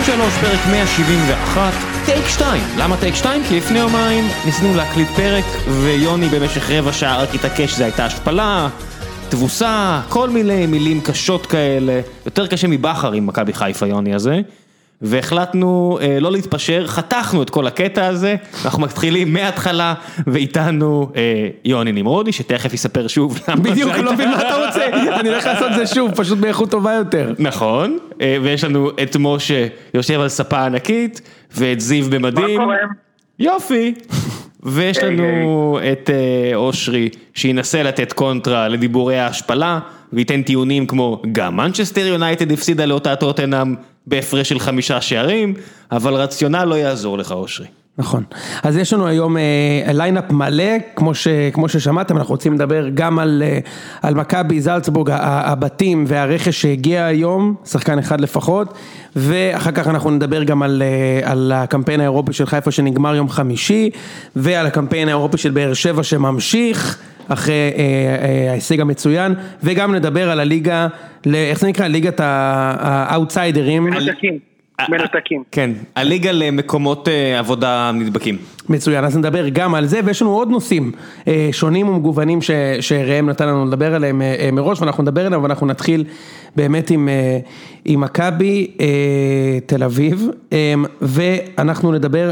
3, פרק 171, טייק 2. למה טייק 2? כי לפני יומיים ניסינו להקליט פרק, ויוני במשך רבע שעה רק התעקש שזה הייתה השפלה, תבוסה, כל מיני מילים קשות כאלה, יותר קשה מבחר עם מכבי חיפה יוני הזה, והחלטנו לא להתפשר, חתכנו את כל הקטע הזה, אנחנו מתחילים מההתחלה, ואיתנו יוני נמרודי, שתכף יספר שוב. בדיוק, לא מבין מה אתה רוצה, אני הולך לעשות זה שוב, פשוט באיכות טובה יותר. נכון, ויש לנו את משה יושב על ספה ענקית, ואת זיו במדים. מה קורה? יופי. ויש לנו את אושרי, שינסה לתת קונטרה לדיבורי ההשפלה, וייתן טיעונים כמו, גם מנצ'סטר יונייטד הפסידה לאותה טוטנהאם בהפרש של 5 שערים, אבל רציונל לא יעזור לך, אושרי. נכון. אז יש לנו היום ליינאפ מלא, כמו ששמעתם, אנחנו רוצים לדבר גם על מכבי זלצבורג, הבתים והרכש שהגיע היום, שחקן אחד לפחות, ואחר כך אנחנו נדבר גם על הקמפיין האירופי של חיפה שנגמר יום חמישי, ועל הקמפיין האירופי של באר שבע שממשיך, אחרי ההישג המצוין, וגם נדבר על הליגה, איך זה נקרא? ליגת האוטסיידרים. מנתקים. כן, הליגה למקומות עבודה נדבקים. מצוין, אז נדבר גם על זה, ויש לנו עוד נושאים שונים ומגוונים שראם נתן לנו לדבר עליהם מראש, ואנחנו נדבר עליהם, ואנחנו נתחיל באמת עם מכבי תל אביב, ואנחנו נדבר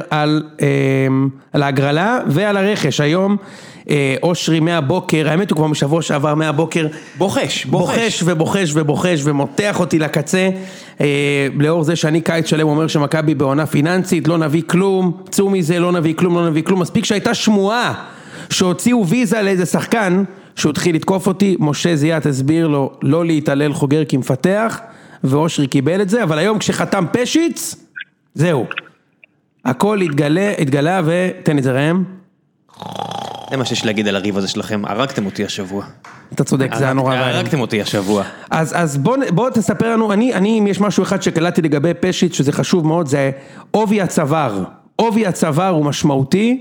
על ההגרלה ועל הרכש. היום אושרי מהבוקר, האמת הוא כבר משבוע שעבר מהבוקר, בוחש ובוחש ומותח אותי לקצה, לאור זה שאני קיץ שלם אומר שמכבי בעונה פיננסית, לא נביא כלום, צאו מזה, לא נביא כלום, מספיק שהייתה שמועה שהוציאו ויזה לאיזה שחקן, שהוא התחיל לתקוף אותי, משה זיית הסביר לו לא להתעלל חוגר כמפתח, ואושרי קיבל את זה, אבל היום כשחתם פשיץ, זהו, הכל התגלה ותן את זה ראם. זה מה שיש להגיד על הריב הזה שלכם, הרגתם אותי השבוע. אתה צודק, זה היה נורא רעיון. הרגתם אותי השבוע. אז בוא תספר לנו, אם יש משהו אחד שקלטתי לגבי פשיט, שזה חשוב מאוד, זה עובי הצוואר. עובי הצוואר הוא משמעותי,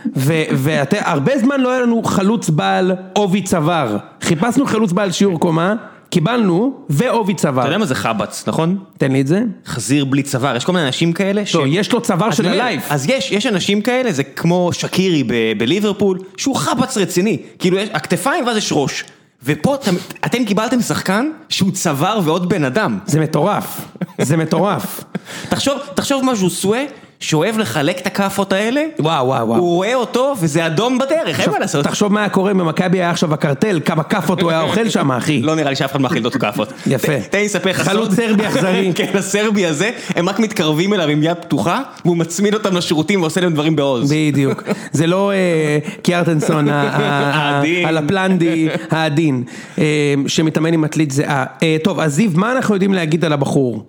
והרבה זמן לא היה לנו חלוץ בעל עובי צוואר. חיפשנו חלוץ בעל שיעור קומה, קיבלנו, ועובי צוואר. אתה יודע מה זה חבץ, נכון? תן לי את זה. חזיר בלי צוואר, יש כל מיני אנשים כאלה. לא, יש לו צוואר של הלייב. אז יש אנשים כאלה, זה כמו שקירי בליברפול, שהוא חבץ רציני. כאילו, הכתפיים ואז יש ראש. ופה אתם קיבלתם שחקן שהוא צוואר ועוד בן אדם. זה מטורף. זה מטורף. תחשוב משהו סווה, שאוהב לחלק את הכאפות האלה. וואו. הוא רואה אותו וזה אדום בדרך, אין מה לעשות. תחשוב מה קורה במכבי היה עכשיו הקרטל, כמה כאפות הוא היה אוכל שם, אחי. לא נראה לי שאף אחד מאכיל אותו כאפות. יפה. תן לי לספר לך. חלוץ סרבי אכזרי. כן, הסרבי הזה, הם רק מתקרבים אליו עם יד פתוחה, והוא מצמיד אותם לשירותים ועושה להם דברים בעוז. בדיוק. זה לא קיארטנסון, הלפלנדי העדין, שמתאמן עם אתלית זהה. טוב, אז זיו, מה אנחנו יודעים להגיד על הבחור?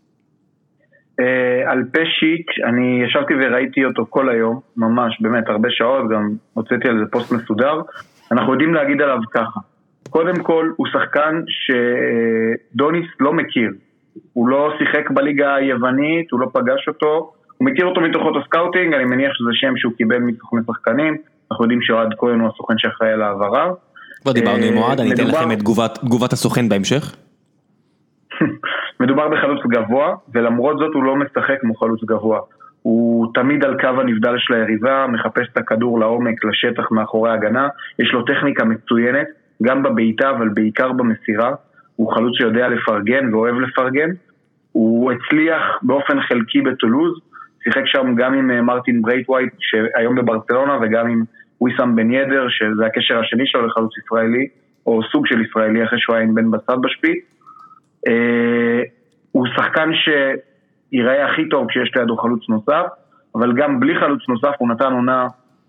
על פשיץ' אני ישבתי וראיתי אותו כל היום, ממש, באמת, הרבה שעות, גם הוצאתי על זה פוסט מסודר. אנחנו יודעים להגיד עליו ככה. קודם כל, הוא שחקן שדוניס לא מכיר. הוא לא שיחק בליגה היוונית, הוא לא פגש אותו. הוא מכיר אותו מתוכות הסקאוטינג, אני מניח שזה שם שהוא קיבל מסוכני שחקנים. אנחנו יודעים שאוהד כהן הוא הסוכן שאחראי על העברה. כבר דיברנו עם אוהד, אני אתן לכם את תגובת הסוכן בהמשך. מדובר בחלוץ גבוה, ולמרות זאת הוא לא משחק כמו חלוץ גבוה. הוא תמיד על קו הנבדל של היריבה, מחפש את הכדור לעומק, לשטח מאחורי ההגנה. יש לו טכניקה מצוינת, גם בביתה, אבל בעיקר במסירה. הוא חלוץ שיודע לפרגן ואוהב לפרגן. הוא הצליח באופן חלקי בטולוז, שיחק שם גם עם מרטין ברייטווייט, שהיום בברצלונה, וגם עם וויסאם בן ידר, שזה הקשר השני שלו לחלוץ ישראלי, או סוג של ישראלי, אחרי שהוא היה עם בן בסד בשפיץ. הוא שחקן שיראה הכי טוב כשיש לידו חלוץ נוסף, אבל גם בלי חלוץ נוסף הוא נתן עונה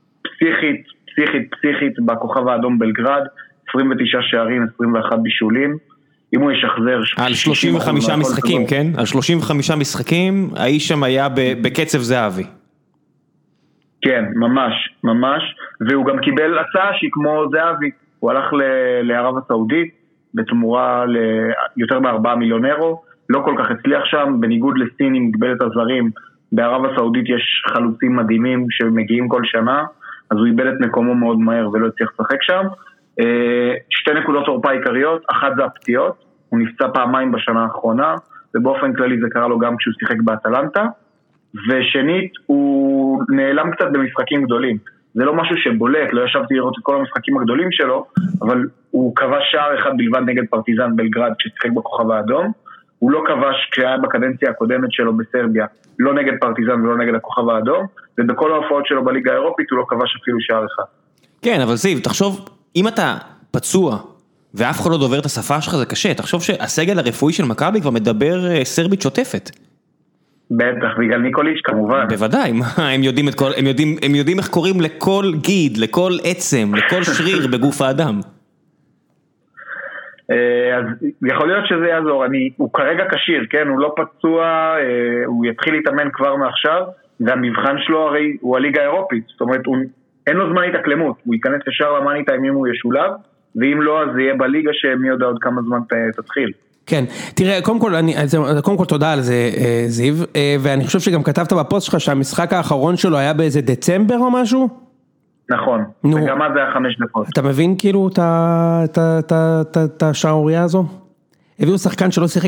פסיכית בכוכב האדום בלגרד, 29 שערים, 21 בישולים. אם הוא ישחזר על 35 משחקים, כן? על 35 משחקים, האיש שם היה בקצב זהבי. כן, ממש, והוא גם קיבל הצעה שהיא כמו זהבי, הוא הלך לערב הסעודית, בתמורה ליותר מ4 מיליון אירו, לא כל כך הצליח שם, בניגוד לסין עם מגבלת הזרים, בערב הסעודית יש חלוצים מדהימים שמגיעים כל שנה, אז הוא איבד את מקומו מאוד מהר ולא הצליח לשחק שם. 2 נקודות תורפה עיקריות, אחת זה הפציעות, הוא נפצע פעמיים בשנה האחרונה, ובאופן כללי זה קרה לו גם כשהוא שיחק באטלנטה, ושנית, הוא נעלם קצת במשחקים גדולים. זה לא משהו שבולט, לא ישבתי לראות את כל המשחקים הגדולים שלו, אבל הוא כבש שער אחד בלבד נגד פרטיזן בלגרד כששיחק בכוכב האדום, הוא לא כבש כשהיה בקדנציה הקודמת שלו בסרביה, לא נגד פרטיזן ולא נגד הכוכב האדום, ובכל ההופעות שלו בליגה האירופית הוא לא כבש אפילו שער אחד. כן, אבל זיו, תחשוב, אם אתה פצוע, ואף אחד לא דובר את השפה שלך, זה קשה. תחשוב שהסגל הרפואי של מכבי כבר מדבר סרבית שוטפת. בטח, בגלל ניקוליץ' כמובן. בוודאי, הם יודעים איך קוראים לכל גיד, לכל עצם, לכל שריר בגוף האדם. אז יכול להיות שזה יעזור, הוא כרגע קשיר, כן? הוא לא פצוע, הוא יתחיל להתאמן כבר מעכשיו, והמבחן שלו הרי הוא הליגה האירופית, זאת אומרת, אין לו זמן התאקלמות, הוא ייכנס ישר למאני טיים אם הוא ישולב, ואם לא, אז זה יהיה בליגה שמי יודע עוד כמה זמן תתחיל. כן, תראה, קודם כל תודה על זה, זיו, ואני חושב שגם כתבת בפוסט שלך שהמשחק האחרון שלו היה באיזה דצמבר או משהו? נכון, וגם אז זה היה 5 דקות. אתה מבין כאילו את השערוריה הזו? הביאו שחקן שלא שיחק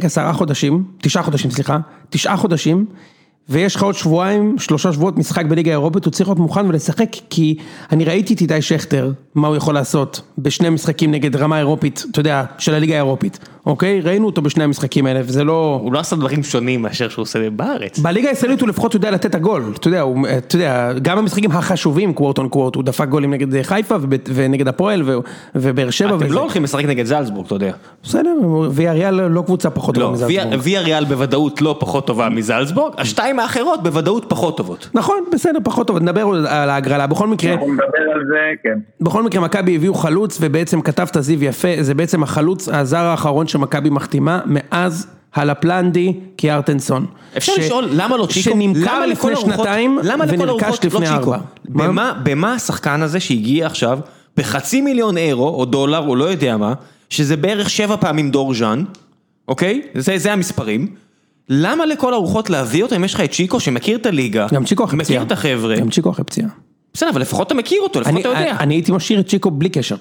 9 חודשים, ויש לך עוד 3 שבועות משחק בליגה האירופית, הוא צריך להיות מוכן ולשחק, כי אני ראיתי את איתי שכטר, מה הוא יכול לעשות בשני משחקים נגד רמה אירופית, אתה יודע, של הליגה האירופית, אוקיי? ראינו אותו בשני המשחקים האלה, וזה לא... הוא לא עשה דברים שונים מאשר שהוא עושה בארץ. בליגה הישראלית הוא לפחות יודע לתת הגול, אתה יודע, גם המשחקים החשובים, קוורט און קוורט, הוא דפק גולים נגד חיפה ונגד הפועל ובאר שבע. אתם לא הולכים לשחק נגד זלצבורג, אתה יודע. בסדר, ויאריאל לא קבוצה פחות טובה מזלצבורג. ויאריאל בוודאות לא פחות טובה מזלצבורג, השתיים האחרות בוודאות פחות טובות. נכון, בסדר, פחות טובות, נדבר על ההגרלה. בכל מקרה, אנחנו נדבר על זה, כן. בכל מקרה, מכבי הביאו חלוץ, ובעצם כתבת זיו יפה, זה בעצם החלוץ הזר האחרון שמכבי מחתימה, מאז הלפלנדי קיארטנסון. אפשר לשאול, למה לא צ'יקו? שנמכר לפני שנתיים, ונרכש לפני 4. במה השחקן הזה שהגיע עכשיו, ב500,000 אירו, או דולר, או לא יודע מה, שזה בערך 7 פעמים דורז'אן, אוקיי? זה המספרים. למה לכל הרוחות להביא אותו אם יש לך את צ'יקו שמכיר את הליגה, גם צ'יקו אחרי פציעה, מכיר את החבר'ה, גם צ'יקו אחרי פציעה. בסדר, אבל לפחות אתה מכיר אותו, לפחות אתה יודע. אני הייתי משאיר את צ'יקו בלי קשר.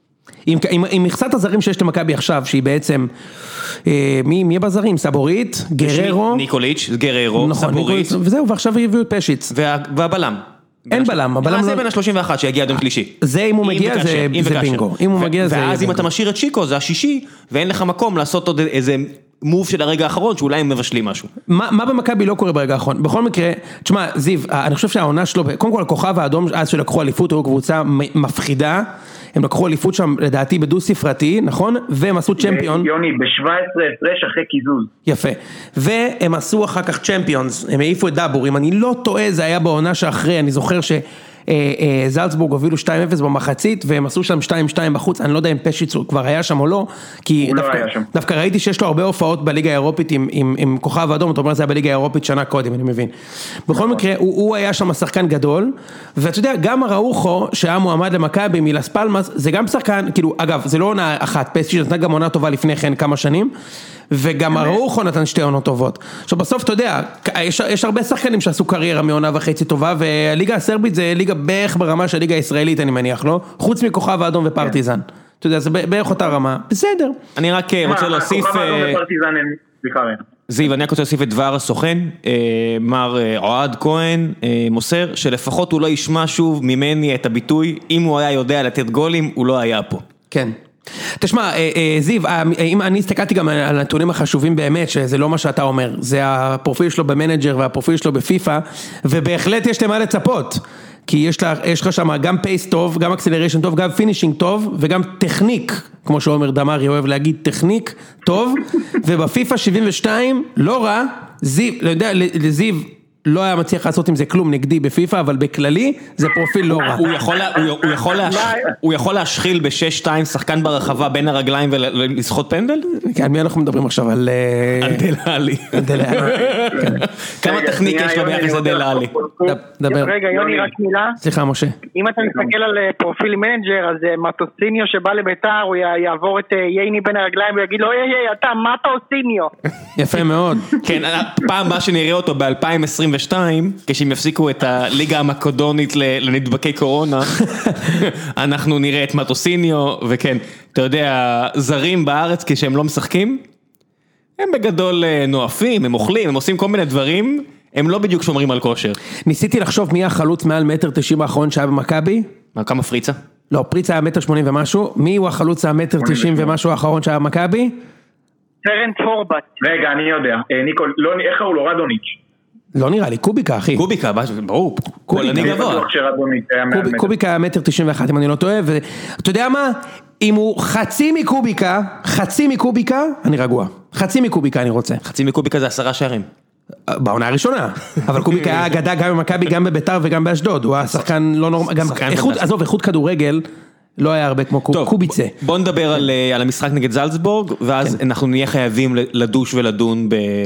עם מכסת הזרים שיש למכבי עכשיו, שהיא בעצם, מי בזרים? סבורית, גררו. ניקוליץ', גררו, סבורית. וזהו, ועכשיו הביאו את פשיץ. והבלם. אין בלם. זה בין ה-31 שיגיע אדם שלישי. זה אם הוא מגיע, זה בינגו. ואז אם אתה משאיר את צ'יקו, זה השישי, ואין לך מקום לעשות עוד איזה מוב של הרגע האחרון, שאולי הם מבשלים משהו. מה במכבי לא קורה ברגע האחרון? בכל מקרה, תשמע, זיו, אני חושב שהעונה שלו, קודם כל הכוכב האדום, אז שלקחו אליפות, הוא קבוצה מפחידה, הם לקחו אליפות שם, לדעתי, בדו ספרתי, נכון? והם עשו צ'מפיון. יוני, ב-17 הפרש אחרי קיזוז. יפה. והם עשו אחר כך צ'מפיונס, הם העיפו את דאבור, אם אני לא טועה, זה היה בעונה שאחרי, אני זוכר זלצבורג הובילו 2-0 במחצית, והם עשו שם 2-2 בחוץ, אני לא יודע אם פשיץ כבר היה שם או לא, כי דווקא ראיתי שיש לו הרבה הופעות בליגה האירופית עם כוכב האדום, אתה אומר זה היה בליגה האירופית שנה קודם, אני מבין. בכל מקרה, הוא היה שם שחקן גדול, ואתה יודע, גם הראוחו, שהיה מועמד למכבי מלס פלמאס, זה גם שחקן, כאילו, אגב, זה לא עונה אחת, פשיץ נתנה גם עונה טובה לפני כן כמה שנים, וגם הראוחו נתן 2 עונות טובות. עכשיו בסוף אתה יודע, יש הרבה שחקנים שעשו קריירה מעונה וחצי טובה, והליגה הסרבית זה ליגה בערך ברמה של הליגה הישראלית אני מניח, לא? חוץ מכוכב האדום ופרטיזן. אתה יודע, זה בערך אותה רמה. בסדר. אני רק רוצה להוסיף... כוכב האדום ופרטיזן הם סליחה. זיו, אני רק רוצה להוסיף את דבר הסוכן, מר אוהד כהן, מוסר, שלפחות הוא לא ישמע שוב ממני את הביטוי, אם הוא היה יודע לתת גולים, הוא לא היה פה. כן. תשמע, זיו, אם אני הסתכלתי גם על הנתונים החשובים באמת, שזה לא מה שאתה אומר, זה הפרופיל שלו במנג'ר והפרופיל שלו בפיפה, ובהחלט יש למה לצפות, כי יש לך שם גם פייס טוב, גם אקסלריישן טוב, גם פינישינג טוב, וגם טכניק, כמו שעומר דמרי אוהב להגיד, טכניק טוב, ובפיפה 72, לא רע, זיו, לא יודע, לזיו, לא היה מצליח לעשות עם זה כלום נגדי בפיפה, אבל בכללי זה פרופיל לא רע. הוא יכול להשחיל ב-6-2 שחקן ברחבה בין הרגליים ולשחוט פנדל? כן, מי אנחנו מדברים עכשיו על... דלאלי. כמה טכניק יש לו ביחס לדלאלי? דבר. רגע, יוני, רק מילה. סליחה, משה. אם אתה מסתכל על פרופיל מנג'ר, אז מטוסיניו שבא לביתר, הוא יעבור את ייני בין הרגליים ויגיד לו, היי, אתה, מטוסיניו? יפה מאוד. כן, פעם מה שנראה אותו ב-2022, כשהם יפסיקו את הליגה המקדונית לנדבקי קורונה, אנחנו נראה את מטוסיניו, וכן, אתה יודע, זרים בארץ כשהם לא משחקים, הם בגדול נואפים, הם אוכלים, הם עושים כל מיני דברים, הם לא בדיוק שומרים על כושר. ניסיתי לחשוב מי החלוץ מעל 1.90 האחרון שהיה במכבי. כמה פריצה? לא, פריצה היה 1.80 ומשהו. מי הוא החלוץ ה1.90 ומשהו האחרון שהיה במכבי? טרנט פורבט. רגע, אני יודע. ניקול, איך קראו לו? רדוניץ'. לא נראה לי, קוביקה, אחי. קוביקה, ברור. קולני גבוה. קוביקה היה 1.91 אם אני לא טועה, ואתה יודע מה? אם הוא חצי מקוביקה, אני רגוע. חצי מקוביקה אני רוצה. חצי מקוביקה זה 10 שערים. בעונה הראשונה, אבל קוביקה היה אגדה גם במכבי, גם בביתר וגם באשדוד, הוא היה שחקן לא נורמל, גם איכות כדורגל, לא היה הרבה כמו קוביצה. בוא נדבר על המשחק נגד זלצבורג, ואז אנחנו נהיה חייבים לדוש ולדון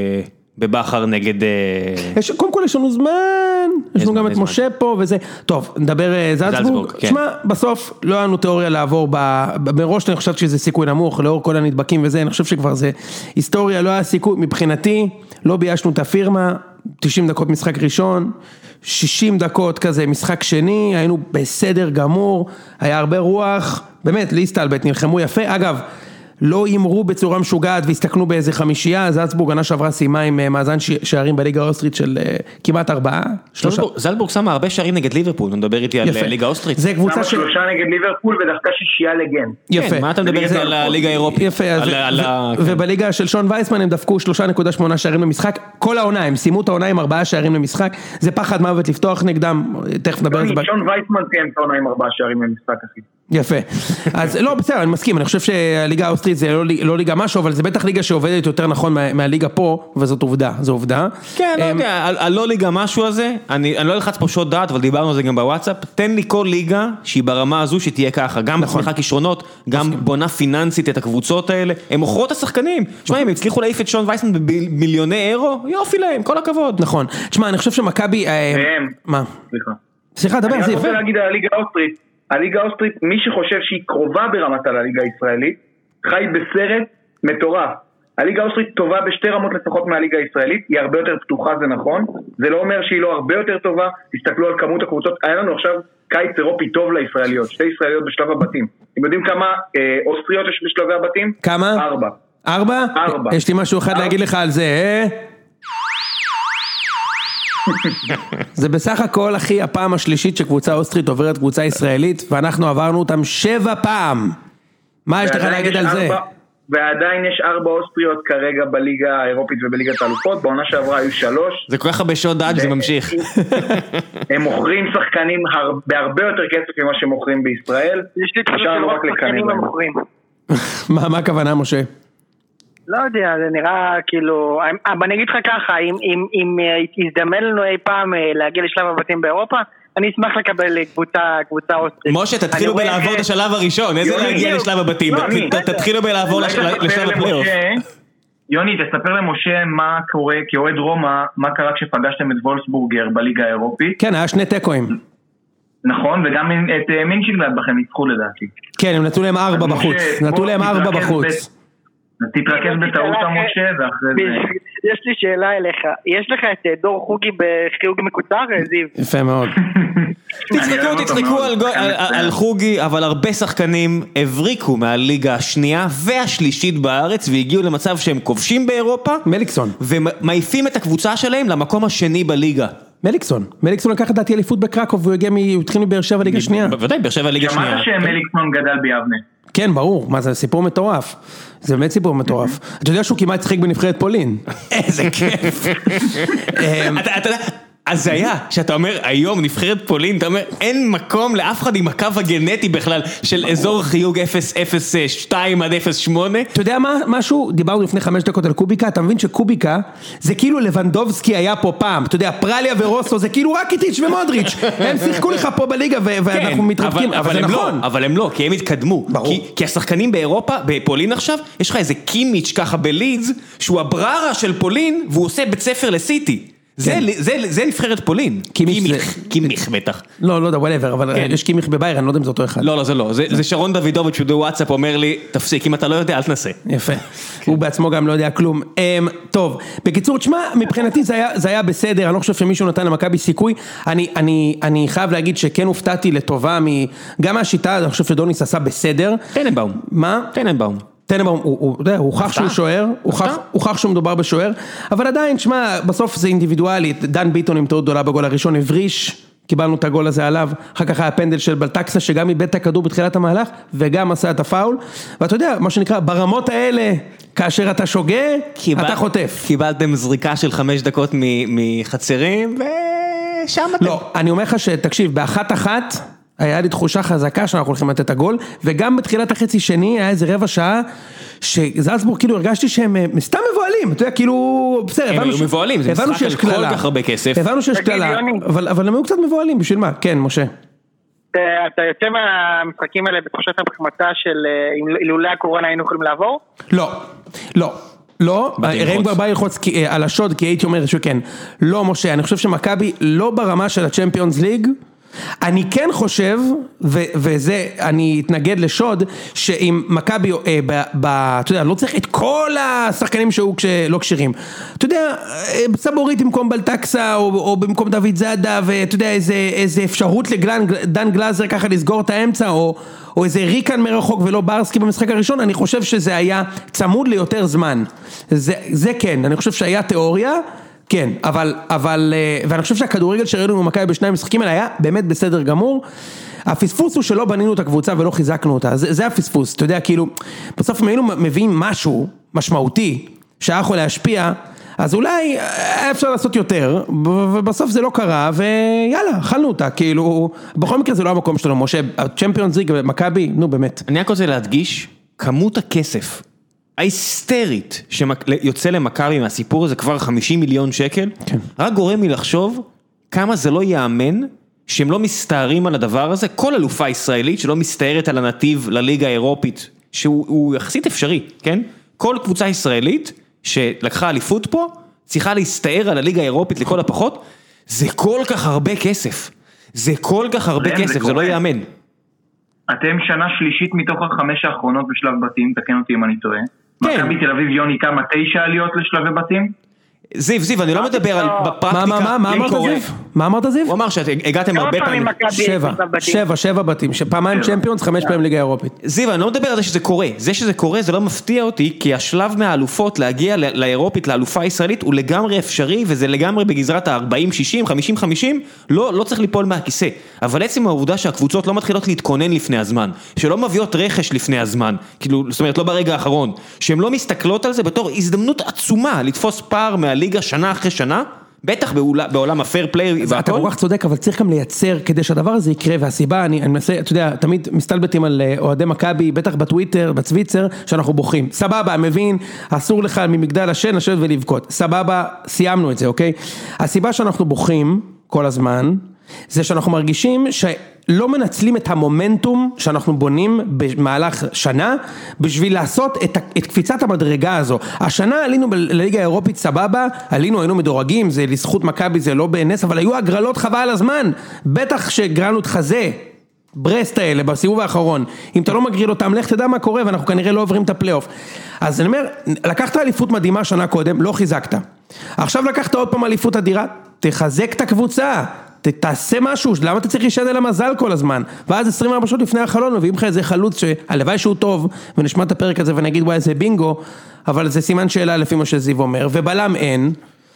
בבחר נגד... קודם כל יש לנו זמן, יש לנו גם את משה פה וזה, טוב, נדבר זלצבורג, תשמע, בסוף לא היה לנו תיאוריה לעבור, בראש אני חושב שזה סיכוי נמוך, לאור כל הנדבקים וזה, אני חושב שכבר זה היסטוריה, לא היה סיכוי, מבחינתי, לא ביישנו את הפירמה, 90 דקות משחק ראשון, 60 דקות כזה משחק שני, היינו בסדר גמור, היה הרבה רוח, באמת, להסתלבט, נלחמו יפה, אגב, לא ימרו בצורה משוגעת והסתכנו באיזה חמישייה, זלצבורג ענה שעברה סיימה עם מאזן שערים בליגה האוסטרית של כמעט 4. זלצבורג שמה הרבה שערים נגד ליברפול, אתה מדבר איתי על ליגה האוסטרית. זה קבוצה של... 3 נגד ליברפול ודווקא 6 לגן. יפה. מה אתה מדבר איתי על הליגה האירופית? יפה, ובליגה של שון וייסמן הם דפקו 3.8 שערים למשחק, כל העונה, הם סיימו את העונה עם 4 שערים למשחק, זה פחד מוות לפתוח נגדם, תכף נדבר על זה. שון וייסמן סיים את העונה עם 4 שערים למשחק, אחי. יפה, אז לא בסדר, אני מסכים, אני חושב שהליגה האוסטרית זה לא ליגה משהו, אבל זה בטח ליגה שעובדת יותר נכון מהליגה פה, וזאת עובדה, זו עובדה. כן, לא יודע, הלא ליגה משהו הזה, אני לא אלחץ פה שעות דעת, אבל דיברנו על זה גם בוואטסאפ, תן לי כל ליגה שהיא ברמה הזו שתהיה ככה, גם בצמיחה כישרונות, גם בונה פיננסית את הקבוצות האלה, הם מוכרות השחקנים, תשמע, הם הצליחו להעיף את שון וייסמן במיליוני אירו, יופי להם, כל הכבוד. נכון, תשמע, אני חושב שמכבי, מה? סליחה, דבר, זה יפה. הליגה האוסטרית, מי שחושב שהיא קרובה ברמתה לליגה הישראלית, חי בסרט מטורף. הליגה האוסטרית טובה בשתי רמות לפחות מהליגה הישראלית, היא הרבה יותר פתוחה, זה נכון, זה לא אומר שהיא לא הרבה יותר טובה, תסתכלו על כמות הקבוצות, היה לנו עכשיו קיץ אירופי טוב לישראליות, 2 ישראליות בשלב הבתים. אתם יודעים כמה אוסטריות יש בשלבי הבתים? כמה? 4. 4? יש לי משהו אחד להגיד לך על זה, זה בסך הכל, אחי, הפעם השלישית שקבוצה אוסטרית עוברת קבוצה ישראלית, ואנחנו עברנו אותם 7 פעם. מה יש לך להגיד על זה? ועדיין יש 4 אוסטריות כרגע בליגה האירופית ובליגת האלופות, בעונה שעברה היו 3. זה כל כך הרבה שעות דעת שזה ממשיך. הם מוכרים שחקנים בהרבה יותר כסף ממה שמוכרים בישראל. יש לי תחושה שלא רק שחקנים הם מוכרים. מה הכוונה, משה? לא יודע, זה נראה כאילו, אבל אני אגיד לך ככה, אם יזדמן לנו אי פעם להגיע לשלב הבתים באירופה, אני אשמח לקבל קבוצה אוסטרית. משה, תתחילו בלעבור את השלב הראשון, איזה להגיע לשלב הבתים, תתחילו בלעבור לשלב הפלייאוף. יוני, תספר למשה מה קורה, כאוהד רומא, מה קרה כשפגשתם את וולסבורגר בליגה האירופית. כן, היה 2 תיקואים. נכון, וגם את מינצ'נגלד בכם ניצחו לדעתי. כן, הם נתנו להם 4 בחוץ. נתנו להם 4 בחוץ. תתרכז בטעות המשה ואחרי זה... יש לי שאלה אליך, יש לך את דור חוגי בחיוג מקוצר, זיו? יפה מאוד. תצחקו על חוגי, אבל הרבה שחקנים הבריקו מהליגה השנייה והשלישית בארץ, והגיעו למצב שהם כובשים באירופה, מליקסון, ומעיפים את הקבוצה שלהם למקום השני בליגה. מליקסון לקח את דעתי אליפות בקרקוב, והוא התחיל מבאר שבע ליגה שנייה. בוודאי, באר שבע ליגה שנייה. שמעת שמליקסון גדל ביבנה? כן, ברור, מה זה סיפור מטורף, זה באמת סיפור מטורף, אתה יודע שהוא כמעט שחק בנבחרת פולין, איזה כיף, אתה יודע, אז זה היה, שאתה אומר, היום נבחרת פולין, אתה אומר, אין מקום לאף אחד עם הקו הגנטי בכלל, של אזור חיוג 0.02 עד 0.8. אתה יודע מה, משהו, דיברנו לפני 5 דקות על קוביקה, אתה מבין שקוביקה, זה כאילו לבנדובסקי היה פה פעם, אתה יודע, פרליה ורוסו, זה כאילו רקיטיץ' ומודריץ', הם שיחקו לך פה בליגה, ואנחנו מתרפקים, אבל זה נכון. אבל הם לא, כי הם התקדמו, כי השחקנים באירופה, בפולין עכשיו, יש לך איזה קימיץ' ככה בלידס, שהוא הבררה של פולין, והוא עושה בית ספר לסיטי. זה נבחרת פולין. קימיך בטח. לא יודע, whatever, אבל יש קימיך בביירן, אני לא יודע אם זה אותו אחד. לא, זה לא. זה שרון דוידוביץ' בוואטסאפ אומר לי, תפסיק, אם אתה לא יודע, אל תנסה. יפה. הוא בעצמו גם לא יודע כלום. טוב, בקיצור, תשמע, מבחינתי זה היה בסדר, אני לא חושב שמישהו נתן למכבי סיכוי. אני חייב להגיד שכן הופתעתי לטובה, גם מהשיטה, אני חושב שדוניס עשה בסדר. טננבאום. מה? טננבאום. טננבאום, הוא הוכח שהוא שוער, הוכח שהוא מדובר בשוער, אבל עדיין, שמה, בסוף זה אינדיבידואלי, דן ביטון עם טעות גדולה בגול הראשון, הבריש, קיבלנו את הגול הזה עליו, אחר כך היה הפנדל של בלטקסה, שגם איבד את הכדור בתחילת המהלך, וגם עשה את הפאול, ואתה יודע, מה שנקרא, ברמות האלה, כאשר אתה שוגה, אתה חוטף. קיבלתם זריקה של 5 דקות מחצרים, ושם אתם. לא, אני אומר לך שתקשיב, באחת, היה לי תחושה חזקה שאנחנו הולכים לתת את הגול, וגם בתחילת החצי שני היה איזה רבע שעה, שזלצבורג כאילו הרגשתי שהם סתם מבועלים, אתה יודע, כאילו, בסדר, הם היו מבועלים, זה משחק על כל כך הרבה כסף. הבנו שיש כללה, אבל הם היו קצת מבועלים, בשביל מה? כן, משה. אתה יוצא מהמשחקים האלה בתחושת המחמצה של אילולי הקורונה היינו יכולים לעבור? לא, ראם כבר בא ללחוץ על השוד, כי הייתי אומר שכן. לא, משה, אני חושב שמכבי לא ברמה של הצ'מפיונס ליג, אני כן חושב, וזה, אני אתנגד לשוד, שאם מכבי, אתה יודע, לא צריך את כל השחקנים שהיו לא קשירים. אתה יודע, סבורית במקום בלטקסה, או במקום דוד זאדה, ואתה יודע, איזה אפשרות לדן גלאזר ככה לסגור את האמצע, או איזה ריקן מרחוק ולא ברסקי במשחק הראשון, אני חושב שזה היה צמוד ליותר זמן. זה כן, אני חושב שהיה תיאוריה, כן, אבל, ואני חושב שהכדורגל שראינו ממכבי בשני המשחקים האלה היה באמת בסדר גמור. הפספוס הוא שלא בנינו את הקבוצה ולא חיזקנו אותה, זה הפספוס, אתה יודע, כאילו, בסוף אם היינו מביאים משהו משמעותי שהיה יכול להשפיע, אז אולי היה אפשר לעשות יותר, ובסוף זה לא קרה, ויאללה, אכלנו אותה, כאילו, בכל מקרה זה לא המקום שלנו, משה, הצ'מפיונס ליג, מכבי, נו באמת. אני רק רוצה להדגיש, כמות הכסף, ההיסטרית שיוצא למכבי מהסיפור הזה כבר 50 מיליון שקל, רק גורם לי לחשוב כמה זה לא יאמן שהם לא מסתערים על הדבר הזה, כל אלופה ישראלית שלא מסתערת על הנתיב לליגה האירופית, שהוא יחסית אפשרי, כן? כל קבוצה ישראלית שלקחה אליפות פה, צריכה להסתער על הליגה האירופית לכל הפחות, זה כל כך הרבה כסף, זה כל כך הרבה כסף, זה לא יאמן. אתם שנה שלישית מתוך 5 האחרונות בשלב בתים, תקן אותי אם אני טועה. מכבי תל אביב יוני כמה 9 עליות לשלבי בתים? זיו, אני לא מדבר על בפרקטיקה. מה אמרת זיו? הוא אמר שהגעתם הרבה פעמים. 7 בתים, פעמיים צ'מפיונס, 5 פעמים ליגה אירופית. זיו, אני לא מדבר על זה שזה קורה. זה שזה קורה זה לא מפתיע אותי, כי השלב מהאלופות להגיע לאירופית, לאלופה הישראלית, הוא לגמרי אפשרי, וזה לגמרי בגזרת ה-40-60, 50-50, לא צריך ליפול מהכיסא. אבל עצם העובדה שהקבוצות לא מתחילות להתכונן לפני הזמן, שלא מביאות רכש לפני הזמן, כאילו, זאת אומרת, לא ברגע האחרון, שהן לא מסתכלות על זה בתור הזדמנות עצומה לתפוס פער מהליגה שנה אחרי שנה, בטח בעולם הפייר פלייר והכל. אתה כל כך צודק, אבל צריך גם לייצר כדי שהדבר הזה יקרה, והסיבה, אני מנסה, אתה יודע, תמיד מסתלבטים על אוהדי מכבי, בטח בטוויטר, בצוויצר, שאנחנו בוכים. סבבה, מבין, אסור לך ממגדל השן לשבת ולבכות. סבבה, סיימנו את זה, אוקיי? הסיבה שאנחנו בוכים כל הזמן, זה שאנחנו מרגישים שלא מנצלים את המומנטום שאנחנו בונים במהלך שנה, בשביל לעשות את קפיצת המדרגה הזו. השנה עלינו לליגה האירופית סבבה, היינו מדורגים, זה לזכות מכבי, זה לא בנס, אבל היו הגרלות חבל על הזמן, בטח שגרלנו את חזה, ברסט האלה, בסיבוב האחרון, אם אתה לא מגריל אותם, לך תדע מה קורה, ואנחנו כנראה לא עוברים את הפלייאוף. אז אני אומר, לקחת אליפות מדהימה שנה קודם, לא חיזקת. עכשיו לקחת עוד פעם אליפות אדירה, תחזק את הקבוצה, תעשה משהו, למה אתה צריך להישען על המזל כל הזמן? ואז 24 שעות לפני החלון, מביאים לך איזה חלוץ שהלוואי שהוא טוב, ונשמע את הפרק הזה ונגיד וואי זה בינגו, אבל זה סימן שאלה לפי מה שזיו אומר, ובלם אין,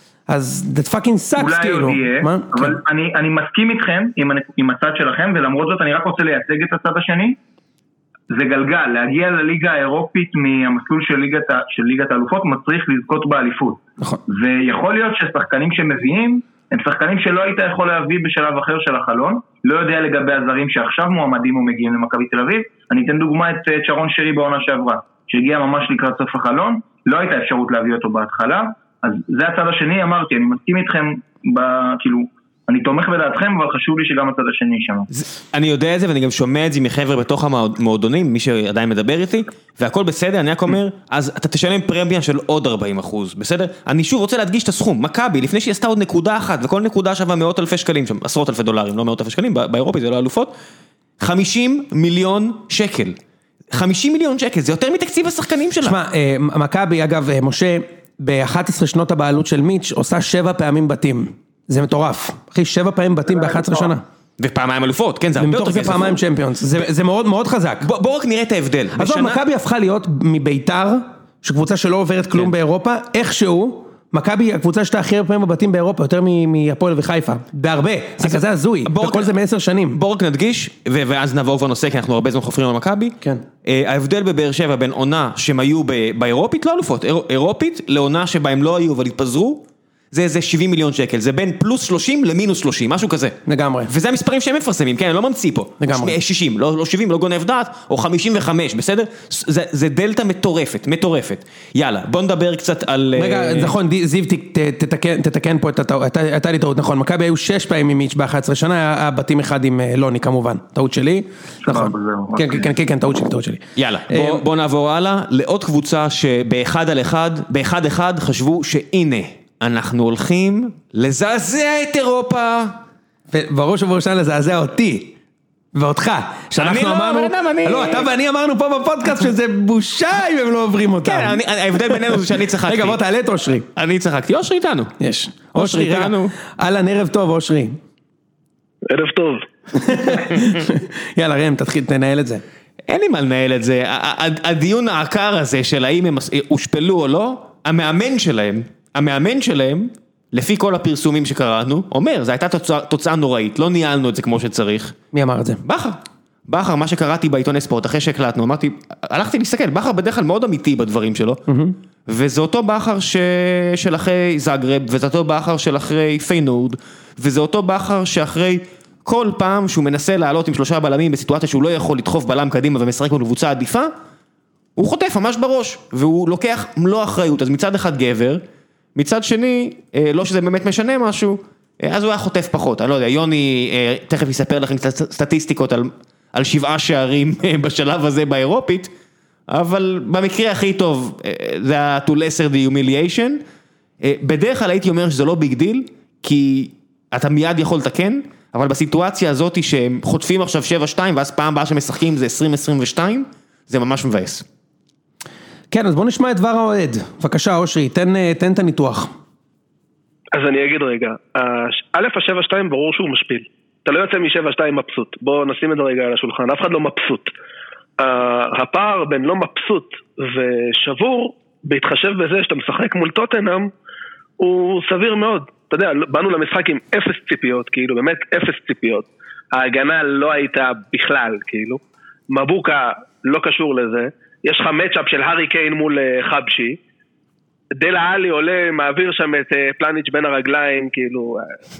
אז that fucking sucks כאילו. אולי עוד יהיה, אבל אני מסכים איתכם, עם הצד שלכם, ולמרות זאת אני רק רוצה לייצג את הצד השני, זה גלגל, להגיע לליגה האירופית מהמסלול של ליגת האלופות, מצריך לזכות באליפות. נכון. ויכול להיות ששחקנים שמביאים, הם שחקנים שלא היית יכול להביא בשלב אחר של החלון, לא יודע לגבי הזרים שעכשיו מועמדים או מגיעים למכבי תל אביב, אני אתן דוגמה את שרון שרי בעונה שעברה, שהגיע ממש לקראת סוף החלון, לא הייתה אפשרות להביא אותו בהתחלה, אז זה הצד השני, אמרתי, אני מסכים איתכם, כאילו, אני תומך בדעתכם, אבל חשוב לי שגם הצד השני יישמע. אני יודע את זה, ואני גם שומע את זה מחבר'ה בתוך המועדונים, מי שעדיין מדבר איתי, והכל בסדר, אני רק אומר, אז אתה תשלם פרמיה של עוד 40%, בסדר? אני שוב רוצה להדגיש את הסכום, מכבי, לפני שהיא עשתה עוד נקודה אחת, וכל נקודה שווה מאות אלפי שקלים, שם עשרות אלפי דולרים, לא מאות אלפי שקלים, באירופית זה לא אלופות, 50 מיליון שקל. 50 מיליון שקל, זה יותר מתקציב השחקנים שלה. שמע, מכבי, אגב, משה, ב-11 שנות הבעלות של מיץ' עושה 7 פעמים בתים. זה מטורף. אחי, 7 פעמים בתים ב-11 שנה. ופעמיים אלופות, כן, זה הרבה יותר ומתוך זה פעמיים צ'מפיונס, זה מאוד מאוד חזק. בוא רק נראה את ההבדל. אז מכבי הפכה להיות מביתר, שקבוצה שלא עוברת כלום באירופה, איכשהו, מכבי היא הקבוצה שאתה הכי הרבה פעמים בבתים באירופה, יותר מהפועל וחיפה, בהרבה, זה כזה הזוי, וכל זה מ10 שנים. בוא רק נדגיש, ואז נעבור בנושא, כי אנחנו הרבה זמן חופרים על מכבי. כן. ההבדל בבאר שבע בין עונה שהם היו באירופית, לא אלופות, אירופית, לעונה שבה הם לא היו, אבל התפזרו, זה איזה 70 מיליון שקל, זה בין פלוס 30 למינוס 30, משהו כזה. לגמרי. וזה המספרים שהם מפרסמים, כן, אני לא ממציא פה. לגמרי. 60, לא 70, לא גונב דעת, או 55, בסדר? זה דלטה מטורפת, מטורפת. יאללה, בוא נדבר קצת על... רגע, נכון, זיו, תתקן פה את הטעות, הייתה לי טעות, נכון, מכבי היו 6 פעמים עם מיץ' ב-11 שנה, היה בתים אחד עם לוני כמובן, טעות שלי, נכון. כן, טעות שלי. יאללה, בוא נעבור הלאה, לעוד קבוצה שבאחד על אחד, באחד אחד חשבו שהנה, אנחנו הולכים לזעזע את אירופה. ובראש ובראשונה לזעזע אותי. ואותך. שאנחנו אמרנו... לא, אתה ואני אמרנו פה בפודקאסט שזה בושה אם הם לא עוברים אותם. כן, ההבדל בינינו זה שאני צחקתי. רגע, בוא תעלה את אושרי. אני צחקתי, אושרי איתנו. יש. אושרי איתנו. אהלן, ערב טוב, אושרי. ערב טוב. יאללה, ראם, תתחיל, תנהל את זה. אין לי מה לנהל את זה. הדיון העקר הזה של האם הם הושפלו או לא, המאמן שלהם, לפי כל הפרסומים שקראנו, אומר, זו הייתה תוצאה נוראית, לא ניהלנו את זה כמו שצריך. מי אמר את זה? בכר, מה שקראתי בעיתוני ספורט, אחרי שהקלטנו, אמרתי, הלכתי להסתכל, בכר בדרך כלל מאוד אמיתי בדברים שלו, וזה אותו בכר של אחרי זאגרב, וזה אותו בכר של אחרי פיינורד, וזה אותו בכר שאחרי כל פעם שהוא מנסה לעלות עם 3 בלמים בסיטואציה שהוא לא יכול לדחוף בלם קדימה ומשחק בקבוצה עדיפה, הוא חוטף ממש בראש, והוא לוקח מלוא אחריות, אז מצד אחד גבר, מצד שני, לא שזה באמת משנה משהו, אז הוא היה חוטף פחות, אני לא יודע, יוני תכף יספר לכם קצת סטטיסטיקות על 7 שערים בשלב הזה באירופית, אבל במקרה הכי טוב, זה ה-to lesser the humiliation, בדרך כלל הייתי אומר שזה לא ביג דיל, כי אתה מיד יכול לתקן, אבל בסיטואציה הזאת שהם חוטפים עכשיו 7-2, ואז פעם הבאה שמשחקים זה 20-22, זה ממש מבאס. כן, אז בוא נשמע את דבר האוהד. בבקשה, אושרי, תן את הניתוח. אז אני אגיד רגע, א', ה-7-2 ברור שהוא משפיל. אתה לא יוצא מ-7-2 מבסוט. בוא נשים את זה רגע על השולחן, אף אחד לא מבסוט. הפער בין לא מבסוט ושבור, בהתחשב בזה שאתה משחק מול טוטנהאם, הוא סביר מאוד. אתה יודע, באנו למשחק עם 0 ציפיות, כאילו, באמת 0 ציפיות. ההגנה לא הייתה בכלל, כאילו. מבוקה לא קשור לזה. יש לך מצ'אפ של הארי קיין מול חבשי, דלה עלי עולה, מעביר שם את פלניץ' בין הרגליים, כאילו,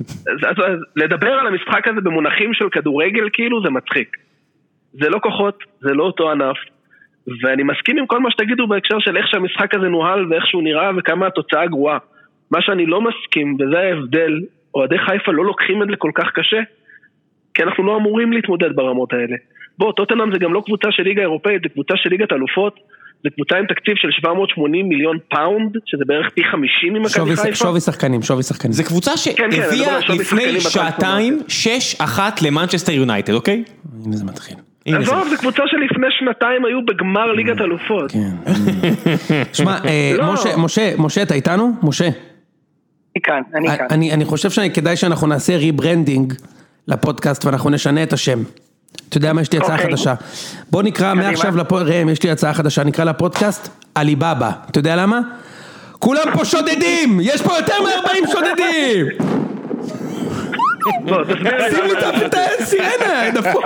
לדבר על המשחק הזה במונחים של כדורגל, כאילו, זה מצחיק. זה לא כוחות, זה לא אותו ענף, ואני מסכים עם כל מה שתגידו בהקשר של איך שהמשחק הזה נוהל, ואיך שהוא נראה, וכמה התוצאה גרועה. מה שאני לא מסכים, וזה ההבדל, אוהדי חיפה לא לוקחים את זה כל כך קשה, כי אנחנו לא אמורים להתמודד ברמות האלה. בוא, טוטנהאם זה גם לא קבוצה של ליגה אירופאית, זה קבוצה של ליגת אלופות, זה קבוצה עם תקציב של 780 מיליון פאונד, שזה בערך פי 50 ממכבי חיפה. שווי שחקנים. זה קבוצה שהביאה לפני שעתיים 6-1 למנצ'סטר יונייטד, אוקיי? הנה זה מתחיל. עזוב, זה קבוצה שלפני 2 היו בגמר ליגת אלופות. שמע, משה, אתה איתנו? משה. אני כאן. אני חושב שכדאי שאנחנו נעשה ריברנדינג לפודקאסט ואנחנו נשנה את השם. אתה יודע מה, יש לי הצעה חדשה. בוא נקרא מעכשיו ראם, יש לי הצעה חדשה, נקרא לפודקאסט עליבאבא. אתה יודע למה? כולם פה שודדים! יש פה יותר מ-40 שודדים! שימו את הסירנה, דפוק.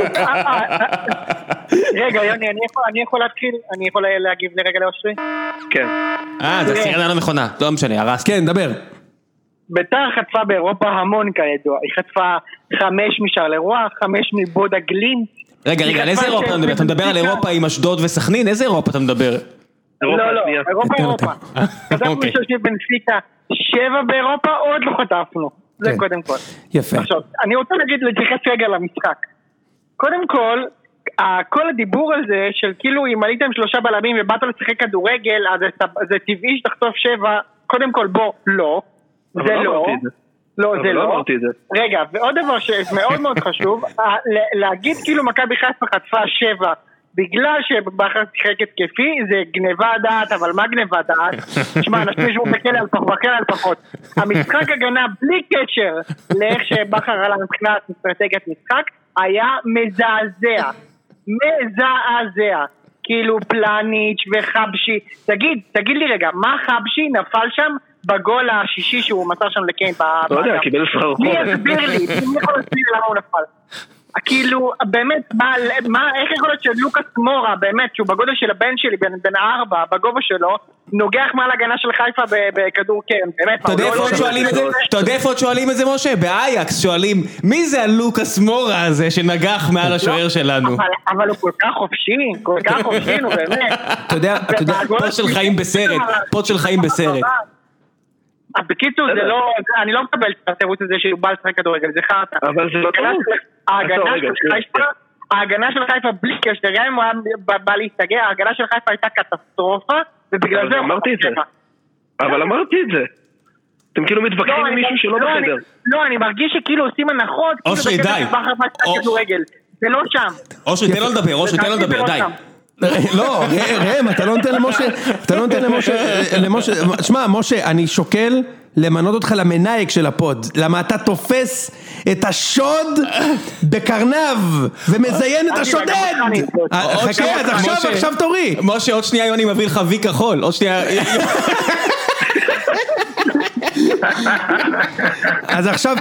רגע, יוני, אני יכול להתחיל? אני יכול להגיב לרגע לאושרי? כן. זה הסירנה לא נכונה, לא משנה, הרס. כן, דבר. בית"ר חטפה באירופה המון כידוע, היא חטפה 5 משרלרואה, 5 מבודה גלינט. רגע, על איזה אירופה אתה מדבר? אתה מדבר על אירופה עם אשדוד וסכנין? איזה אירופה אתה מדבר? לא, אירופה. חטפנו של בנפיקה 7 באירופה, עוד לא חטפנו. זה קודם כל. יפה. עכשיו, אני רוצה להתייחס רגע למשחק. קודם כל הדיבור על זה של כאילו אם עלית עם 3 בלמים ובאת לשחק כדורגל, אז זה טבעי שתחטוף 7, קודם כל בוא, לא. זה לא, זה לא. רגע, ועוד דבר שמאוד מאוד חשוב, להגיד כאילו מכבי חיפה חטפה 7 בגלל שבכר שיחק התקפי, זה גניבה דעת, אבל מה גניבה דעת? תשמע, אנשים ישבו בכלא על פחות. המשחק הגנה בלי קשר לאיך שבכר עלה מבחינת אסטרטגיית משחק, היה מזעזע. כאילו פלניץ' וחבשי. תגיד לי רגע, מה חבשי נפל שם בגול השישי שהוא מסר שם לקיין? לא יודע, קיבל שכר חודש. מי יסביר לי? מי יכול להסביר למה הוא נפל? כאילו, באמת, איך יכול להיות שלוקאס מורה, באמת, שהוא בגודל של הבן שלי, בן 4, בגובה שלו, נוגח מעל הגנה של חיפה בכדור קרן, באמת. אתה יודע איפה עוד שואלים את זה, משה? באייקס שואלים, מי זה הלוקאס מורה הזה שנגח מעל השוער שלנו? אבל הוא כל כך חופשי, נו באמת. אתה יודע, פוד של חיים בסרט. בקיצור, זה לא, אני לא מקבל את התירוץ הזה שהוא בא לשחק כדורגל, זה חרטה. אבל זה לא טוב. ההגנה של חיפה בלי קשר, גם אם הוא היה בא להסתגר, ההגנה של חיפה הייתה קטסטרופה, ובגלל זה... אבל אמרתי את זה. אתם כאילו מתווכחים עם מישהו שלא בחדר. לא, אני מרגיש שכאילו עושים הנחות, אושרי, די. זה לא שם. אושרי, תן לו לדבר, די. לא, ראם, אתה לא נותן למשה, שמע, משה, אני שוקל למנות אותך למנהיג של הפוד, למה אתה תופס את השוד בקרנב ומזיין את השודד. חכה, אז עכשיו תורי. משה, עוד שנייה יוני מביא לך וי כחול, עוד שנייה... אז עכשיו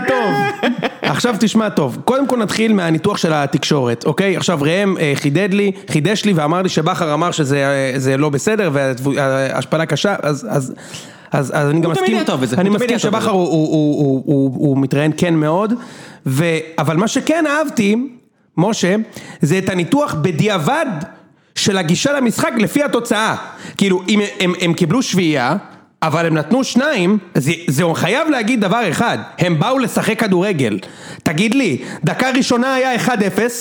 תשמע טוב, קודם כל נתחיל מהניתוח של התקשורת, אוקיי? עכשיו ראם חידש לי ואמר לי שבכר אמר שזה לא בסדר וההשפלה קשה, אז אני גם מסכים שבכר הוא מתראיין כן מאוד, אבל מה שכן אהבתי, משה, זה את הניתוח בדיעבד של הגישה למשחק לפי התוצאה. כאילו, אם הם קיבלו שביעייה, אבל הם נתנו 2, זה חייב להגיד דבר אחד, הם באו לשחק כדורגל. תגיד לי, דקה ראשונה היה 1-0,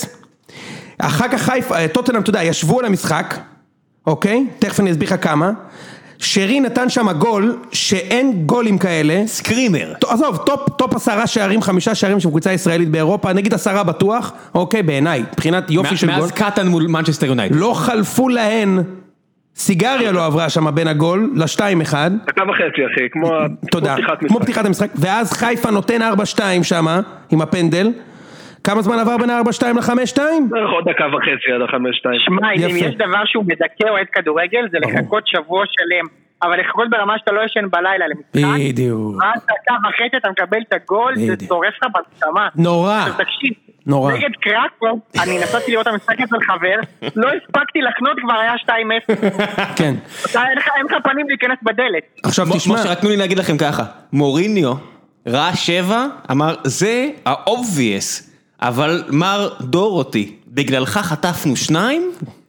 אחר כך חיפה, טוטנהאם, אתה יודע, ישבו על המשחק, אוקיי? תכף אני אסביר לך כמה. שרי נתן שם גול, שאין גולים כאלה. סקרימר. עזוב, טופ 10 שערים, 5 שערים של קבוצה ישראלית באירופה, נגיד 10 בטוח, אוקיי, בעיניי, מבחינת יופי של גול. מאז קטן מול מנצ'סטר יונייטד. לא חלפו להן, סיגריה לא עברה שם בין הגול, ל2-1. דקה וחצי, אחי, כמו פתיחת המשחק. ואז חיפה נותן 4-2 שם, עם הפנדל. כמה זמן עבר בין 4-2 ל-5-2? עוד דקה וחצי עד ה-5-2. שמע, אם יש דבר שהוא מדכא אוהד כדורגל, זה לחכות שבוע שלם. אבל לחכות ברמה שאתה לא ישן בלילה למשחק. בדיוק. אז דקה וחצי אתה מקבל את הגול, זה שורף לך בנשמה. נורא. תקשיב. נורא. נגד קרקוב, אני נסעתי לראות המשחק אצל חבר, לא הספקתי לחנות, כבר היה 2-0. כן. אין לך פנים להיכנס בדלת. עכשיו תשמע. משה, רק תנו לי להגיד לכם ככה, מוריניו ראה 7, אמר, זה ה-obvious, אבל מר דורותי, בגללך חטפנו 2,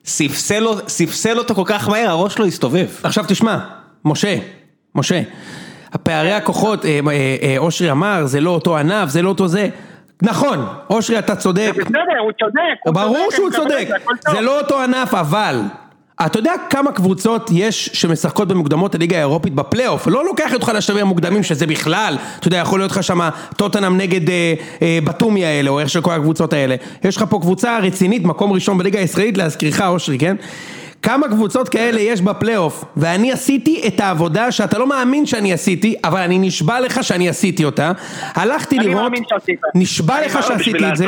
ספסל אותו כל כך מהר, הראש לא הסתובב. עכשיו תשמע, משה, הפערי הכוחות, אושרי אמר, זה לא אותו ענף, זה לא אותו זה. נכון, אושרי אתה צודק. בסדר, הוא צודק. ברור שהוא צודק. זה לא אותו ענף, אבל אתה יודע כמה קבוצות יש שמשחקות במוקדמות הליגה האירופית בפלייאוף? לא לוקח אותך לשלבים המוקדמים שזה בכלל, אתה יודע, יכול להיות לך שם טוטנהאם נגד בטומי האלה, או איך של כל הקבוצות האלה. יש לך פה קבוצה רצינית, מקום ראשון בליגה הישראלית, להזכירך אושרי, כן? כמה קבוצות כאלה יש בפלייאוף, ואני עשיתי את העבודה שאתה לא מאמין שאני עשיתי, אבל אני נשבע לך שאני עשיתי אותה. הלכתי לראות, נשבע לך שעשיתי את זה.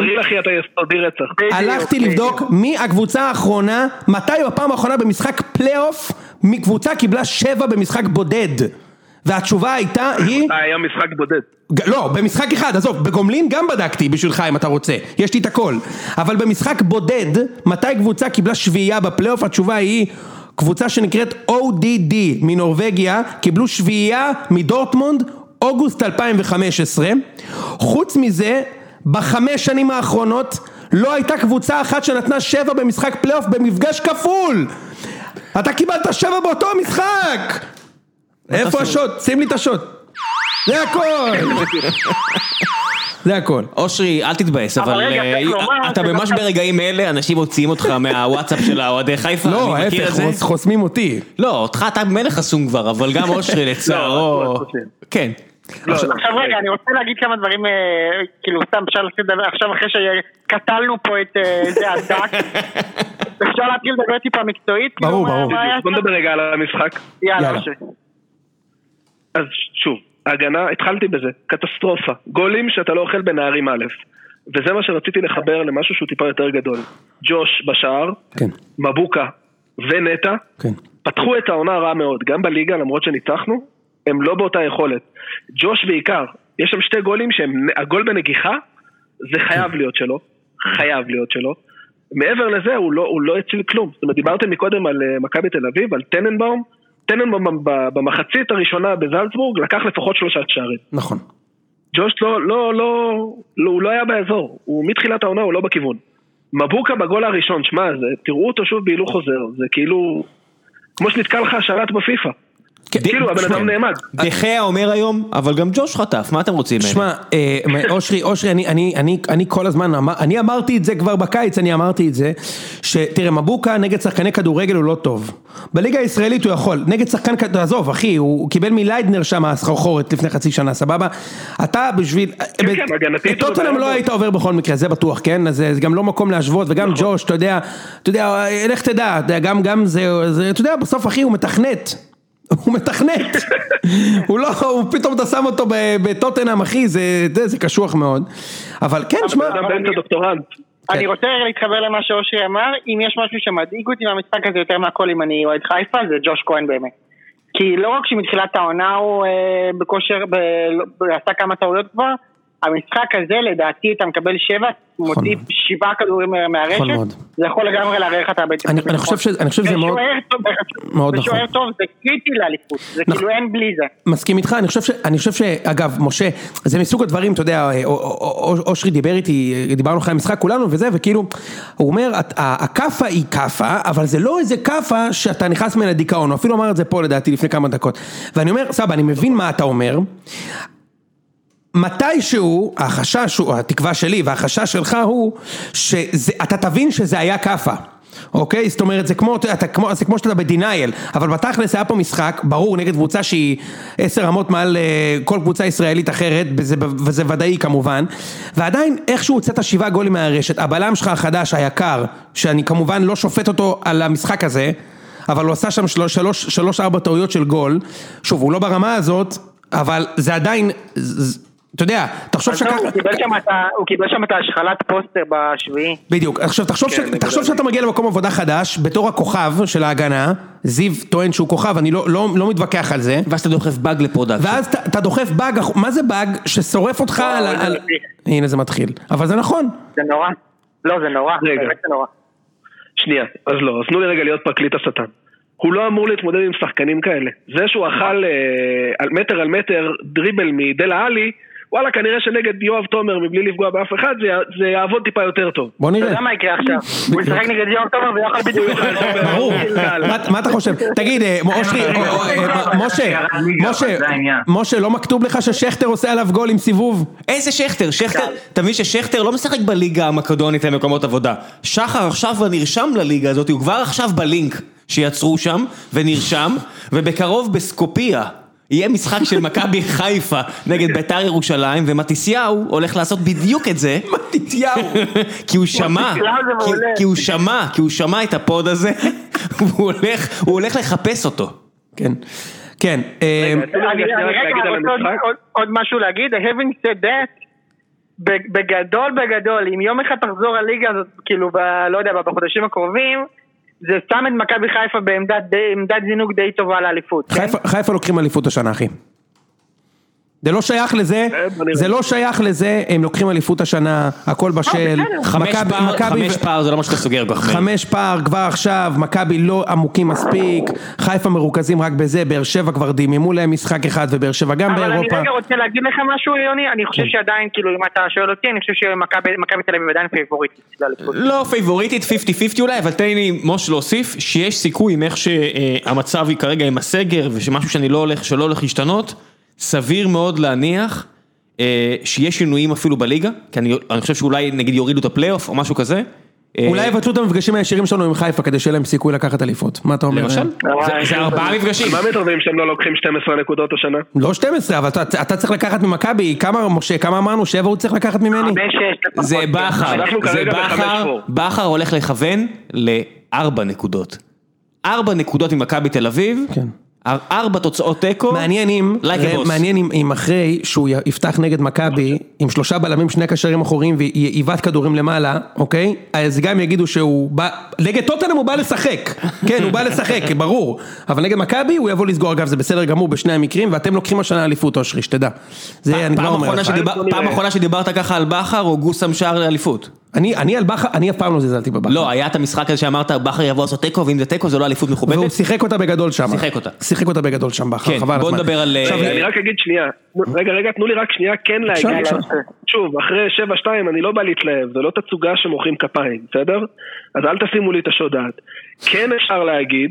הלכתי לבדוק מי הקבוצה האחרונה, מתי בפעם האחרונה במשחק פלייאוף, מקבוצה קיבלה 7 במשחק בודד. והתשובה הייתה, היה משחק בודד. לא, במשחק אחד, עזוב, בגומלין גם בדקתי בשבילך אם אתה רוצה, יש לי את הכל. אבל במשחק בודד, מתי קבוצה קיבלה שביעייה בפלייאוף? התשובה היא, קבוצה שנקראת ODD מנורווגיה, קיבלו שביעייה מדורטמונד, אוגוסט 2015. חוץ מזה, ב5 שנים האחרונות, לא הייתה קבוצה אחת שנתנה 7 במשחק פלייאוף במפגש כפול. אתה קיבלת 7 באותו משחק. איפה השוט? שים לי את השוט. זה הכל. אושרי, אל תתבאס, אבל אתה ממש ברגעים אלה, אנשים מוציאים אותך מהוואטסאפ של האוהדי חיפה. לא, ההפך, חוסמים אותי. לא, אתה מלך חסום כבר, אבל גם אושרי לצערו. כן. עכשיו רגע, אני רוצה להגיד כמה דברים, כאילו סתם אפשר לדבר, עכשיו אחרי שקטלנו פה את זה הדק, אפשר להתחיל לדבר טיפה מקצועית. ברור. בוא נדבר רגע על המשחק. יאללה. אז שוב, ההגנה, התחלתי בזה, קטסטרופה, גולים שאתה לא אוכל בנערים א', וזה מה שרציתי לחבר למשהו שהוא טיפה יותר גדול. ג'וש בשער, מבוקה ונטה, פתחו את העונה רע מאוד, גם בליגה למרות שניצחנו, הם לא באותה יכולת. ג'וש בעיקר, יש שם שתי גולים שהגול בנגיחה, זה חייב להיות שלו, מעבר לזה הוא לא הציל כלום. זאת אומרת, דיברתם מקודם על מכבי תל אביב, על טננבאום במחצית הראשונה בזלצבורג לקח לפחות 3 שערים. נכון. ג'וש הוא לא היה באזור, הוא מתחילת העונה הוא לא בכיוון. מבוקה בגול הראשון, שמע, תראו אותו שוב בהילוך חוזר, זה כאילו כמו שנתקע לך השלט בפיפה. כאילו הבן אדם נעמד. דחיה אומר היום, אבל גם ג'וש חטף, מה אתם רוצים? שמע, אושרי, אני כל הזמן, אני אמרתי את זה כבר בקיץ, שתראה, מבוקה נגד שחקני כדורגל הוא לא טוב. בליגה הישראלית הוא יכול, נגד שחקן, עזוב, אחי, הוא קיבל מליידנר שם הסחרחורת לפני חצי שנה, סבבה? אתה בשביל, את טוטנהאם לא היית עובר בכל מקרה, זה בטוח, כן? אז זה גם לא מקום להשוות, וגם ג'וש, אתה יודע, איך תדע, גם זה, אתה יודע, בסוף אחי, הוא מתכנת, הוא פתאום אתה שם אותו בטוטנהאם אחי, זה קשוח מאוד, אבל כן, שמע, אני רוצה להתחבר למה שאושרי אמר, אם יש משהו שמדאיג אותי מהמשחק הזה יותר מהכל אם אני אוהד חיפה, זה ג'וש כהן באמת, כי לא רק שמתחילת העונה הוא בכושר, עשה כמה טעויות כבר, המשחק הזה לדעתי אתה מקבל 7, מוציא 7 כדורים מהרשת, זה יכול לגמרי להערך אתה בעצם. אני חושב שזה מאוד נכון. ושוער טוב זה קריטי לאליפות, זה כאילו אין בלי זה. מסכים איתך, אני חושב שאגב, משה, זה מסוג הדברים, אתה יודע, אושרי דיבר איתי, דיברנו אחרי המשחק כולנו וזה, וכאילו, הוא אומר, הקפה היא קפה, אבל זה לא איזה קפה שאתה נכנס מן הדיכאון, הוא אפילו אמר את זה פה לדעתי לפני כמה דקות, ואני אומר, סבא, אני מבין מה אתה אומר, מתישהו, החשש, התקווה שלי והחשש שלך הוא שאתה תבין שזה היה קפה, אוקיי? זאת אומרת, זה כמו שאתה בדינייל, אבל בתכלס היה פה משחק, ברור, נגד קבוצה שהיא 10 רמות מעל כל קבוצה ישראלית אחרת, וזה ודאי כמובן, ועדיין איכשהו הוצאת 7 גולים מהרשת, הבלם שלך החדש, היקר, שאני כמובן לא שופט אותו על המשחק הזה, אבל הוא עשה שם 3-4 טעויות של גול, שוב, הוא לא ברמה הזאת, אבל זה עדיין, אתה יודע, תחשוב הוא קיבל שם את השחלת פוסטר בשביעי. בדיוק, עכשיו תחשוב שאתה מגיע למקום עבודה חדש, בתור הכוכב של ההגנה, זיו טוען שהוא כוכב, אני לא מתווכח על זה. ואז אתה דוחף באג לפרודקט. ואז אתה דוחף באג, מה זה באג ששורף אותך על... הנה זה מתחיל, אבל זה נכון. זה נורא. לא, זה נורא. שנייה, אז לא, אז תנו לי רגע להיות פרקליט השטן. הוא לא אמור להתמודד עם שחקנים כאלה. זה שהוא אכל על מטר דריבל מדלה עלי, וואלה, כנראה שנגד יואב תומר מבלי לפגוע באף אחד, זה יעבוד טיפה יותר טוב. בוא נראה. אתה יודע מה יקרה עכשיו? הוא ישחק נגד יואב תומר ויוכל בדיוק. ברור. מה אתה חושב? תגיד, משה, לא מכתוב לך ששכטר עושה עליו גול עם סיבוב? איזה שכטר? אתה מבין ששכטר לא משחק בליגה המקדונית למקומות עבודה. שחר עכשיו נרשם לליגה הזאת, הוא כבר עכשיו בלינק שיצרו שם, ונרשם, ובקרוב בסקופיה. יהיה משחק של מכבי חיפה נגד בית"ר ירושלים, ומתיסיהו הולך לעשות בדיוק את זה. מתיסיהו. כי הוא שמע את הפוד הזה, והוא הולך לחפש אותו. כן. כן. עוד משהו להגיד, having said that, בגדול, אם יום אחד תחזור הליגה הזאת, כאילו, לא יודע, בחודשים הקרובים, זה שם את מכבי חיפה בעמדת זינוק די טובה לאליפות. חיפה לוקחים אליפות השנה, אחי. זה לא שייך לזה, הם לוקחים אליפות השנה, הכל בשל. 5 פער, זה לא מה שאתה סוגר כך. 5 פער כבר עכשיו, מכבי לא עמוקים מספיק, חיפה מרוכזים רק בזה, באר שבע כבר דיממו להם משחק אחד, ובאר שבע גם באירופה. אבל אני רגע רוצה להגיד לך משהו, יוני, אני חושב שעדיין, כאילו, אם אתה שואל אותי, אני חושב שמכבי תל אביב עדיין פייבוריטית. לא פייבוריטית, 50-50 אולי, אבל תן לי מוש להוסיף, שיש סיכוי עם איך שהמצב היא כרגע עם הסגר, ושמשהו שלא הולך להשתנות, סביר מאוד להניח שיש שינויים אפילו בליגה, כי אני חושב שאולי נגיד יורידו את הפלייאוף או משהו כזה, אולי יבטלו את המפגשים הישירים שלנו עם חיפה, כדי שיהיה להם סיכוי לקחת אליפות. מה אתה אומר? למשל? זה 4 מפגשים. מה מתרבים שהם לא לוקחים 12 נקודות השנה? לא 12, אבל אתה צריך לקחת ממכבי, כמה אמרנו? 7 הוא צריך לקחת ממני? זה בכר הולך לכוון ל4 נקודות. 4 נקודות עם מכבי תל אביב. כן. 4 תוצאות טקו. מעניין אם אחרי שהוא יפתח נגד מכבי עם 3 בלמים, 2 קשרים אחוריים ויבט כדורים למעלה, אוקיי? אז גם יגידו שהוא בא, נגד טוטנהאם הוא בא לשחק, כן, הוא בא לשחק, ברור, אבל נגד מכבי הוא יבוא לסגור, אגב זה בסדר גמור בשני המקרים, ואתם לוקחים השנה אליפות אושרי, שתדע. פעם אחרונה שדיברת ככה על בכר או גוסם שער לאליפות? אני על בכר, אני אף פעם לא זלזלתי בבכר. לא, היה את המשחק הזה שאמרת, בכר יבוא לעשות טקו, ואם זה טקו זה לא אליפות מכובדת. והוא שיחק אותה בגדול שם. שיחק אותה בגדול שם, בכר. כן, בוא נדבר על... אני רק אגיד שנייה, רגע, תנו לי רק שנייה כן להגיד. שוב, אחרי 7-2 אני לא בא להתלהב, זה לא תצוגה שמוחאים כפיים, בסדר? אז אל תשימו לי את השודעת. כן אפשר להגיד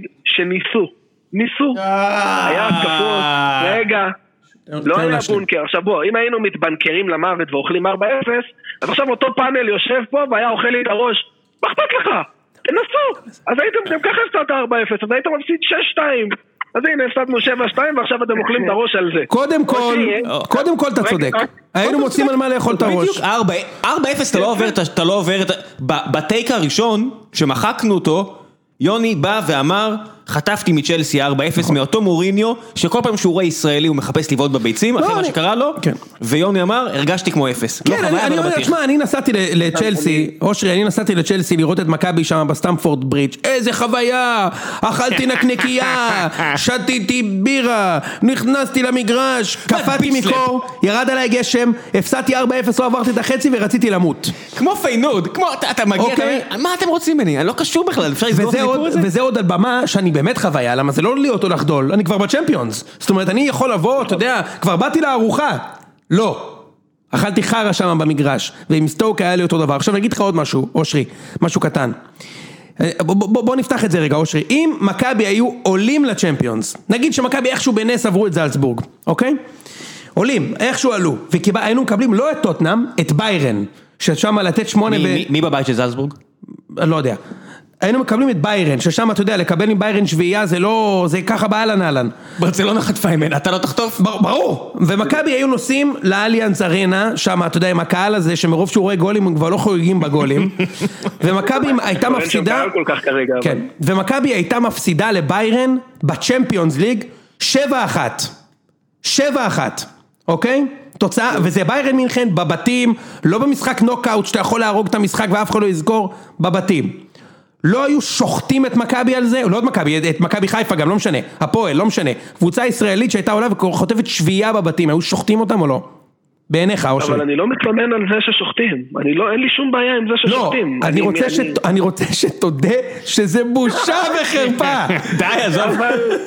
ניסו. היה התקפות, רגע. לא היה בונקר, עכשיו בוא, אם היינו מתבנקרים למוות ואוכלים 4-0, אז עכשיו אותו פאנל יושב פה והיה אוכל לי את הראש, מה אכפת לך? תנסו! אז הייתם ככה הפסדת 4-0, אז הייתם מפסיד 6-2, אז הנה הפסדנו 7-2 ועכשיו אתם אוכלים את הראש על זה. קודם כל אתה צודק, היינו מוצאים על מה לאכול את הראש. 4-0 אתה לא עובר, בטייק הראשון שמחקנו אותו, יוני בא ואמר, חטפתי מצ'לסי 4-0 מאותו מוריניו, שכל פעם שהוא רואה ישראלי הוא מחפש לבעוט בביצים, אחרי מה שקרה לו, ויוני אמר, הרגשתי כמו 0. כן, אני נסעתי לצ'לסי, אושרי, אני נסעתי לצ'לסי לראות את מכבי שם בסטמפורד ברידג', איזה חוויה, אכלתי נקניקייה, שתיתי בירה, נכנסתי למגרש, קפאתי מקור, ירד עליי גשם, הפסדתי 4-0, לא עברתי את החצי ורציתי למות. כמו פיינוד, אתה מגיע, מה אתם רוצים ממני? אני לא קשור בכלל, וזה עוד על במה שאני באמת חוויה, למה זה לא להיות או לחדול, אני כבר בצ'מפיונס, זאת אומרת, אני יכול לבוא, אתה יודע, כבר באתי לארוחה, לא, אכלתי חרה שם במגרש, ועם סטוק היה לי אותו דבר, עכשיו נגיד לך עוד משהו, אושרי, משהו קטן, בוא נפתח את זה רגע, אושרי, אם מכבי היו עולים לצ'מפיונס, נגיד שמכבי איכשהו בנס עברו את זלצבורג, אוקיי? עולים, איכשהו עלו, והיינו מקבלים לא את טוטנהאם, את ביירן, ששם לתת 8 מי בבית של זלצבורג? אני לא יודע. היינו מקבלים את ביירן, ששם אתה יודע, לקבל עם ביירן שביעייה זה לא, זה ככה באלן. ברצלונה חטפה ממנה, אתה לא תחטוף? ברור, ומכבי היו נוסעים לאליאנס ארנה, שם אתה יודע, עם הקהל הזה, שמרוב שהוא רואה גולים, הם כבר לא חוגגים בגולים, ומכבי הייתה מפסידה, כן, ומכבי הייתה מפסידה לביירן, בצ'מפיונס ליג, 7-1, אוקיי? תוצאה, וזה ביירן מינכן בבתים, לא במשחק נוקאוט, שאתה יכול להרוג את המשחק ואף אחד לא יזכור, בבתים. לא היו שוחטים את מכבי על זה, לא את מכבי, את מכבי חיפה גם, לא משנה, הפועל, לא משנה, קבוצה ישראלית שהייתה עולה וחוטפת שביעייה בבתים, היו שוחטים אותם או לא? בעיניך, אושרי. אבל אני לא מתלונן על זה ששוחטים, אין לי שום בעיה עם זה ששוחטים. לא, אני רוצה שתודה שזה בושה וחרפה. די, עזוב.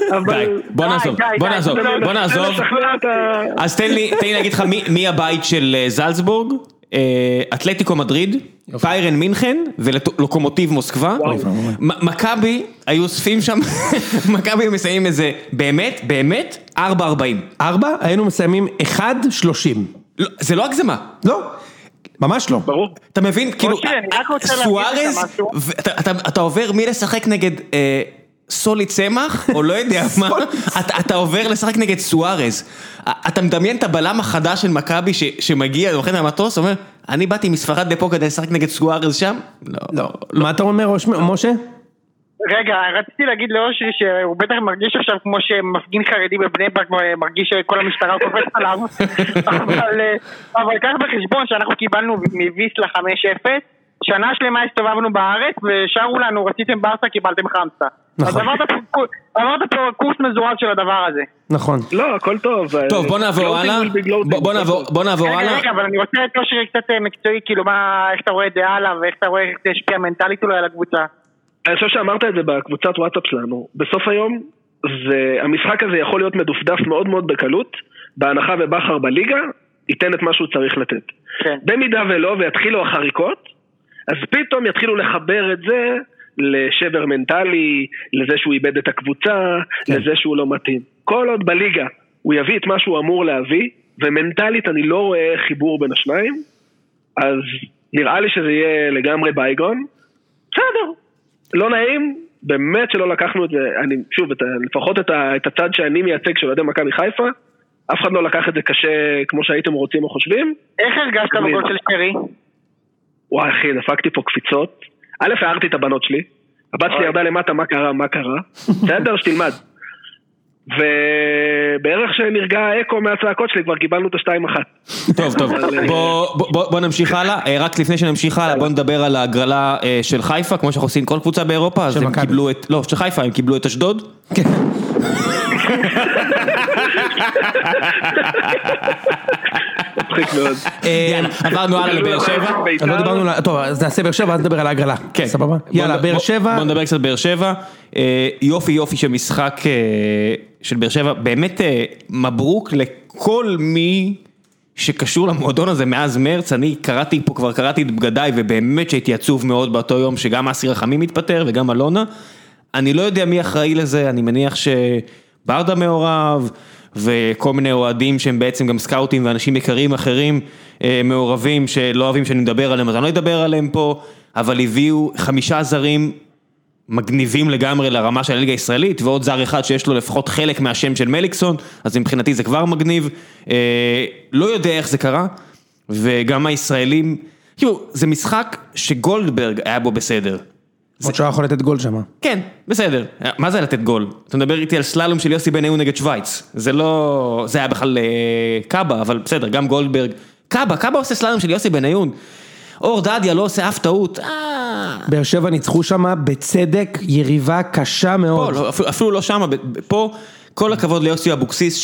בוא נעזוב. אז תן לי להגיד לך מי הבית של זלצבורג, אתלטיקו מדריד, ביירן מינכן ולוקומוטיב מוסקבה. מכבי היו אוספים שם, מכבי מסיימים איזה באמת 4-40. 4? היינו מסיימים 1-30. זה לא הגזמה. לא, ממש לא. ברור. אתה מבין, כאילו, סוארז, אתה עובר מי לשחק נגד סולי צמח, או לא יודע מה, אתה עובר לשחק נגד סוארז. אתה מדמיין את הבלם החדש של מכבי שמגיע, לוחן מהמטוס, אומר, אני באתי מספרד לפה כדי לשחק נגד סוארז שם? לא. מה אתה אומר, משה? רגע, רציתי להגיד לאושרי שהוא בטח מרגיש עכשיו כמו שמפגין חרדי בבני ברק, מרגיש שכל המשטרה קופצת עליו, אבל קח בחשבון שאנחנו קיבלנו מוויסלה 5-0, שנה שלמה הסתובבנו בארץ ושארו לנו, רציתם ברסה, קיבלתם חמסה. אז עברת פה קורס מזורז של הדבר הזה. נכון. לא, הכל טוב. טוב, בוא נעבור הלאה. רגע, אבל אני רוצה את אושרי קצת מקצועי, כאילו איך אתה רואה את זה הלאה, ואיך אתה רואה איך זה השפיע מנטלית אולי על הקבוצה. אני חושב שאמרת את זה בקבוצת וואטסאפ שלנו. בסוף היום, המשחק הזה יכול להיות מדופדף מאוד מאוד בקלות, בהנחה ובחר בליגה, ייתן את מה שהוא צריך לתת. במידה ולא, ויתחילו החריקות, אז פתאום יתחילו לחבר את זה לשבר מנטלי, לזה שהוא איבד את הקבוצה, לזה שהוא לא מתאים. כל עוד בליגה הוא יביא את מה שהוא אמור להביא, ומנטלית אני לא רואה חיבור בין השניים, אז נראה לי שזה יהיה לגמרי בייגון, בסדר, לא נעים, באמת שלא לקחנו את זה, אני שוב, לפחות את הצד שאני מייצג של אוהדי מכבי חיפה, אף אחד לא לקח את זה קשה כמו שהייתם רוצים או חושבים. איך הרגשת בגול של שרי? וואי אחי, דפקתי פה קפיצות. א', הערתי את הבנות שלי. הבת שלי ירדה למטה, מה קרה? בסדר, שתלמד. ובערך שנרגע האקו מהצעקות שלי, כבר קיבלנו את ה-2-1. טוב, בוא נמשיך הלאה. רק לפני שנמשיך הלאה, בוא נדבר על ההגרלה של חיפה, כמו שאנחנו עושים כל קבוצה באירופה, אז הם קיבלו את, לא, של חיפה, הם קיבלו את אשדוד. כן. מצחיק מאוד. עברנו הלאה לבאר שבע. לא דיברנו, טוב, אז נעשה באר שבע, אז נדבר על ההגרלה. כן. סבבה? יאללה, באר שבע. בוא נדבר קצת באר שבע. יופי של משחק של באר שבע. באמת מברוק לכל מי שקשור למועדון הזה מאז מרץ. אני קראתי את בגדיי, ובאמת שהייתי עצוב מאוד באותו יום שגם אסי רחמים מתפטר וגם אלונה. אני לא יודע מי אחראי לזה, אני מניח שברדה מעורב, וכל מיני אוהדים שהם בעצם גם סקאוטים ואנשים יקרים אחרים מעורבים שלא אוהבים שאני מדבר עליהם, אז אני לא אדבר עליהם פה, אבל הביאו 5 זרים מגניבים לגמרי לרמה של הליגה הישראלית, ועוד זר אחד שיש לו לפחות חלק מהשם של מליקסון, אז מבחינתי זה כבר מגניב, לא יודע איך זה קרה, וגם הישראלים, כאילו, זה משחק שגולדברג היה בו בסדר. עוד שהוא יכול לתת גול שם. כן, בסדר. מה זה לתת גול? אתה מדבר איתי על סללום של יוסי בניון נגד שוויץ. זה לא... זה היה בכלל קאבה, אבל בסדר, גם גולדברג. קאבה עושה סללום של יוסי בניון. אור דדיה לא עושה אף טעות. באר שבע ניצחו שם בצדק, יריבה קשה מאוד. פה, אפילו לא שם. פה, כל הכבוד ליוסי אבוקסיס,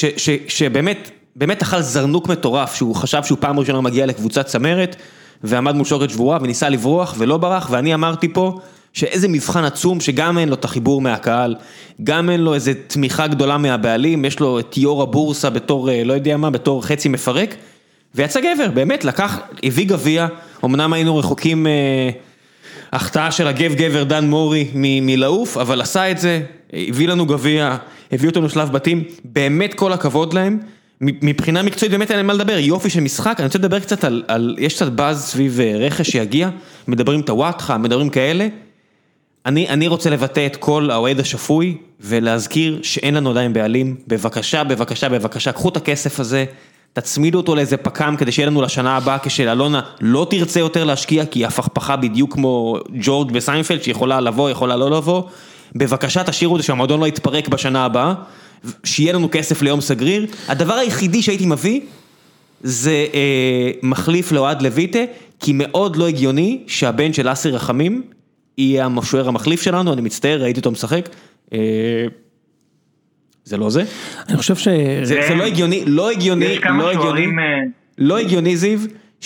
שבאמת אכל זרנוק מטורף, שהוא חשב שהוא פעם ראשונה מגיע לקבוצת צמרת, ועמד מול שוקת שבורה, וניסה לברוח ולא ברח, ואני אמרתי פה, שאיזה מבחן עצום שגם אין לו את החיבור מהקהל, גם אין לו איזה תמיכה גדולה מהבעלים, יש לו את יור הבורסה בתור, לא יודע מה, בתור חצי מפרק, ויצא גבר, באמת, הביא גביע, אמנם היינו רחוקים החטאה של גבר דן מורי מלעוף, אבל עשה את זה, הביא לנו גביע, הביא אותנו שלב בתים, באמת כל הכבוד להם, מבחינה מקצועית באמת אין מה לדבר, יופי של משחק, אני רוצה לדבר קצת על יש קצת באז סביב רכש שיגיע, מדברים את הוואטחה, מדברים כאלה, אני רוצה לבטא את כל האוהד השפוי, ולהזכיר שאין לנו עדיין בעלים, בבקשה, קחו את הכסף הזה, תצמידו אותו לאיזה פקם, כדי שיהיה לנו לשנה הבאה, כשאלונה לא תרצה יותר להשקיע, כי היא הפכפכה בדיוק כמו ג'ורג' בסיינפלד, שיכולה לבוא, יכולה לא לבוא, בבקשה תשאירו את זה שהמועדון לא יתפרק בשנה הבאה, שיהיה לנו כסף ליום סגריר, הדבר היחידי שהייתי מביא, זה מחליף לאוהד לויטה, כי מאוד לא הגיוני, שהבן של אסי רחמים, יהיה המשוער המחליף שלנו, אני מצטער, ראיתי אותו משחק, זה לא זה. אני חושב ש... זה לא הגיוני, לא הגיוני זיו,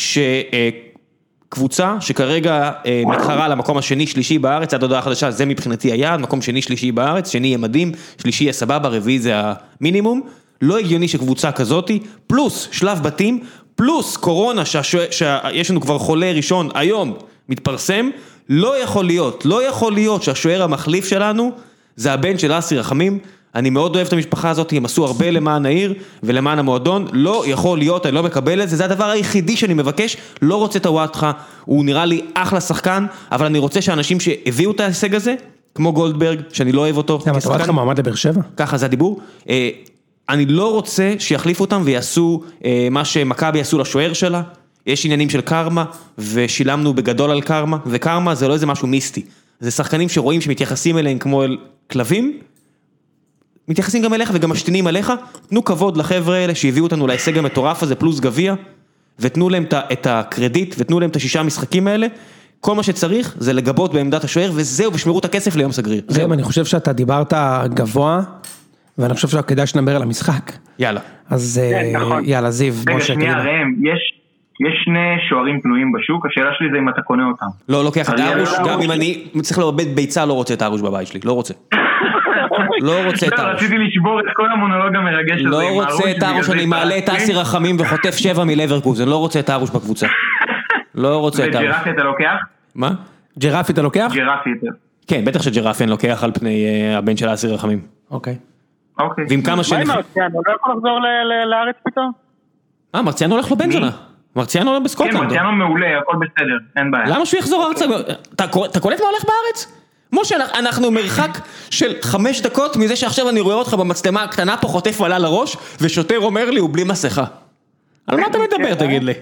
שקבוצה שכרגע מתחרה למקום השני, שלישי בארץ, עד הודעה חדשה, זה מבחינתי היעד, מקום שני, שלישי בארץ, שני יהיה מדהים, שלישי יהיה סבבה, רביעי זה המינימום, לא הגיוני שקבוצה כזאת, פלוס שלב בתים, פלוס קורונה, שיש לנו כבר חולה ראשון, היום מתפרסם, לא יכול להיות שהשוער המחליף שלנו, זה הבן של אסי רחמים, אני מאוד אוהב את המשפחה הזאת, הם עשו הרבה למען העיר ולמען המועדון, לא יכול להיות, אני לא מקבל את זה, זה הדבר היחידי שאני מבקש, לא רוצה את הוואטחה, הוא נראה לי אחלה שחקן, אבל אני רוצה שאנשים שהביאו את ההישג הזה, כמו גולדברג, שאני לא אוהב אותו, אתה הוואטחה מעמד לבאר שבע? ככה זה הדיבור, אני לא רוצה שיחליפו אותם ויעשו מה שמכבי עשו לשוער שלה, יש עניינים של קרמה, ושילמנו בגדול על קרמה, וקרמה זה לא איזה משהו מיסטי, זה שחקנים שרואים שמתייחסים אליהם כמו אל כלבים, מתייחסים גם אליך וגם משתינים עליך, תנו כבוד לחבר'ה האלה שהביאו אותנו להישג המטורף הזה פלוס גביע, ותנו להם את הקרדיט, ותנו להם את 6 המשחקים האלה, כל מה שצריך זה לגבות בעמדת השוער, וזהו, ושמרו את הכסף ליום סגריר. זהו, אני חושב שאתה דיברת גבוה, ואני חושב שכדאי שנדבר על המשחק. יאללה. אז יאללה, זיו. רגע, שנייה, ראם, יש 2 שוערים פנויים בשוק, השאלה שלי זה אם אתה קונה אותם. לא, לוקח את הארוש, גם אם אני צריך לאבד ביצה, לא רוצה את הארוש בבית שלי, לא רוצה. לא רוצה את הארוש. רציתי לשבור את כל המונולוג המרגש הזה. לא רוצה את הארוש, אני מעלה את אסי רחמים וחוטף 7 מלברקוזן, לא רוצה את הארוש בקבוצה. לא רוצה את הארוש. וג'רפי אתה לוקח? מה? ג'רפי אתה לוקח? ג'רפי אתה. כן, בטח שג'רפי אני לוקח על פני הבן של אסי רחמים. אוקיי. ועם כמה מה עם מרציאנו? לא יכול לחזור לארץ פתאום? מרציאנו הולך לו בן זונה. מרציאנו לא בסקוטלנד. כן, מרציאנו מעולה, הכל בסדר, אין בעיה. למה שהוא יחזור ארצה? אתה קולט מה הולך בארץ? משה, אנחנו מרחק של 5 דקות מזה שעכשיו אני רואה אותך במצלמה הקטנה פה חוטף עלה לראש, ושוטר אומר לי, הוא בלי מסכה. על מה אתה מדבר, תגיד לי?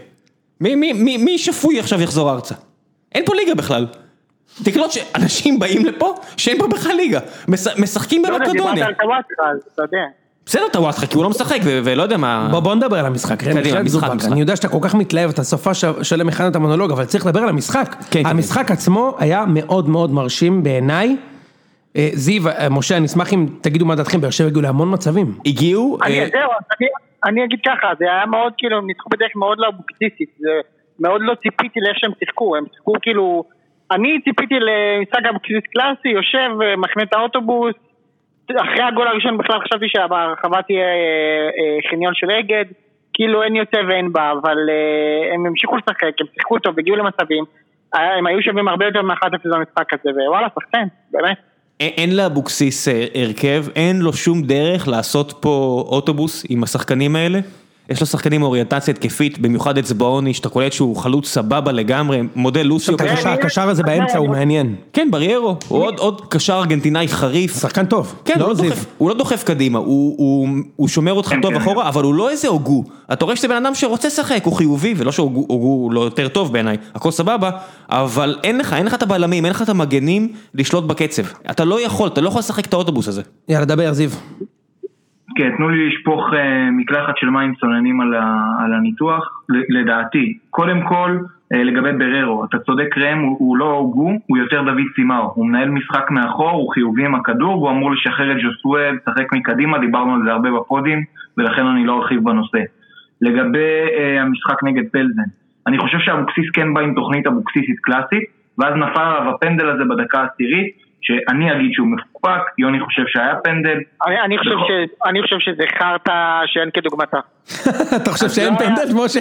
מי שפוי עכשיו יחזור ארצה? אין פה ליגה בכלל. תקלוט שאנשים באים לפה, שאין פה בכלל ליגה. משחקים במקדוניה. לא, דיברת על טוואטחה, אתה יודע. בסדר טוואטחה, כי הוא לא משחק, ולא יודע מה... בוא נדבר על המשחק. אני יודע שאתה כל כך מתלהב, אתה סופה של מכנת המונולוג, אבל צריך לדבר על המשחק. המשחק עצמו היה מאוד מאוד מרשים בעיניי. זיו, משה, אני אשמח אם תגידו מה דעתכם, באר שבע הגיעו להמון מצבים. הגיעו... אני אגיד ככה, זה היה מאוד כאילו, הם ניצחו בדרך מאוד לא אבוקסיסית, מאוד לא ציפיתי לאיך שהם שיחקו, הם שיחקו כאילו, אני ציפיתי למשחק אבוקסיס קלאסי, יושב, מחנה את האוטובוס, אחרי הגול הראשון בכלל חשבתי שהרחבה תהיה חניון של אגד, כאילו אין יוצא ואין בא, אבל הם המשיכו לשחק, הם שיחקו טוב, הגיעו למצבים, הם היו שווים הרבה יותר מ-1-0 במשחק הזה, ווואלה, שחקן, באמת. אין לאבוקסיס הרכב, אין לו שום דרך לעשות פה אוטובוס עם השחקנים האלה. יש לו שחקנים אוריינטציה התקפית, במיוחד אצבעוני, שאתה קולט שהוא חלוץ סבבה לגמרי, מודל לוסיו. הקשר הזה באמצע הוא מעניין. כן, בריירו, הוא עוד קשר ארגנטינאי חריף. שחקן טוב. כן, הוא לא דוחף קדימה, הוא שומר אותך טוב אחורה, אבל הוא לא איזה הוגו. אתה רואה שזה בן אדם שרוצה לשחק, הוא חיובי, ולא שהוגו לא יותר טוב בעיניי, הכל סבבה, אבל אין לך את הבעלמים, אין לך את המגנים לשלוט בקצב. אתה לא יכול לשחק את האוטובוס הזה. יאללה, דבר, זיו. כן, תנו לי לשפוך מקלחת של מים צוננים על הניתוח, לדעתי. קודם כל, לגבי בררו, אתה צודק רם, הוא לא הוגו, הוא יותר דוד סימאו. הוא מנהל משחק מאחור, הוא חיובי עם הכדור, והוא אמור לשחרר את ג'וסואל, לשחק מקדימה, דיברנו על זה הרבה בפודים, ולכן אני לא ארחיב בנושא. לגבי המשחק נגד פלזן, אני חושב שאבוקסיס כן בא עם תוכנית אבוקסיסית קלאסית, ואז נפל עליו הפנדל הזה בדקה העשירית, שאני אגיד שהוא מפוקפק, יוני חושב שהיה פנדל. אני חושב שזה חרטה שאין כדוגמתה. אתה חושב שאין פנדל, משה?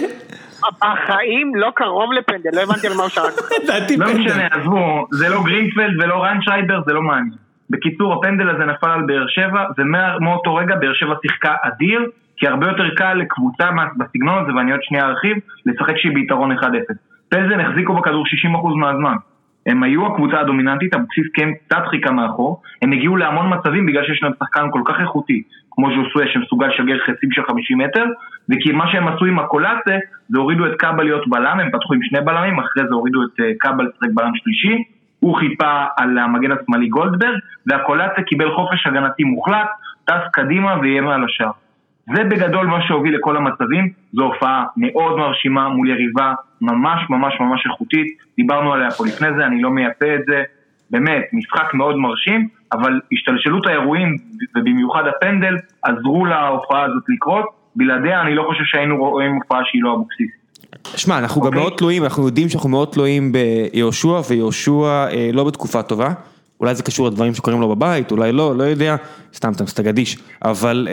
בחיים לא קרוב לפנדל, לא הבנתי על מה הוא שרק. לא משנה, עזבו, זה לא גרינפלד ולא ריינשרייבר, זה לא מעניין. בקיצור, הפנדל הזה נפל על באר שבע, ומאותו רגע באר שבע שיחקה אדיר, כי הרבה יותר קל לקבוצה בסגנון הזה, ואני עוד שנייה ארחיב, לשחק שהיא ביתרון 1-0. פלזן החזיקו בכדור 60% מהזמן. הם היו הקבוצה הדומיננטית, אבוקסיס כן קצת חיכה מאחור, הם הגיעו להמון מצבים בגלל שיש להם שחקן כל כך איכותי, כמו ז'וסואל שמסוגל לשגר חצים של 50 מטר, וכי מה שהם עשו עם הקולאצה, זה הורידו את קאבל להיות בלם, הם פתחו עם 2 בלמים, אחרי זה הורידו את קאבל לשחק בלם שלישי, הוא חיפה על המגן השמאלי גולדברג, והקולאצה קיבל חופש הגנתי מוחלט, טס קדימה ויהיה על השאר. זה בגדול מה שהוביל לכל המצבים, זו הופעה מאוד מרשימה מול יריבה ממש ממש ממש איכותית, דיברנו עליה פה לפני זה, אני לא מייפה את זה, באמת, משחק מאוד מרשים, אבל השתלשלות האירועים ובמיוחד הפנדל עזרו להופעה הזאת לקרות, בלעדיה אני לא חושב שהיינו רואים הופעה שהיא לא אבוקסיס. שמע, אנחנו גם מאוד תלויים, אנחנו יודעים שאנחנו מאוד תלויים ביהושע, ויהושע לא בתקופה טובה, אולי זה קשור לדברים שקוראים לו בבית, אולי לא יודע, סתם סתגדיש, אבל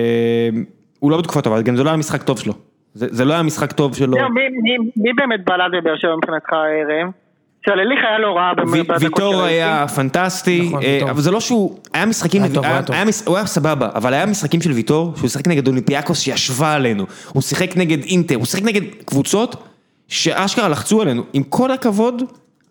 הוא לא בתקופה טובה, גם זה לא היה משחק טוב שלו, זה לא היה משחק טוב שלו. מי באמת בלט בבאר שבע מבחינתך רם? צלליך היה לא רע. ויטור היה פנטסטי, אבל זה לא שהוא, היה משחקים, הוא היה סבבה, אבל היה משחקים של ויטור, שהוא שיחק נגד אולימפיאקוס שישבה עלינו, הוא שיחק נגד אינטר, הוא שיחק נגד קבוצות שאשכרה לחצו עלינו, עם כל הכבוד,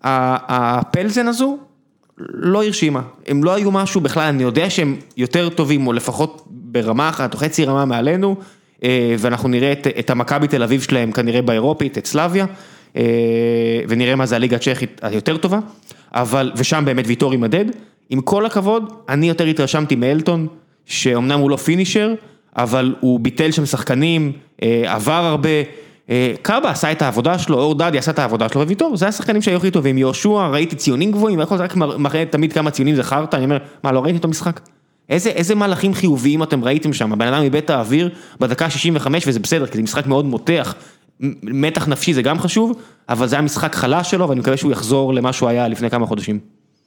הפלזן הזו, לא הרשימה, הם לא היו משהו בכלל, אני יודע שהם יותר טובים, או לפחות ברמה אחת, או חצי רמה מעלינו, ואנחנו נראה את המכבי תל אביב שלהם כנראה באירופית, את סלאביה, ונראה מה זה הליגה הצ'כית היותר טובה, אבל, ושם באמת ויטור יימדד, עם כל הכבוד, אני יותר התרשמתי מאלטון, שאומנם הוא לא פינישר, אבל הוא ביטל שם שחקנים, עבר הרבה, קאבה עשה את העבודה שלו, אור דדי עשה את העבודה שלו, וויטור, זה השחקנים שהיו הכי טובים, יהושע, ראיתי ציונים גבוהים, זה רק מראה תמיד כמה ציונים זה חרטא, אני אומר, מה, לא ראיתי אותו משחק? איזה מהלכים חיוביים אתם ראיתם שם? הבן אדם מבית האוויר בדקה 65, וזה בסדר, כי זה משחק מאוד מותח, מתח נפשי זה גם חשוב, אבל זה היה משחק חלש שלו, ואני מקווה שהוא יחזור למה שהוא היה לפני כמה חודשים.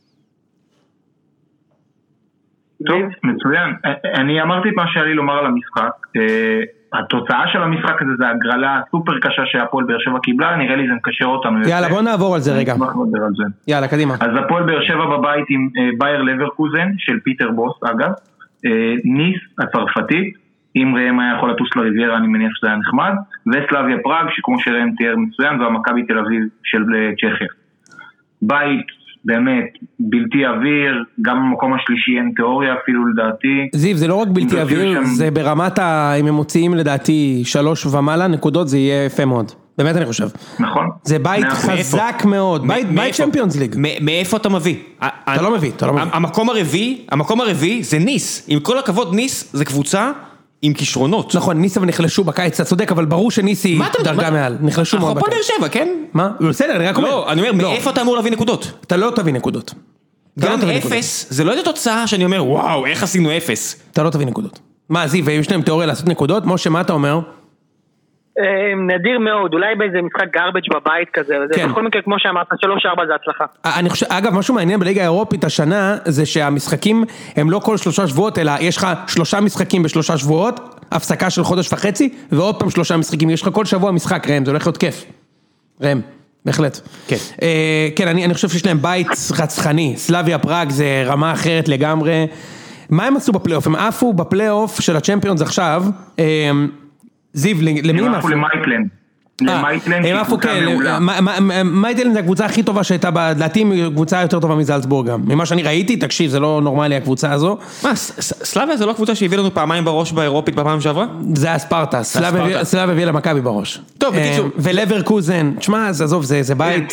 טוב, מצוין. אני אמרתי את מה שהיה לי לומר על המשחק. התוצאה של המשחק הזה זה הגרלה סופר קשה שהפועל באר שבע קיבלה, נראה לי זה מקשר אותנו. יאללה, בוא נעבור על זה רגע. יאללה, קדימה. אז הפועל באר שבע בבית עם בייר לברקוזן של פיטר בוס, אגב, ניס הצרפתית, אם ראם היה יכול לטוס לריביירה, אני מניח שזה היה נחמד, וסלאביה פראג, שכמו שראם תיאר מצוין, והמכבי תל אביב של צ'כיה. בית באמת בלתי אוויר, גם במקום השלישי אין תיאוריה אפילו לדעתי. זיו, זה לא רק בלתי אוויר, זה ברמת אם הם מוציאים לדעתי 3 ומעלה נקודות, זה יהיה יפה מאוד. באמת אני חושב. נכון. זה בית חזק מאוד, בית צ'מפיונס ליג. מאיפה אתה מביא? אתה לא מביא. המקום הרביעי זה ניס. עם כל הכבוד, ניס זה קבוצה עם כישרונות. נכון, ניס אבל נחלשו בקיץ, אתה צודק, אבל ברור שניס היא דרגה מעל. נחלשו מאוד בקיץ. אנחנו פה באר שבע, כן? מה? בסדר, אני רק אומר. לא, אני אומר, מאיפה אתה אמור להביא נקודות? אתה לא תביא נקודות. גם 0, זה לא איזו תוצאה שאני אומר, וואו, איך עשינו 0? אתה לא תביא נקודות. מה, זיו, ויש להם תיאוריה לעשות נקודות? משה, מה אתה אומר? נדיר מאוד, אולי באיזה משחק גרבג' בבית כזה, וזה בכל מקרה כמו שאמרת, 3-4 זה הצלחה. אני חושב, אגב, משהו מעניין בליגה האירופית השנה, זה שהמשחקים הם לא כל 3 שבועות, אלא יש לך 3 משחקים ב3 שבועות, הפסקה של חודש וחצי, ועוד פעם 3 משחקים, יש לך כל שבוע משחק, ראם, זה הולך להיות כיף. ראם, בהחלט. כן. כן, אני חושב שיש להם בית רצחני, סלאביה פראג זה רמה אחרת לגמרי. מה הם עשו בפלייאוף? הם עפו בפלייאוף של הצ'מפיונס עכשיו, זיו, למי הם עפו? למייטלנד. הם עפו, כן, מייטלנד זה הקבוצה הכי טובה שהייתה, לדעתי קבוצה יותר טובה מזלצבורג גם. ממה שאני ראיתי, תקשיב, זה לא נורמלי הקבוצה הזו. מה, סלאביה זה לא קבוצה שהביא לנו פעמיים בראש באירופית בפעם שעברה? זה היה ספרטה, סלאביה הביא למכבי בראש. טוב, בקיצור. ולברקוזן, תשמע, עזוב, זה בית.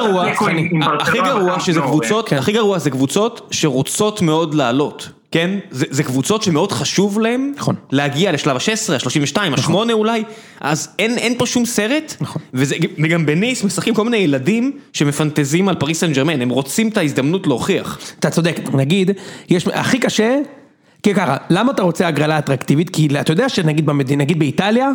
הכי גרוע זה קבוצות שרוצות מאוד לעלות. כן? זה קבוצות שמאוד חשוב להם להגיע לשלב ה-16, ה-32, ה-8 אולי, אז אין פה שום סרט, וגם בניס משחקים כל מיני ילדים שמפנטזים על פריס סן ז'רמן, הם רוצים את ההזדמנות להוכיח. אתה צודק, נגיד, הכי קשה, כי ככה, למה אתה רוצה הגרלה אטרקטיבית? כי אתה יודע שנגיד באיטליה,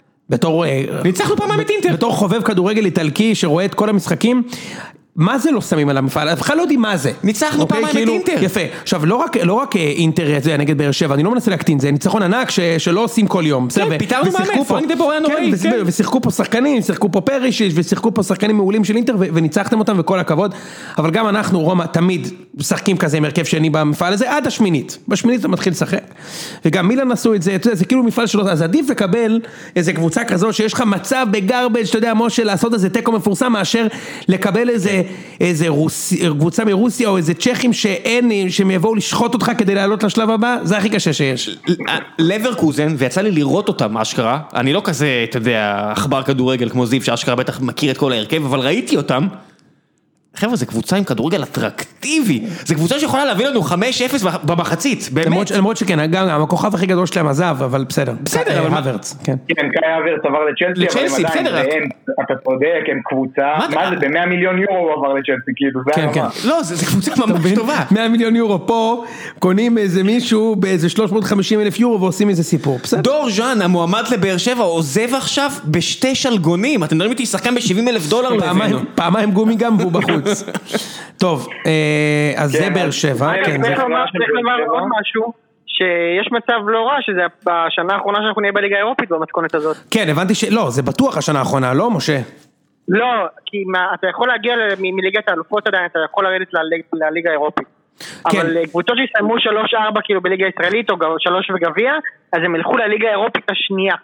ניצחנו פעם את אינטר. בתור חובב כדורגל איטלקי שרואה את כל המשחקים, מה זה לא שמים על המפעל? אף אחד לא יודעים מה זה. ניצחנו פעמיים את אינטר. יפה. עכשיו, לא רק אינטר, זה נגד באר שבע, אני לא מנסה להקטין, זה ניצחון ענק שלא עושים כל יום. כן, פיתרנו מאמן, פרנק דה בורא נוראי. ושיחקו פה שחקנים, שיחקו פה פרישיץ' ושיחקו פה שחקנים מעולים של אינטר, וניצחתם אותם וכל הכבוד. אבל גם אנחנו, רומא, תמיד משחקים כזה עם הרכב שני במפעל הזה, עד השמינית. בשמינית אתה מתחיל לשחק. וגם מילאן עשו את זה, אתה יודע, זה כאילו מפעל שלו, אז עדיף לקבל איזה קבוצה כזו שיש לך מצב בגרבג', אתה יודע, משה, לעשות איזה טקו מפורסם, מאשר לקבל איזה קבוצה מרוסיה או איזה צ'כים שהם יבואו לשחוט אותך כדי לעלות לשלב הבא, זה הכי קשה שיש. לברקוזן, ויצא לי לראות אותם אשכרה, אני לא כזה, אתה יודע, אכבר כדורגל כמו זיו, שאשכרה בטח מכיר את כל ההרכב, אבל ראיתי אותם, חבר'ה, זה קבוצה עם כדורגל אטרקטיבי, זה קבוצה שיכולה להביא לנו 5-0 במחצית, באמת. למרות שכן, גם הכוכב הכי גדול שלהם עזב, אבל בסדר. בסדר, אבל הוורץ, כן. כן, קאי הוורץ עבר לצ'לסי, אבל הם עדיין, אתה צודק, הם קבוצה, מה זה, ב100 מיליון יורו הוא עבר לצ'לסי, כאילו, זה הרמה. לא, זה קבוצה ממש טובה. 100 מיליון יורו פה, קונים איזה מישהו באיזה 350,000 יורו ועושים איזה סיפור. דור ז'אן, המועמד לבאר שבע, עוזב עכשיו בשתי שלגונים, אתם מדברים איתי, שחקן ב$70,000 פעמיים גומי גם והוא בחוץ. טוב, אז זה באר שבע. צריך לומר עוד משהו, שיש מצב לא רע, שזה בשנה האחרונה שאנחנו נהיה בליגה האירופית במתכונת הזאת. כן, הבנתי שלא, זה בטוח השנה האחרונה, לא משה? לא, כי אתה יכול להגיע מליגת האלופות עדיין, אתה יכול לרדת לליגה האירופית. אבל קבוצות שיסיימו 3-4 כאילו בליגה הישראלית או 3 בגביע, אז הם ילכו לליגה האירופית השנייה.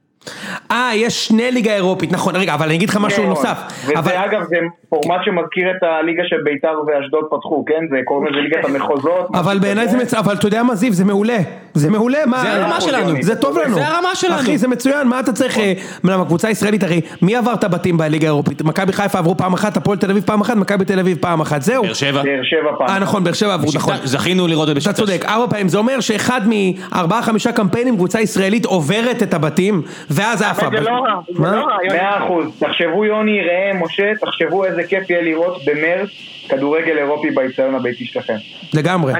יש שני ליגה אירופית, נכון, רגע, אבל אני אגיד לך משהו נוסף. וזה אגב, זה פורמט שמזכיר את הליגה של ביתר ואשדוד פתחו, כן? זה קוראים לזה ליגת המחוזות. אבל בעיניי זה אבל אתה יודע מה זיו, זה מעולה. זה מעולה, מה? זה הרמה שלנו. זה טוב לנו. זה הרמה שלנו. אחי, זה מצוין, מה אתה צריך? הקבוצה הישראלית, הרי, מי עבר את הבתים בליגה האירופית? מכבי חיפה עברו פעם אחת, הפועל תל אביב פעם אחת, מכבי תל אביב פעם אחת, זהו. באר שבע פעם. נכון, באר שבע עברו, נכון. זכינו לראות את אתה צודק, 4 פעמים. זה אומר שאחד מ4-5 קמפיינים קבוצה ישראלית עוברת את הבתים, ואז עפה. זה לא רע. 100%. תחשבו יוני, ראם, משה, תחשבו איזה כיף יהיה לראות במרץ כדורגל אירופי באיצטדיון הביתי שלכם. לגמרי.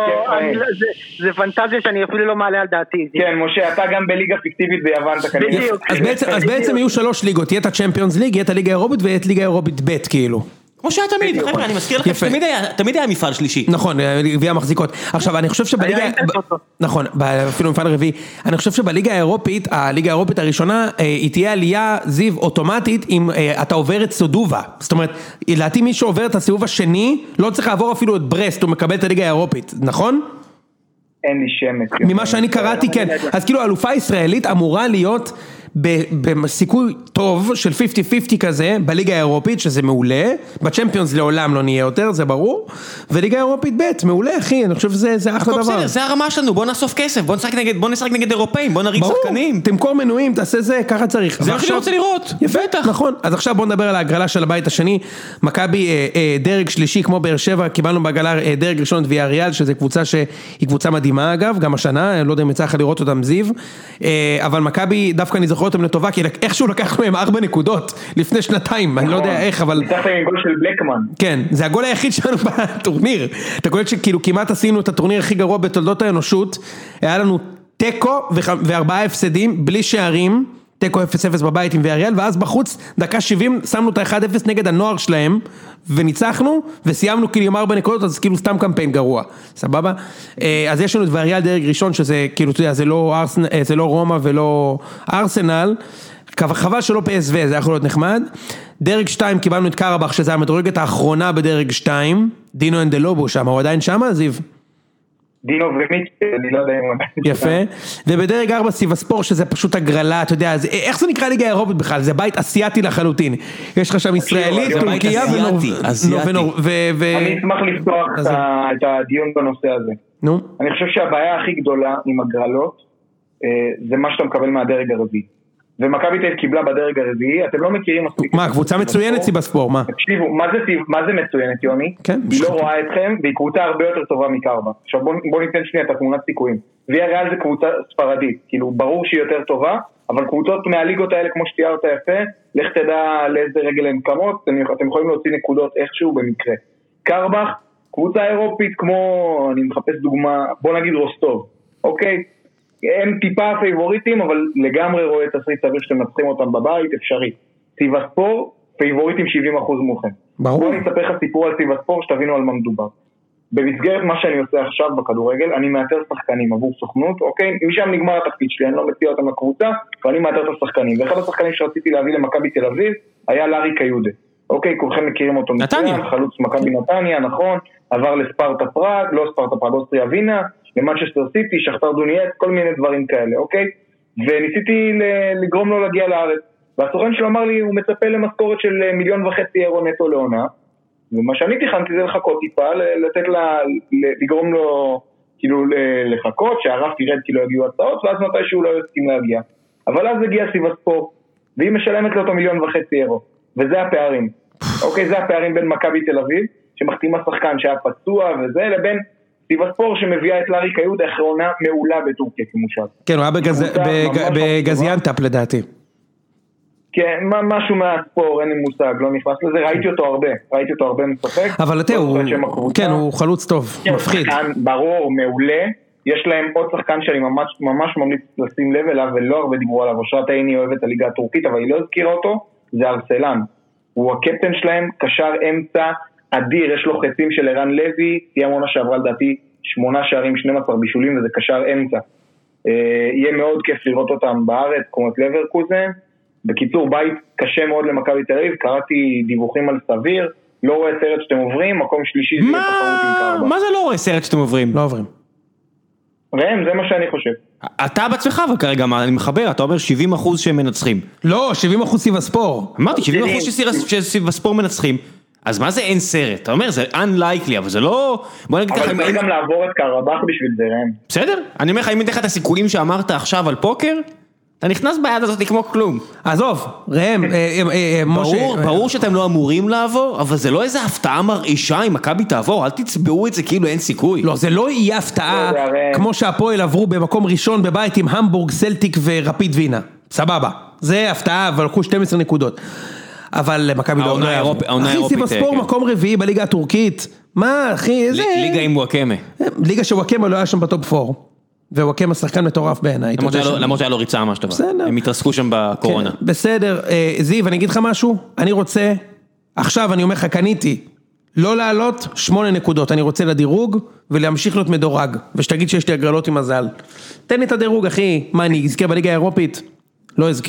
זה פנטזיה שאני אפילו לא מעלה על דעתי. כן, משה, אתה גם בליגה פיקטיבית ביוון, אתה כנראה. אז בעצם יהיו 3 ליגות, תהיה את הצ'מפיונס ליג, תהיה את הליגה האירופית ויהיה את ליגה האירופית ב' כאילו. כמו שהיה תמיד, חבר'ה, אני מזכיר לכם שתמיד היה מפעל שלישי. נכון, גביע מחזיקות. עכשיו, אני חושב שבליגה... נכון, אפילו מפעל רביעי. אני חושב שבליגה האירופית, הליגה האירופית הראשונה, היא תהיה עלייה זיו אוטומטית אם אתה עובר את סודובה. זאת אומרת, לדעתי מי שעובר את הסיבוב השני, לא צריך לעבור אפילו את ברסט, הוא מקבל את הליגה האירופית, נכון? אין לי שמץ. ממה שאני קראתי, כן. אז כאילו, האלופה הישראלית אמורה להיות בסיכוי טוב של 50-50 כזה, בליגה האירופית, שזה מעולה, בצ'מפיונס לעולם לא נהיה יותר, זה ברור, וליגה האירופית ב', מעולה אחי, אני חושב שזה אחלה דבר. בסדר, זה הרמה שלנו, בוא נאסוף כסף, בוא נשחק נגד אירופאים, בוא נריץ שחקנים. תמכור מנויים, תעשה זה, ככה צריך. זה מה שאני רוצה לראות. בטח. נכון, אז עכשיו בוא נדבר על ההגרלה של הבית השני, מכבי דרג שלישי כמו באר שבע, קיבלנו בהגרלה דרג ראשון את ויאריאל, שזה קבוצה שהיא קבוצה מדהימה אגב, גם השנה, לא יודע אם יצא לך לראות אותם זיו, אבל מכבי דווקא אני זוכר אותם לטובה, כי איכשהו לקחנו מהם 4 נקודות לפני שנתיים, אני לא יודע איך, אבל... ניצחת עם גול של בלקמן. כן, זה הגול היחיד שלנו בטורניר. אתה קולט שכאילו כמעט עשינו את הטורניר הכי גרוע בתולדות האנושות, היה לנו טקו ו4 הפסדים, בלי שערים, טקו 0-0 בבית עם ויאריאל, ואז בחוץ, דקה 70, שמנו את ה-1-0 נגד הנוער שלהם, וניצחנו, וסיימנו כאילו עם 4 נקודות, אז כאילו סתם קמפיין גרוע, סבבה? אז יש לנו את ויאריאל דרג ראשון, שזה כאילו, אתה יודע, זה לא רומא ולא ארסנל, חבל שלא PSV, זה יכול להיות נחמד. דרג 2 קיבלנו את קרבח, שזה המדורגת האחרונה בדרג 2, דינו אנדלובו שם, הוא עדיין שם, זיו? דינו ומיץ', אני לא יודע אם הוא עדיין שם. יפה, ובדרג 4 סיבספור, שזה פשוט הגרלה, אתה יודע, איך זה נקרא ליגה אירופית בכלל? זה בית אסיאטי לחלוטין. יש לך שם ישראלית, טורקיה אני אשמח לפתוח את הדיון בנושא הזה. אני חושב שהבעיה הכי גדולה עם הגרלות, זה מה שאתה מקבל מהדרג הרביעי. ומכבי תל קיבלה בדרג הרביעי, אתם לא מכירים מספיק. מה, קבוצה מצוינת סיבספור, מה? תקשיבו, מה זה מצוינת, יוני? היא לא רואה אתכם, והיא קבוצה הרבה יותר טובה מקרבה. עכשיו בוא ניתן שנייה את התמונת סיכויים. ויאריאל זה קבוצה ספרדית, כאילו ברור שהיא יותר טובה, אבל קבוצות מהליגות האלה, כמו שתיארת יפה, לך תדע לאיזה רגל הן קמות, אתם יכולים להוציא נקודות איכשהו במקרה. קרבח, קבוצה אירופית כמו, אני מחפש דוגמה, בוא נגיד רוסטוב, אוקיי? הם טיפה פייבוריטים, אבל לגמרי רואה את הסריט סביר שאתם נצחים אותם בבית, אפשרי. סיבספור, פייבוריטים 70% מוכן. בואו נספר לך סיפור על סיבספור, שתבינו על מה מדובר. במסגרת מה שאני עושה עכשיו בכדורגל, אני מאתר שחקנים עבור סוכנות, אוקיי? משם נגמר התפקיד שלי, אני לא מציע אותם לקבוצה, ואני מאתר את השחקנים. ואחד השחקנים שרציתי להביא למכבי תל אביב, היה לארי קיודה. אוקיי, כולכם מכירים אותו מצוין, חלוץ מכבי נתניה, נכון, עבר לספרטה פראג, לא ספרטה פראג, אוסטריה ווינה, למנצ'סטר סיטי, שכתר דונייט, כל מיני דברים כאלה, אוקיי? וניסיתי לגרום לו להגיע לארץ. והסוכן שלו אמר לי, הוא מצפה למשכורת של 1.5 מיליון אירו נטו לעונה, ומה שאני תכנתי זה לחכות טיפה, לתת לה, לגרום לו, כאילו לחכות, שהרף ירד כי לא יגיעו הצעות, ואז מתישהו לא יסכים להגיע. אבל אז הגיע סיבספור, והיא משלמת לו את 1.5 מיליון אירו, וזה הפערים. אוקיי, זה הפערים בין מכבי תל אביב, שמחתימה שחקן שהיה פצוע וזה, לבין סיבספור שמביאה את לארי קיודה אחרי עונה מעולה בטורקיה כמושב. כן, הוא היה בגזיאנטאפ לדעתי. כן, משהו מהספור, אין לי מושג, לא נכנס לזה, ראיתי אותו הרבה משחק. אבל כן, הוא חלוץ טוב, מפחיד. ברור, מעולה, יש להם עוד שחקן שאני ממש ממליץ לשים לב אליו, ולא הרבה דיברו עליו, אושרת עיני אוהבת הליגה הטורקית, אבל היא לא הזכירה אותו, זה ארסלן. הוא הקפטן שלהם, קשר אמצע, אדיר, יש לו חצים של ערן לוי, תהיה מונה שעברה לדעתי 8 שערים, 12 בישולים, וזה קשר אמצע. יהיה מאוד כיף לראות אותם בארץ, כמו את לברקוזן. בקיצור, בית קשה מאוד למכבי תל אביב, קראתי דיווחים על סביר, לא רואה סרט שאתם עוברים, מקום שלישי זה תחרות עם קרבח. מה זה לא רואה סרט שאתם עוברים? לא עוברים. ראם, זה מה שאני חושב. אתה בעצמך, אבל כרגע, אני מחבר, אתה אומר 70% שהם מנצחים. לא, 70% סיבספור. אמרתי, 70% שסיבספור מנצחים. אז מה זה אין סרט? אתה אומר, זה unlikely, אבל זה לא... אבל צריך גם לעבור את קרבח בשביל זה, ראם. בסדר? אני אומר לך, אם נתן לך את הסיכויים שאמרת עכשיו על פוקר, אתה נכנס ביד הזאת כמו כלום. עזוב, ראם, ברור שאתם לא אמורים לעבור, אבל זה לא איזה הפתעה מרעישה אם מכבי תעבור, אל תצבעו את זה כאילו אין סיכוי. לא, זה לא יהיה הפתעה כמו שהפועל עברו במקום ראשון בבית עם המבורג, סלטיק ורפיד וינה. סבבה. זה הפתעה, אבל לקחו 12 נקודות. אבל מכבי לא יעבור. אחי, סיבספור מקום רביעי בליגה הטורקית. מה, אחי, איזה... ליגה עם וואקמה. ליגה שוואקמה לא היה שם בטופ 4. ווואקמה שחקן מטורף בעיניי. למרות שהיה לו ריצה ממש טובה. הם התרסקו שם בקורונה. בסדר, זיו, אני אגיד לך משהו. אני רוצה, עכשיו אני אומר לך, קניתי, לא לעלות 8 נקודות. אני רוצה לדירוג ולהמשיך להיות מדורג. ושתגיד שיש לי הגרלות עם מזל. תן לי את הדירוג, אחי. מה, אני אזכה בליגה האירופית? לא אזכה.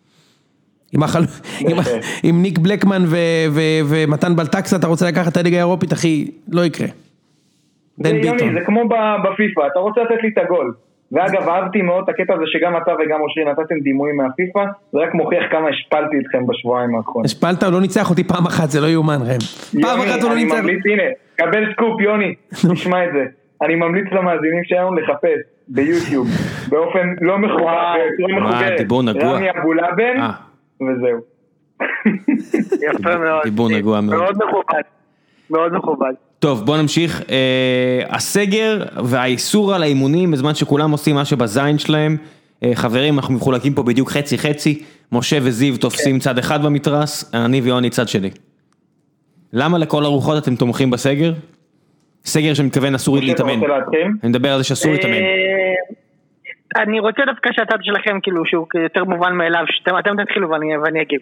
עם ניק בלקמן ומתן בלטקסה, אתה רוצה לקחת את הליגה האירופית, אחי, לא יקרה. יוני, זה כמו בפיפה, אתה רוצה לתת לי את הגול. ואגב, אהבתי מאוד את הקטע הזה שגם אתה וגם אושרי נתתם דימויים מהפיפה, זה רק מוכיח כמה השפלתי אתכם בשבועיים האחרונים. השפלת, הוא לא ניצח אותי פעם אחת, זה לא יאומן ראם. פעם אחת הוא לא ניצח. אני ממליץ, הנה, קבל סקופ יוני, תשמע את זה. אני ממליץ למאזינים שלנו לחפש ביוטיוב, באופן לא מחוברת, רמי אבולאבן, וזהו. יפה מאוד. דיבור נגוע מאוד. מאוד מכובד. מאוד מכובד. טוב, בוא נמשיך. הסגר והאיסור על האימונים, בזמן שכולם עושים מה שבזין שלהם, חברים, אנחנו מחולקים פה בדיוק חצי-חצי, משה וזיו תופסים צד אחד במתרס, אני ויוני צד שלי. למה לכל הרוחות אתם תומכים בסגר? סגר שמתכוון אסור להתאמן. אני מדבר על זה שאסור להתאמן. אני רוצה דווקא שהצד שלכם, כאילו, שהוא יותר מובן מאליו, שאתם תתחילו ואני אגיב.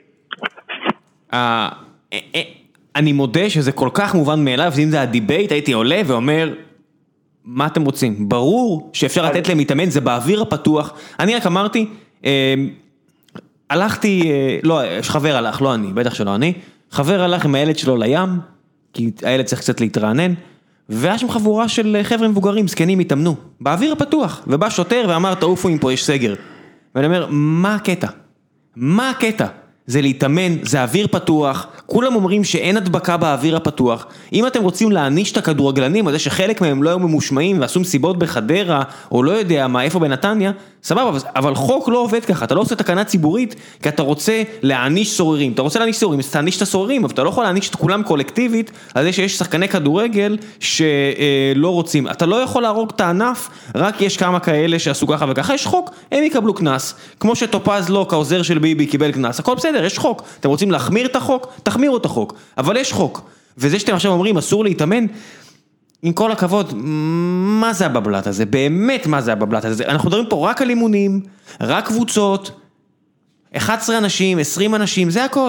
אני מודה שזה כל כך מובן מאליו, ואם זה הדיבייט, הייתי עולה ואומר, מה אתם רוצים? ברור שאפשר לתת להם להתאמן, זה באוויר הפתוח. אני רק אמרתי, הלכתי, לא, חבר הלך, לא אני, בטח שלא אני, חבר הלך עם הילד שלו לים, כי הילד צריך קצת להתרענן, והיה שם חבורה של חבר'ה מבוגרים, זקנים התאמנו, באוויר הפתוח, ובא שוטר ואמר, תעופו אם פה יש סגר. ואני אומר, מה הקטע? מה הקטע? זה להתאמן, זה אוויר פתוח, כולם אומרים שאין הדבקה באוויר הפתוח, אם אתם רוצים להעניש את הכדורגלנים, על זה שחלק מהם לא היו ממושמעים, ועשו מסיבות בחדרה, או לא יודע מה, איפה בנתניה, סבבה, אבל חוק לא עובד ככה, אתה לא עושה תקנה ציבורית, כי אתה רוצה להעניש סוררים, אתה רוצה להעניש סוררים, אז תעניש את הסוררים, אבל אתה לא יכול להעניש את כולם קולקטיבית, על זה שיש שחקני כדורגל שלא רוצים, אתה לא יכול להרוג את הענף, רק יש כמה כאלה שעשו ככה וככה, יש חוק, הם יקבלו כנס, כמו שטופז לא, כעוזר של ביבי קיבל כנס, הכל בסדר, יש חוק, אתם רוצים להחמיר את החוק, תחמירו את החוק, אבל יש חוק, וזה שאתם עכשיו אומרים, אסור להתאמן, עם כל הכבוד, מה זה הבבלת הזה? באמת מה זה הבבלת הזה? אנחנו מדברים פה רק על אימונים, רק קבוצות, 11 אנשים, 20 אנשים, זה הכל.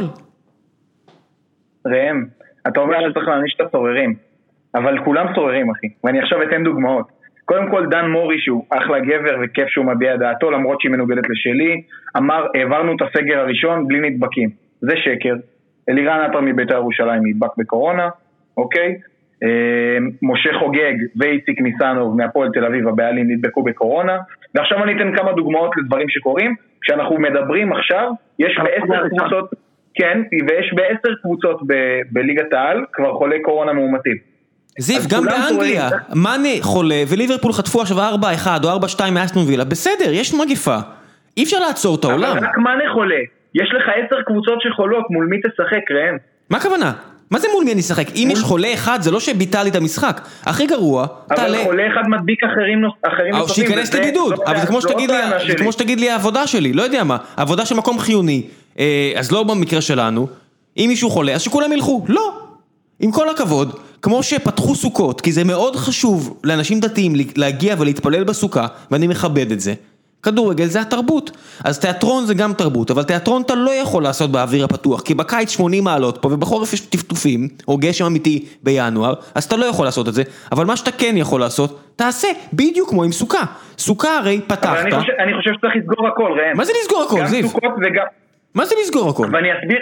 ראם, אתה אומר שצריך להעניש את הסוררים, אבל כולם סוררים, אחי, ואני עכשיו אתן דוגמאות. קודם כל דן מורי, שהוא אחלה גבר וכיף שהוא מביע דעתו, למרות שהיא מנוגדת לשלי, אמר, העברנו את הסגר הראשון בלי נדבקים. זה שקר. אלירן עטר מבית"ר ירושלים נדבק בקורונה, אוקיי? משה חוגג ואיציק ניסנוב מהפועל תל אביב הבעלים נדבקו בקורונה, ועכשיו אני אתן כמה דוגמאות לדברים שקורים. כשאנחנו מדברים עכשיו, יש ב10 קבוצות, כן, ויש ב10 קבוצות בליגת העל כבר חולי קורונה מאומתים. זיו, גם באנגליה, מאנה חולה וליברפול חטפו עכשיו 4-1 או 4-2 מאסטון וילה, בסדר, יש מגפה, אי אפשר לעצור את העולם. אבל רק מאנה חולה, יש לך 10 קבוצות שחולות, מול מי תשחק, ראם? מה הכוונה? מה זה מול מי אני אשחק? אם יש חולה אחד, זה לא שביטל לי את המשחק. הכי גרוע, אבל חולה אחד מדביק אחרים נוספים. שייכנס לבידוד, אבל זה כמו שתגיד לי העבודה שלי, לא יודע מה, העבודה של מקום חיוני, אז לא במקרה שלנו, אם מישהו חולה, אז שכולם ילכו, לא. עם כל הכבוד, כמו שפתחו סוכות, כי זה מאוד חשוב לאנשים דתיים להגיע ולהתפלל בסוכה, ואני מכבד את זה. כדורגל זה התרבות, אז תיאטרון זה גם תרבות, אבל תיאטרון אתה לא יכול לעשות באוויר הפתוח, כי בקיץ 80 מעלות פה, ובחורף יש טפטופים, או גשם אמיתי בינואר, אז אתה לא יכול לעשות את זה, אבל מה שאתה כן יכול לעשות, תעשה, בדיוק כמו עם סוכה. סוכה הרי פתחת. אבל אני חושב שצריך לסגור הכל, ראם. מה זה לסגור הכל, זיו? גם סוכות וגם... מה זה לסגור הכל? ואני אסביר...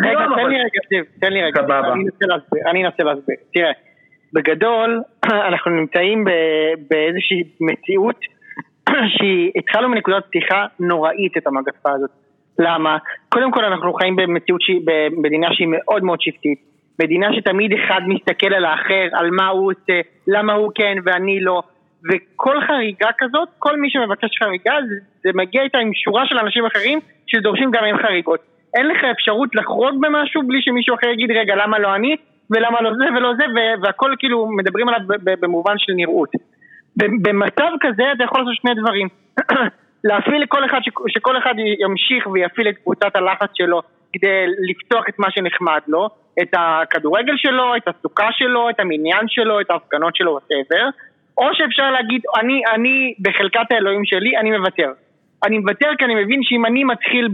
תן לי רגע, אני אנסה להסביר. תראה, בגדול, אנחנו נמצאים באיזושהי מציאות שהתחלנו מנקודת פתיחה נוראית את המגפה הזאת. למה? קודם כל אנחנו חיים במציאות במדינה שהיא מאוד מאוד שבטית, מדינה שתמיד אחד מסתכל על האחר, על מה הוא עושה, למה הוא כן ואני לא, וכל חריגה כזאת, כל מי שמבקש חריגה, זה מגיע איתה עם שורה של אנשים אחרים שדורשים גם הם חריגות. אין לך אפשרות לחרוג במשהו בלי שמישהו אחר יגיד רגע למה לא אני ולמה לא זה ולא זה, והכל כאילו מדברים עליו במובן של נראות. במצב כזה אתה יכול לעשות שני דברים, להפעיל לכל אחד, שכל אחד ימשיך ויפעיל את קבוצת הלחץ שלו כדי לפתוח את מה שנחמד לו, את הכדורגל שלו, את הסוכה שלו, את המניין שלו, את ההפגנות שלו, whatever. או שאפשר להגיד, אני בחלקת האלוהים שלי, אני מוותר. אני מוותר כי אני מבין שאם אני מתחיל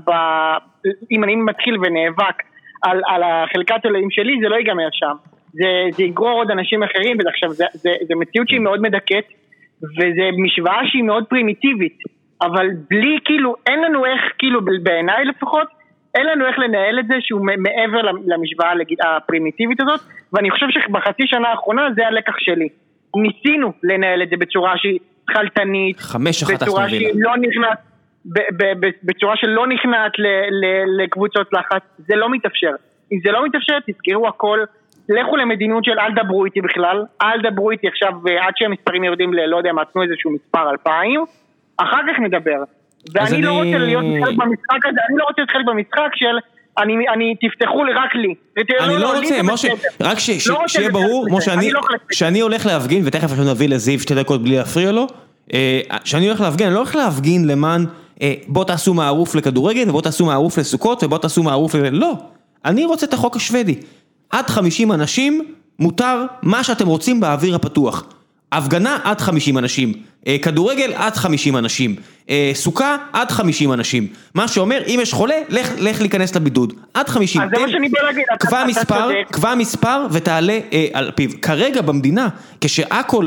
אם אני מתחיל ונאבק על החלקת האלוהים שלי, זה לא ייגמר שם. זה יגרור עוד אנשים אחרים, ועכשיו זה מציאות שהיא מאוד מדכאת, וזה משוואה שהיא מאוד פרימיטיבית, אבל בלי כאילו, אין לנו איך, כאילו בעיניי לפחות, אין לנו איך לנהל את זה שהוא מעבר למשוואה הפרימיטיבית הזאת, ואני חושב שבחצי שנה האחרונה זה הלקח שלי. ניסינו לנהל את זה בצורה שהיא חלטנית, 5-1 בצורה שהיא לא נכנעת, בצורה שלא נכנעת לקבוצות לחץ, זה לא מתאפשר. אם זה לא מתאפשר, תזכרו הכל, לכו למדיניות של אל דברו איתי בכלל, אל דברו איתי עכשיו עד שהמספרים יורדים לא יודע, מעצנו איזשהו מספר 2,000, אחר כך נדבר. ואני לא רוצה להיות חלק במשחק הזה, אני לא רוצה להיות חלק במשחק של אני תפתחו לי רק לי. אני לא רוצה, משה, רק שיהיה ברור, שאני הולך להפגין, ותכף אנחנו נביא לזיו 2 דקות בלי להפריע לו, שאני הולך להפגין, אני לא הולך להפגין למען, בוא תעשו מערוף לכדורגל, ובוא תעשו מערוף לסוכות, ובוא תעשו מערוף לא. אני רוצה את החוק השוודי. עד 50 אנשים מותר מה שאתם רוצים באוויר הפתוח. הפגנה עד 50 אנשים, כדורגל עד 50 אנשים, סוכה עד 50 אנשים. מה שאומר, אם יש חולה, לך להיכנס לבידוד. עד 50. אז זה מה שאני בא להגיד. קבע מספר ותעלה על פיו. כרגע במדינה, כשהכל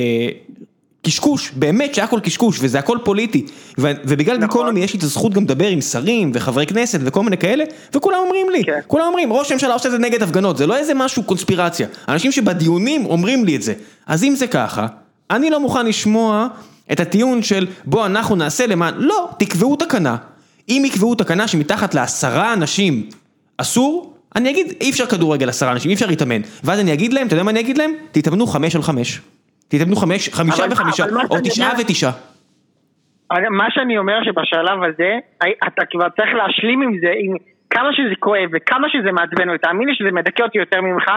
קשקוש, באמת שהכל קשקוש, וזה הכל פוליטי, ובגלל גיקונומי יש לי את הזכות גם לדבר עם שרים וחברי כנסת וכל מיני כאלה, וכולם אומרים לי, כולם אומרים, ראש הממשלה עושה את זה נגד הפגנות, זה לא איזה משהו קונספירציה, אנשים שבדיונים אומרים לי את זה, אז אם זה ככה, אני לא מוכן לשמוע את הטיעון של בוא אנחנו נעשה למען, לא, תקבעו תקנה, אם יקבעו תקנה שמתחת ל10 אנשים אסור, אני אגיד אי אפשר כדורגל 10 אנשים, אי אפשר להתאמן, ואז אני אגיד להם, אתה יודע מה אני אגיד להם? תתאמנו 5 על 5. תתאמנו 5 ו5, או 9 ו9. מה שאני אומר שבשלב הזה, אתה כבר צריך להשלים עם זה, עם כמה שזה כואב וכמה שזה מעצבן, ותאמין לי שזה מדכא אותי יותר ממך,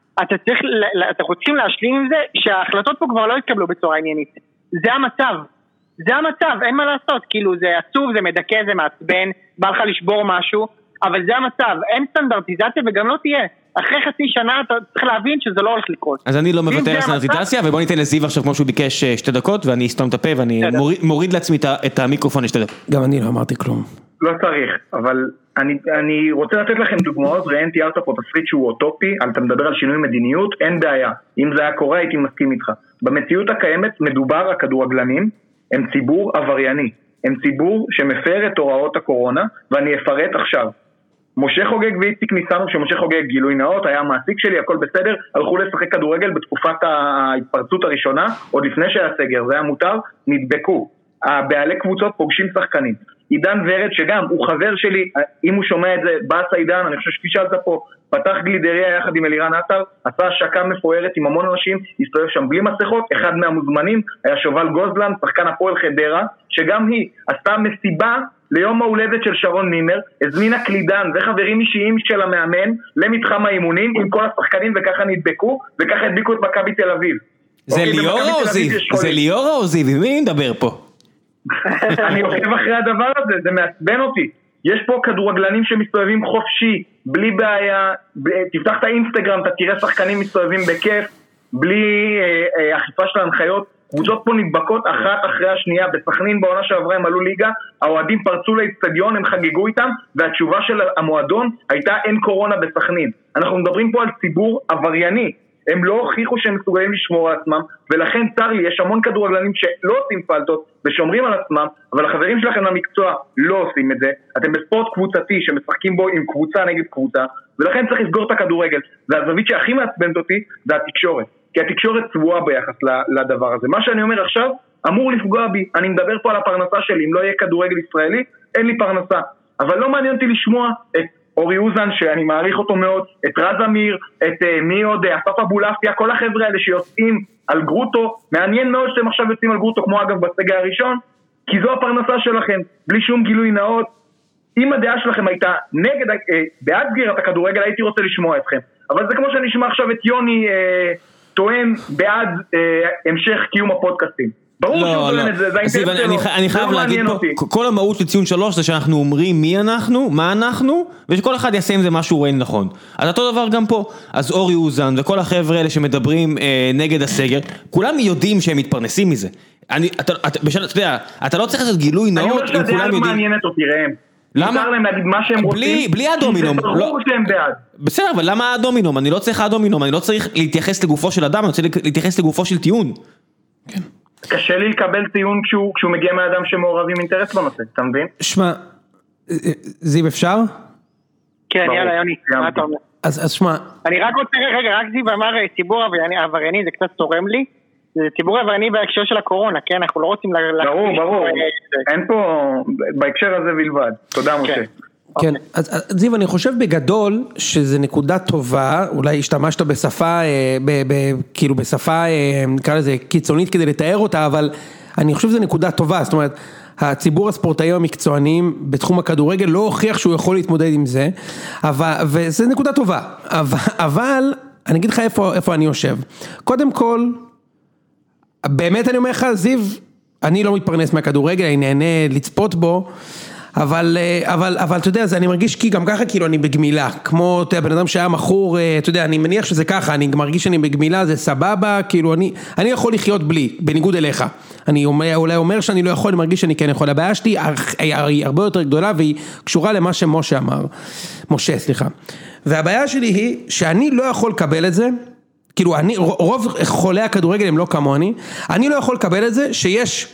אתה רוצים להשלים עם זה, שההחלטות פה כבר לא יתקבלו בצורה עניינית. זה המצב. זה המצב, אין מה לעשות, כאילו זה עצוב, זה מדכא, זה מעצבן, בא לך לשבור משהו, אבל זה המצב, אין סטנדרטיזציה וגם לא תהיה. אחרי חצי שנה אתה צריך להבין שזה לא הולך לקרות. אז אני לא מוותר על סטנדרטיזציה, ובוא ניתן לזיו עכשיו כמו שהוא ביקש 2 דקות, ואני אסתום את הפה ואני מוריד לעצמי את המיקרופון 2 דקות. גם אני לא אמרתי כלום. לא צריך, אבל אני רוצה לתת לכם דוגמאות, ואין תיארת פה תפריט שהוא אוטופי, אתה מדבר על שינוי מדיניות, אין בעיה. אם זה היה קורה הייתי מסכים איתך. במציאות הקיימת מדובר הכדורגלנים, הם ציבור עברייני, הם ציבור שמפר את הוראות הקורונה, ואני אפרט עכשיו. משה חוגג ואיציק ניסנו, שמשה חוגג גילוי נאות, היה המעסיק שלי, הכל בסדר, הלכו לשחק כדורגל בתקופת ההתפרצות הראשונה, עוד לפני שהיה סגר, זה היה מותר, נדבקו. הבעלי קבוצות פוגשים שחקנים. עידן ורד שגם, הוא חבר שלי, אם הוא שומע את זה, בא עידן, אני חושב שפישלת פה, פתח גלידריה יחד עם אלירן עטר, עשה השקה מפוארת עם המון אנשים, הסתובב שם בלי מסכות, אחד מהמוזמנים היה שובל גוזלן, שחקן הפועל חדרה, שגם היא עשתה מסיבה ליום ההולדת של שרון מימר, הזמינה קלידן וחברים אישיים של המאמן למתחם האימונים עם כל השחקנים, וככה נדבקו, וככה הדביקו את מכבי תל אביב. זה ליאור או זיו? זה ליאור או זיו? מי נדבר פה? אני עוקב אחרי הדבר הזה, זה מעצבן אותי. יש פה כדורגלנים שמסתובבים חופשי, בלי בעיה, תפתח את האינסטגרם, אתה תראה שחקנים מסתובבים בכיף, בלי אכיפה של ההנחיות, קבוצות פה נדבקות אחת אחרי השנייה, בסכנין בעונה שעברה הם עלו ליגה, האוהדים פרצו לאצטדיון, הם חגגו איתם, והתשובה של המועדון הייתה אין קורונה בסכנין. אנחנו מדברים פה על ציבור עברייני, הם לא הוכיחו שהם מסוגלים לשמור על עצמם, ולכן צר לי, יש המון כדורגלנים שלא עושים פלטות ושומרים על עצמם, אבל החברים שלכם למקצוע לא עושים את זה. אתם בספורט קבוצתי שמשחקים בו עם קבוצה נגד קבוצה, ולכן צריך לסגור את הכדורגל. והזווית שהכי מעצבנת אותי זה התקשורת, כי התקשורת צבועה ביחס לדבר הזה. מה שאני אומר עכשיו אמור לפגוע בי, אני מדבר פה על הפרנסה שלי, אם לא יהיה כדורגל ישראלי, אין לי פרנסה. אבל לא מעניין אותי לשמוע את אורי אוזן, שאני מעריך אותו מאוד, את רז אמיר, את מי עוד, אסף אבולעפיה, כל החבר'ה האלה שיוצאים על גרוטו, מעניין מאוד שאתם עכשיו יוצאים על גרוטו, כמו אגב בסגל הראשון, כי זו הפרנסה שלכם, בלי שום גילוי נאות. אם הדעה שלכם הייתה נגד, בעד סגירת הכדורגל, הייתי רוצה לשמוע אתכם. אבל זה כמו שאני אשמע עכשיו את יוני טוען בעד המשך קיום הפודקאסטים. לא, אני חייב להגיד פה, כל המהות של ציון 3 זה שאנחנו אומרים מי אנחנו, מה אנחנו, ושכל אחד יעשה עם זה משהו רואה נכון. אז אותו דבר גם פה, אז אורי אוזן וכל החבר'ה האלה שמדברים נגד הסגר, כולם יודעים שהם מתפרנסים מזה. אתה לא צריך לעשות גילוי נאות אם כולם יודעים. אני אומר שהדעה לא מעניינת אותי, ראם. למה? מותר להם להגיד מה שהם רוצים, בלי הדומינום. זה ברור שהם בעד. בסדר, אבל למה הדומינום? אני לא צריך הדומינום, אני לא צריך להתייחס לגופו של אדם, אני רוצה להתייחס לגופו של טיעון. כן. קשה לי לקבל טיעון כשהוא מגיע מהאדם שמעורב עם אינטרס בנושא, אתה מבין? שמע, זיו אפשר? כן, יאללה יוני, מה אתה אומר? אז שמע. אני רק רוצה, רגע, רק זיו אמר ציבור עברייני, זה קצת תורם לי. זה ציבור עברייני בהקשר של הקורונה, כן? אנחנו לא רוצים ברור, אין פה בהקשר הזה בלבד. תודה משה. כן, אז זיו, אני חושב בגדול שזה נקודה טובה, אולי השתמשת בשפה, כאילו בשפה, נקרא לזה קיצונית כדי לתאר אותה, אבל אני חושב שזה נקודה טובה, זאת אומרת, הציבור הספורטאים המקצוענים בתחום הכדורגל לא הוכיח שהוא יכול להתמודד עם זה, וזה נקודה טובה, אבל אני אגיד לך איפה אני יושב. קודם כל, באמת אני אומר לך, זיו, אני לא מתפרנס מהכדורגל, אני נהנה לצפות בו, אבל אתה יודע, אני מרגיש כי גם ככה כאילו אני בגמילה, כמו אתה יודע, בן אדם שהיה מכור, אתה יודע, אני מניח שזה ככה, אני מרגיש שאני בגמילה, זה סבבה, כאילו אני יכול לחיות בלי, בניגוד אליך. אני אולי אומר שאני לא יכול, אני מרגיש שאני כן יכול. הבעיה שלי היא הרבה יותר גדולה, והיא קשורה למה שמשה אמר. משה, סליחה. והבעיה שלי היא שאני לא יכול לקבל את זה, כאילו רוב חולי הכדורגל הם לא כמוני, אני לא יכול לקבל את זה שיש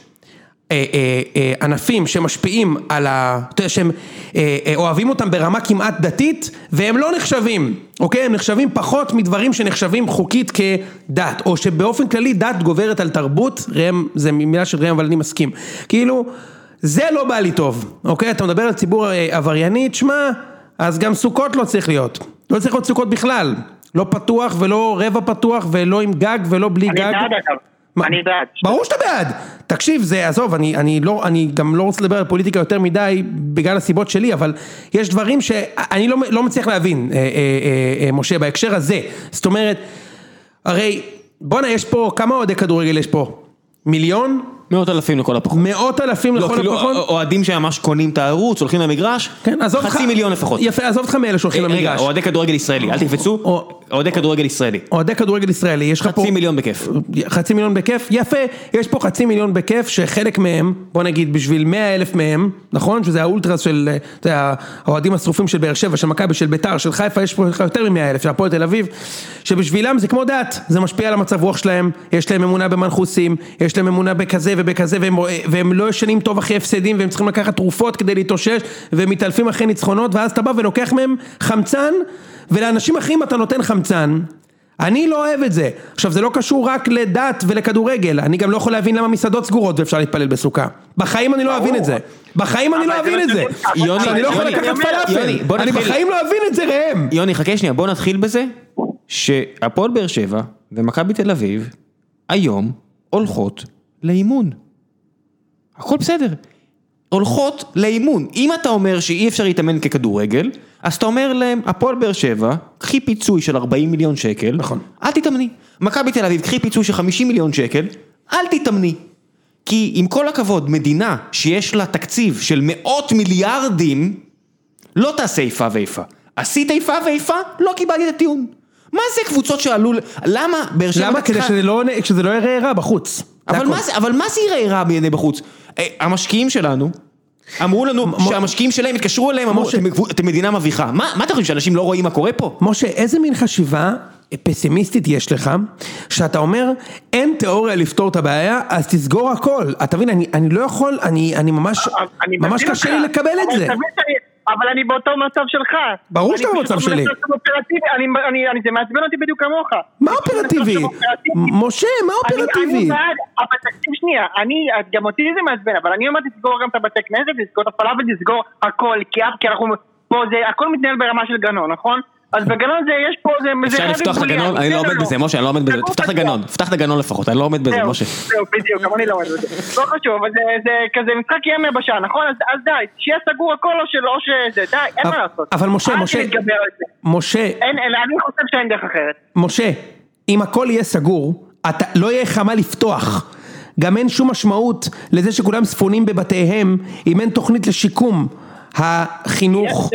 ענפים שמשפיעים על אתה יודע, שהם אוהבים אותם ברמה כמעט דתית, והם לא נחשבים, אוקיי? הם נחשבים פחות מדברים שנחשבים חוקית כדת, או שבאופן כללי דת גוברת על תרבות, רם, זה מילה של רם, אבל אני מסכים. כאילו, זה לא בא לי טוב, אוקיי? אתה מדבר על ציבור עברייני, תשמע, אז גם סוכות לא צריך להיות. לא צריך להיות סוכות בכלל. לא פתוח ולא רבע פתוח, ולא עם גג ולא בלי גג. אני בעד. ברור שאתה בעד. תקשיב, זה, עזוב, אני גם לא רוצה לדבר על פוליטיקה יותר מדי בגלל הסיבות שלי, אבל יש דברים שאני לא מצליח להבין, משה, בהקשר הזה. זאת אומרת, הרי, בוא'נה, יש פה, כמה אוהדי כדורגל יש פה? מיליון? 100,000 לכל הפחות. 100,000 לכל הפחות? אוהדים שממש קונים את הערוץ, הולכים למגרש, 500,000 לפחות. יפה, עזוב אותך מאלה שהולכים למגרש. רגע, אוהדי כדורגל ישראלי, אל תקפצו, אוהדי כדורגל ישראלי. אוהדי כדורגל ישראלי, יש לך פה... 500,000 בכיף. 500,000 בכיף, יפה, יש פה 500,000 בכיף, שחלק מהם, בוא נגיד, בשביל 100,000 מהם, נכון? שזה האולטרס של, אתה יודע, האוהדים השרופים של באר שבע, של מכבי, של ביתר, של חיפה, יש פה יותר מ100,000, של הפועל תל אביב, שבשבילם זה כמו דת, זה משפיע על המצב רוח שלהם, יש להם אמונה במנחוסים, יש להם אמונה בכזה ובכזה, והם לא ישנים טוב אחרי הפסדים, והם צריכים לקחת תרופות כדי להתאושש, והם מתעלפים אחרי ניצחונות, ואז אתה בא ולוקח מהם חמצן, ולאנשים אחרים אתה נותן חמצן. אני לא אוהב את זה. עכשיו, זה לא קשור רק לדת ולכדורגל, אני גם לא יכול להבין למה מסעדות סגורות ואפשר להתפלל בסוכה. בחיים אני לא אבין את זה. בחיים אני לא אבין את זה. אני לא יכול לקחת פלאפל. אני בחיים לא אבין את זה, ראם. יוני, חכה שנייה, בוא נתחיל בזה, שהפועל באר שבע ומכבי תל אביב, היום הולכות לאימון. הכל בסדר. הולכות לאימון. אם אתה אומר שאי אפשר להתאמן ככדורגל, אז אתה אומר להם, הפועל באר שבע, קחי פיצוי של 40 מיליון שקל, נכון. אל תתאמני. מכבי תל אביב, קחי פיצוי של 50 מיליון שקל, אל תתאמני. כי עם כל הכבוד, מדינה שיש לה תקציב של מאות מיליארדים, לא תעשה איפה ואיפה. עשית איפה ואיפה, לא קיבלתי את הטיעון. מה זה קבוצות שעלו, למה באר שבע... למה? כדי שזה לא יראה רע בחוץ. אבל מה זה יראה רע בעיני בחוץ? המשקיעים שלנו, אמרו לנו שהמשקיעים שלהם התקשרו אליהם, אמרו, אתם מדינה מביכה. מה אתה חושב, שאנשים לא רואים מה קורה פה? משה, איזה מין חשיבה פסימיסטית יש לך, שאתה אומר, אין תיאוריה לפתור את הבעיה, אז תסגור הכל. אתה מבין, אני לא יכול, אני ממש קשה לי לקבל את זה. אבל אני באותו מצב שלך. ברור שאתה במצב שלי. זה מעצבן אותי בדיוק כמוך. מה אופרטיבי? משה, מה אופרטיבי? אבל תקשיב שנייה, גם אותי זה מעצבן, אבל אני אומרת לסגור גם את הבתי כנסת, לסגור את הפלאפל, לסגור הכל, כי אנחנו פה, הכל מתנהל ברמה של גנון, נכון? אז בגנון זה יש פה, אפשר לפתוח את הגנון, אני לא עומד בזה, משה, אני לא עומד בזה, תפתח את הגנון, פתח את הגנון לפחות, אני לא עומד בזה, משה. זהו, בדיוק, גם אני לא עומד בזה. לא חשוב, אבל זה כזה משחק ימי בשעה, נכון? אז די, שיהיה סגור הכל או שזה, די, אין מה לעשות. אבל משה, אני חושב שאין דרך אחרת. משה, אם הכל יהיה סגור, לא יהיה לך מה לפתוח. גם אין שום משמעות לזה שכולם ספונים בבתיהם, אם אין תוכנית לשיקום. החינוך,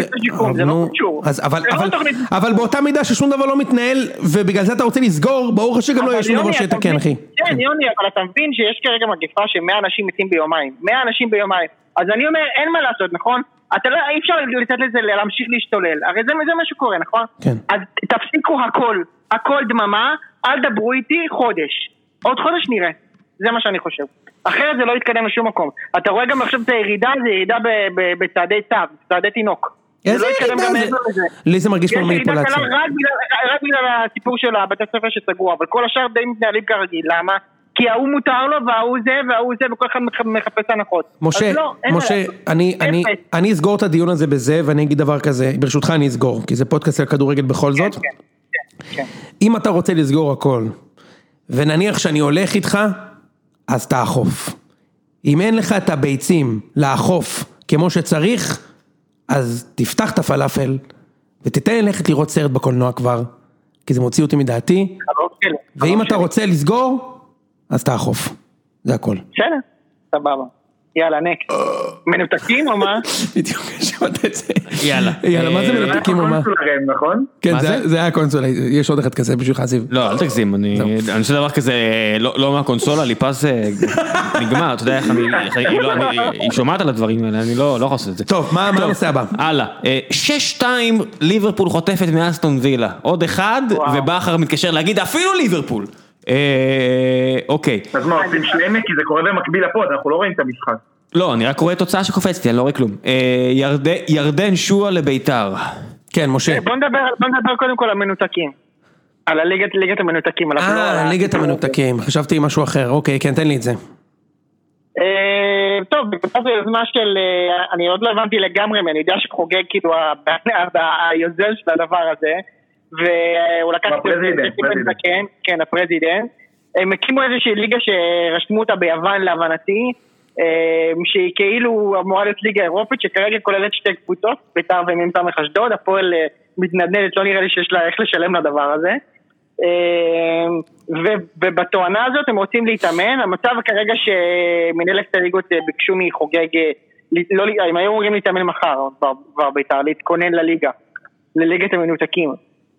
אבל באותה מידה ששום דבר לא מתנהל ובגלל זה אתה רוצה לסגור, ברור שגם לא יש שום דבר שיתקן, אחי. כן, יוני, אבל אתה מבין שיש כרגע מגפה ש100 אנשים מתים ביומיים, 100 אנשים ביומיים, אז אני אומר, אין מה לעשות, נכון? אי אפשר לתת לזה להמשיך להשתולל, הרי זה מה שקורה, נכון? אז תפסיקו הכל דממה, אל דברו איתי חודש, עוד חודש נראה, זה מה שאני חושב. אחרת זה לא יתקדם לשום מקום. אתה רואה גם עכשיו את הירידה, זה ירידה בצעדי צו, צעדי תינוק. איזה ירידה זה? לי זה מרגיש כמו מניפולציה. יש ירידה קלה רק בגלל הסיפור של הבתי ספר שסגרו, אבל כל השאר די מתנהלים כרגיל, למה? כי ההוא מותר לו וההוא זה וכל אחד מחפש הנחות. משה, אני אסגור את הדיון הזה בזה ואני אגיד דבר כזה, ברשותך אני אסגור, כי זה פודקאסט על כדורגל בכל זאת. אם אתה רוצה לסגור הכל, ונניח שאני הולך איתך, אז תאכוף. אם אין לך את הביצים לאכוף כמו שצריך, אז תפתח את הפלאפל, ותתן ללכת לראות סרט בקולנוע כבר, כי זה מוציא אותי מדעתי, ואם אתה רוצה לסגור, אז תאכוף. זה הכל. בסדר, סבבה. יאללה, נקסט. מנותקים או מה? בדיוק, שמעת את זה. יאללה, מה זה מנותקים או מה? נכון? כן, זה היה הקונסולה, יש עוד אחד כזה בשבילך זיו. לא, אל תגזים, אני עושה דבר כזה, לא מהקונסולה, ליפס נגמר, אתה יודע איך היא שומעת על הדברים האלה, אני לא יכול לעשות את זה. טוב, מה הנושא הבא? הלאה, 6-2 ליברפול חוטפת מאסטון וילה, עוד אחד, ובאחר מתקשר להגיד אפילו ליברפול. אוקיי. אז מה, עושים שלמה? כי זה קורה במקביל לפוד, אנחנו לא רואים את המשחק. לא, אני רק רואה תוצאה שקופצתי, אני לא רואה כלום. ירדן שועה לביתר. כן, משה. בוא נדבר קודם כל על מנותקים. על ליגת המנותקים. ליגת המנותקים, חשבתי משהו אחר, אוקיי, כן, תן לי את זה. טוב, בקצת היוזמה של, אני עוד לא הבנתי לגמרי, אני יודע שחוגג כאילו היוזם של הדבר הזה, והוא לקח כן, הפרזידנט, הם הקימו איזושהי ליגה שרשמו אותה ביוון להבנתי, שהיא כאילו אמורה להיות ליגה אירופית שכרגע כוללת שתי קבוצות, ביתר ומ"ס אשדוד, הפועל מתנדנדת, לא נראה לי שיש לה איך לשלם לדבר הזה, ובתואנה הזאת הם רוצים להתאמן. המצב כרגע שמנהלת הליגות ביקשו מחוגג, הם היו אמורים להתאמן מחר כבר ביתר, להתכונן לליגת המנותקים,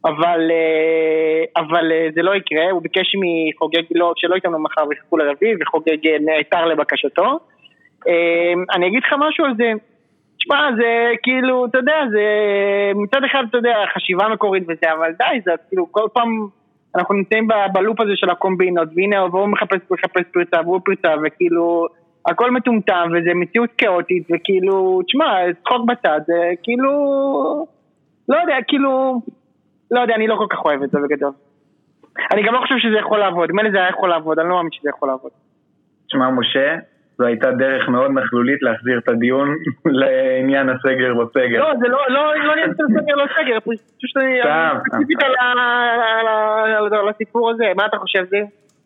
אבל זה לא יקרה. הוא ביקש מחוגג שלא יתאמנו מחר ויחכו לרביעי, וחוגג נעתר לבקשתו. אני אגיד לך משהו על זה, תשמע, זה כאילו, אתה יודע, זה מצד אחד, אתה יודע, חשיבה מקורית וזה, אבל די, זה כאילו כל פעם אנחנו נמצאים בלופ הזה של הקומבינות, והנה הוא מחפש פרצה והוא פרצה, וכאילו הכל מטומטם, וזה מציאות כאוטית, וכאילו, תשמע, צחוק בצד, זה כאילו, לא יודע, כאילו, לא יודע, אני לא כל כך אוהב את זה בגדול. אני גם לא חושב שזה יכול לעבוד, אם אלה זה היה יכול לעבוד, אני לא מאמין שזה יכול לעבוד. תשמע, משה, זו הייתה דרך מאוד נכלולית להחזיר את הדיון לעניין הסגר בסגר. לא, זה לא עניין של סגר לא סגר, פשוט אני ספציפית על הסיפור הזה. מה אתה חושב זה?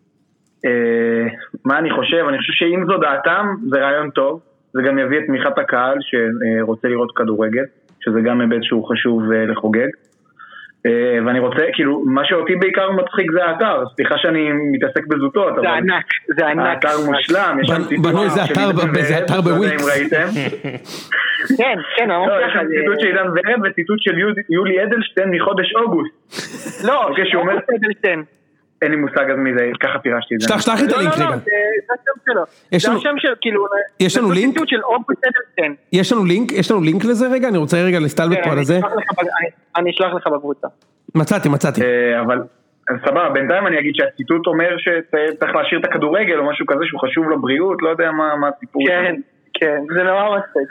מה אני חושב? אני חושב שאם זו דעתם זה רעיון טוב, זה גם יביא את תמיכת הקהל שרוצה לראות כדורגל, שזה גם היבט שהוא חשוב לחוגג. ואני רוצה, כאילו, מה שאותי בעיקר מצחיק זה האתר, סליחה שאני מתעסק בזוטות, זה ענק, זה ענק. האתר מושלם, יש שם ציטוט באיזה אתר בוויקס. כן, כן, יש שם ציטוט של עידן ורד וציטוט של יולי אדלשטיין מחודש אוגוסט. לא, אוגוסט אדלשטיין. אין לי מושג אז מי זה, ככה פירשתי את זה. שלח לי את הלינק רגע. זה השם שלו. זה השם של, כאילו, יש לנו לינק? זה ציטוט של אוגוסט אדלשטיין. יש לנו לינק לזה רגע? אני רוצה רגע להסתלבט פה על זה. אני אשלח לך בקבוצה. מצאתי. אבל סבבה, בינתיים אני אגיד שהציטוט אומר שצריך להשאיר את הכדורגל או משהו כזה שהוא חשוב לבריאות, לא יודע מה הסיפור. כן, זה נורא מצחיק,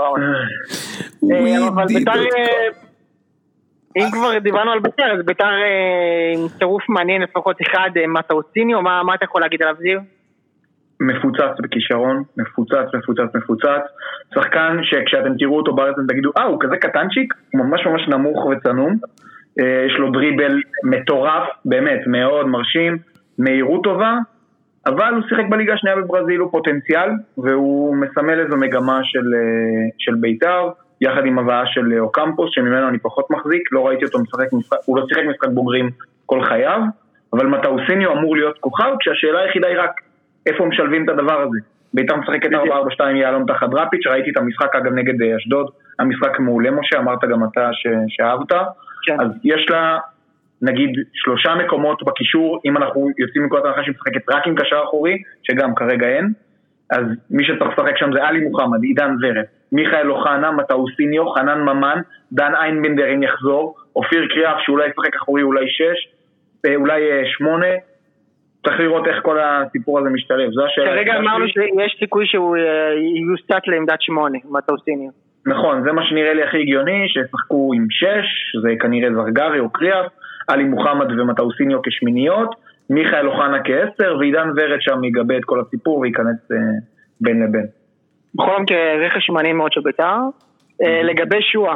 אבל ביתר, אם כבר דיברנו על ביתר, אז ביתר עם צירוף מעניין לפחות אחד, מטאוסיניו, מה אתה יכול להגיד עליו זיו? מפוצץ בכישרון, מפוצץ, שחקן שכשאתם תראו אותו בארץ אתם תגידו, הוא כזה קטנצ'יק, הוא ממש נמוך וצנום, יש לו דריבל מטורף, באמת מאוד מרשים, מהירות טובה, אבל הוא שיחק בליגה השנייה בברזיל, הוא פוטנציאל, והוא מסמל איזו מגמה של ביתר, יחד עם הבאה של אוקמפוס, שממנו אני פחות מחזיק, לא ראיתי אותו משחק, הוא לא שיחק משחק בוגרים כל חייו, אבל מטאוסיניו אמור להיות כוכב, כשהשאלה היחידה היא רק איפה משלבים את הדבר הזה. ביתר משחקת 4-4-2 יעלום תחת דראפיץ', ראיתי את המשחק אגב נגד אשדוד, המשחק מעולה משה, אמרת גם אתה שאהבת, אז יש לה נגיד 3 מקומות בקישור, אם אנחנו יוצאים מכל הנחה שמשחקת רק עם קשר אחורי, שגם כרגע אין, אז מי שצריך לשחק שם זה עלי מוחמד, עידן ורד, מיכאל אוחנה, מטאוסיניו, חנן ממן, דן איינבנדר אם יחזור, אופיר קריאף שאולי ישחק אחורי, אולי 6, אולי 8, צריך לראות איך כל הסיפור הזה משתלב. כרגע אמרנו שיש סיכוי שהוא יוסט לעמדת 8, מטאוסיניו. נכון, זה מה שנראה לי הכי הגיוני, ששחקו עם 6, זה כנראה זרגרי או קריאף, עלי מוחמד ומטאוסיניו כשמיניות, מיכאל אוחנה כ10, ועידן ורד שם יגבה את כל הסיפור וייכנס בין לבין. בכל מקרה רכש מעניין מאוד של בית"ר. לגבי שואה,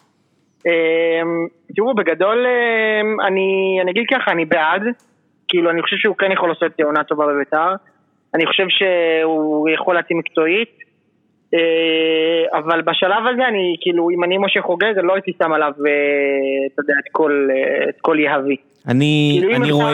תראו, בגדול אני אגיד ככה, אני בעד, כאילו אני חושב שהוא כן יכול לעשות עונה טובה בבית"ר, אני חושב שהוא יכול להתאים מקצועית, אבל בשלב הזה אני כאילו, אם אני משה חוגג, אני לא הייתי שם עליו, אתה יודע, את כל יהבי. אני רואה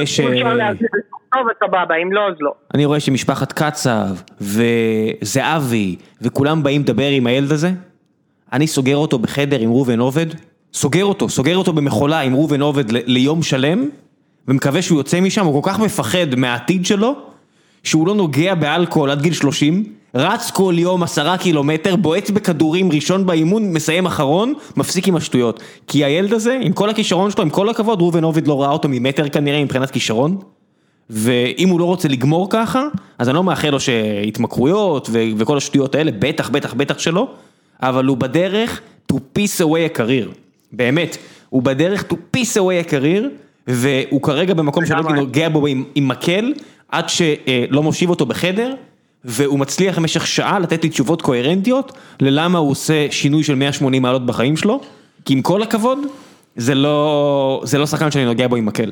אם לא, אז לא. אני רואה שמשפחת קצב וזהבי וכולם באים לדבר עם הילד הזה, אני סוגר אותו בחדר עם רובן עובד, סוגר אותו במחולה עם רובן עובד ליום שלם, ומקווה שהוא יוצא משם, הוא כל כך מפחד מהעתיד שלו, שהוא לא נוגע באלכוהול עד גיל 30, רץ כל יום 10 קילומטר, בועט בכדורים ראשון באימון, מסיים אחרון, מפסיק עם השטויות. כי הילד הזה, עם כל הכישרון שלו, עם כל הכבוד, רובן עובד לא ראה אותו ממטר כנראה מבחינת כישרון, ואם הוא לא רוצה לגמור ככה, אז אני לא מאחל לו שהתמכרויות וכל השטויות האלה, בטח שלו, אבל הוא בדרך to piece away a career. באמת, הוא בדרך to piece away a career, והוא כרגע במקום שלא נוגע בו עם מקל, עד שלא מושיב אותו בחדר, והוא מצליח במשך שעה לתת לי תשובות קוהרנטיות, ללמה הוא עושה שינוי של 180 מעלות בחיים שלו, כי עם כל הכבוד, זה לא שחקן שאני נוגע בו עם מקל.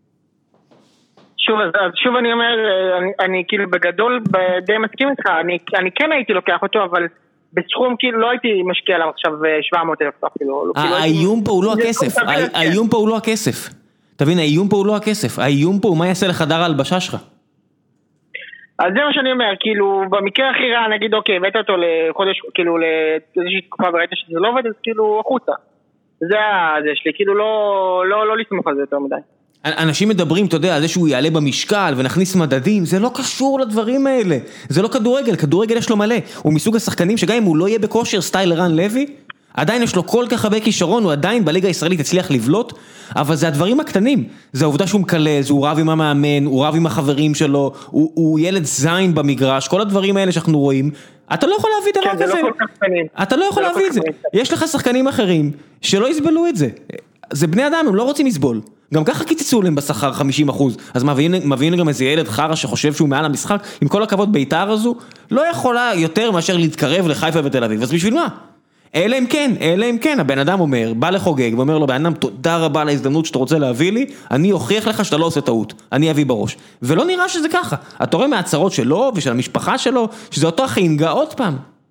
שוב אני אומר, אני כאילו בגדול די מסכים איתך, אני כן הייתי לוקח אותו, אבל בסכום כאילו לא הייתי משקיע עליו עכשיו 700,000. האיום פה הוא לא הכסף, האיום פה הוא לא הכסף. תבין, האיום פה הוא לא הכסף, האיום פה הוא מה יעשה לחדר ההלבשה שלך. אז זה מה שאני אומר, כאילו במקרה הכי רע נגיד אוקיי, הבאת אותו לחודש, כאילו לאיזושהי תקופה וראית שזה לא עובד, אז כאילו החוצה. זה שלי, כאילו לא לסמוך על זה יותר מדי. אנשים מדברים, אתה יודע, על זה שהוא יעלה במשקל ונכניס מדדים, זה לא קשור לדברים האלה, זה לא כדורגל, כדורגל יש לו מלא, הוא מסוג השחקנים שגם אם הוא לא יהיה בכושר סטייל רן לוי, עדיין יש לו כל כך הרבה כישרון, הוא עדיין בליגה הישראלית הצליח לבלוט, אבל זה הדברים הקטנים, זה העובדה שהוא מקלז, הוא רב עם המאמן, הוא רב עם החברים שלו, הוא ילד זין במגרש, כל הדברים האלה שאנחנו רואים, אתה לא יכול להביא דבר כזה, אתה לא יכול להביא את זה, יש לך שחקנים אחרים שלא יסבלו את זה, זה בני אדם, הם לא רוצים לסבול, גם ככה קיצצו להם בשכר 50%, אז מביאים גם איזה ילד חרה שחושב שהוא מעל המשחק, עם כל הכבוד בית"ר הזו, לא יכולה יותר מאשר להתקרב לחיפה ותל אביב, אז בשביל מה? אלא אם כן, הבן אדם אומר, בא לחוגג, ואומר לו, בן אדם, תודה רבה על ההזדמנות שאתה רוצה להביא לי, אני אוכיח לך שאתה לא עושה טעות, אני אביא בראש. ולא נראה שזה ככה. אתה רואה מההצהרות שלו ושל המשפחה שלו, שזה אותו החינגה עוד פעם.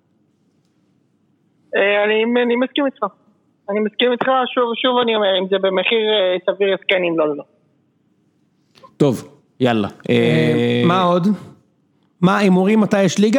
אני מסכים איתך. שוב אני אומר, אם זה במחיר סביר יסכן, אם לא. טוב, יאללה. מה עוד? מה, הימורים מתי יש ליגה?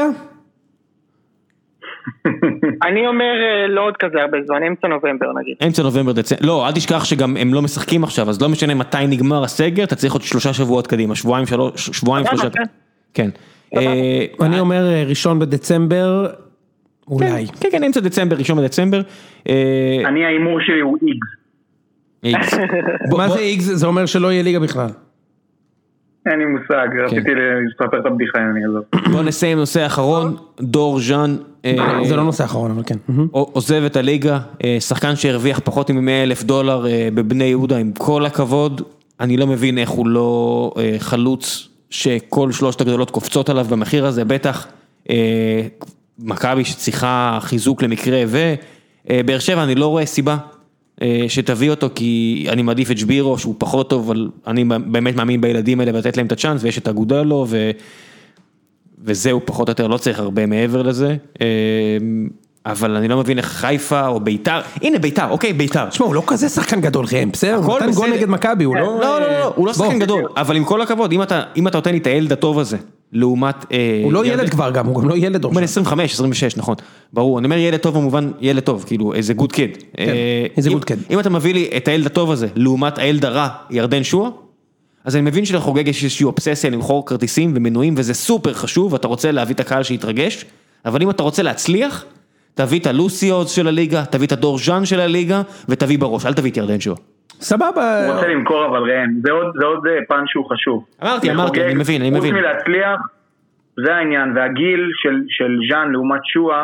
אני אומר לא עוד כזה הרבה זמן, אמצע נובמבר נגיד. אמצע נובמבר, לא, אל תשכח שגם הם לא משחקים עכשיו, אז לא משנה מתי נגמר הסגר, אתה צריך עוד 3 שבועות קדימה, שבועיים 3. כן. אני אומר 1 בדצמבר, אולי. כן, אמצע דצמבר, 1 בדצמבר. אני האימור שלי הוא X. מה זה X? זה אומר שלא יהיה ליגה בכלל. אין לי מושג, רציתי לספר את הבדיחה, אני אעזוב. בוא נסיים נושא האחרון, דור ז'אן. זה לא נושא האחרון, אבל כן. עוזב את הליגה, שחקן שהרוויח פחות מ$100,000 בבני יהודה, עם כל הכבוד, אני לא מבין איך הוא לא חלוץ, שכל 3 הגדולות קופצות עליו במחיר הזה, בטח מכבי שצריכה חיזוק למקרה, ובאר שבע אני לא רואה סיבה שתביא אותו, כי אני מעדיף את שבירו שהוא פחות טוב, אבל אני באמת מאמין בילדים האלה ולתת להם את הצ'אנס, ויש את אגודלו, וזהו פחות או יותר, לא צריך הרבה מעבר לזה, אבל אני לא מבין איך חיפה או ביתר, הנה ביתר, אוקיי, ביתר. תשמע, הוא לא כזה שחקן גדול, ראם, בסדר, הוא נתן גול נגד מכבי, הוא לא... לא, הוא לא שחקן גדול, אבל עם כל הכבוד, אם אתה נותן לי את הילד הטוב הזה, לעומת... הוא לא ילד כבר גם, הוא גם לא ילד. הוא בן 25, 26, נכון. ברור, אני אומר ילד טוב במובן ילד טוב, כאילו איזה גוד קיד. איזה גוד קיד. אם אתה מביא לי את הילד הטוב הזה, לעומת הילד הרע, ירדן שועה, אז אני מבין שלחוגג יש איזושהי אובססיה למכור כרטיסים ומנויים, וזה סופר חשוב, ואתה רוצה להביא את הקהל שיתרגש, אבל אם אתה רוצה להצליח, תביא את הלוסיוז של הליגה, תביא את הדור ז'אן של הליגה, ותביא בראש, אל תביא את ירדן שועה. סבבה. הוא רוצה למכור, אבל ראם, זה עוד פן שהוא חשוב. אמרתי, אני מבין. חוץ מלהצליח, זה העניין, והגיל של ז'אן לעומת שועה,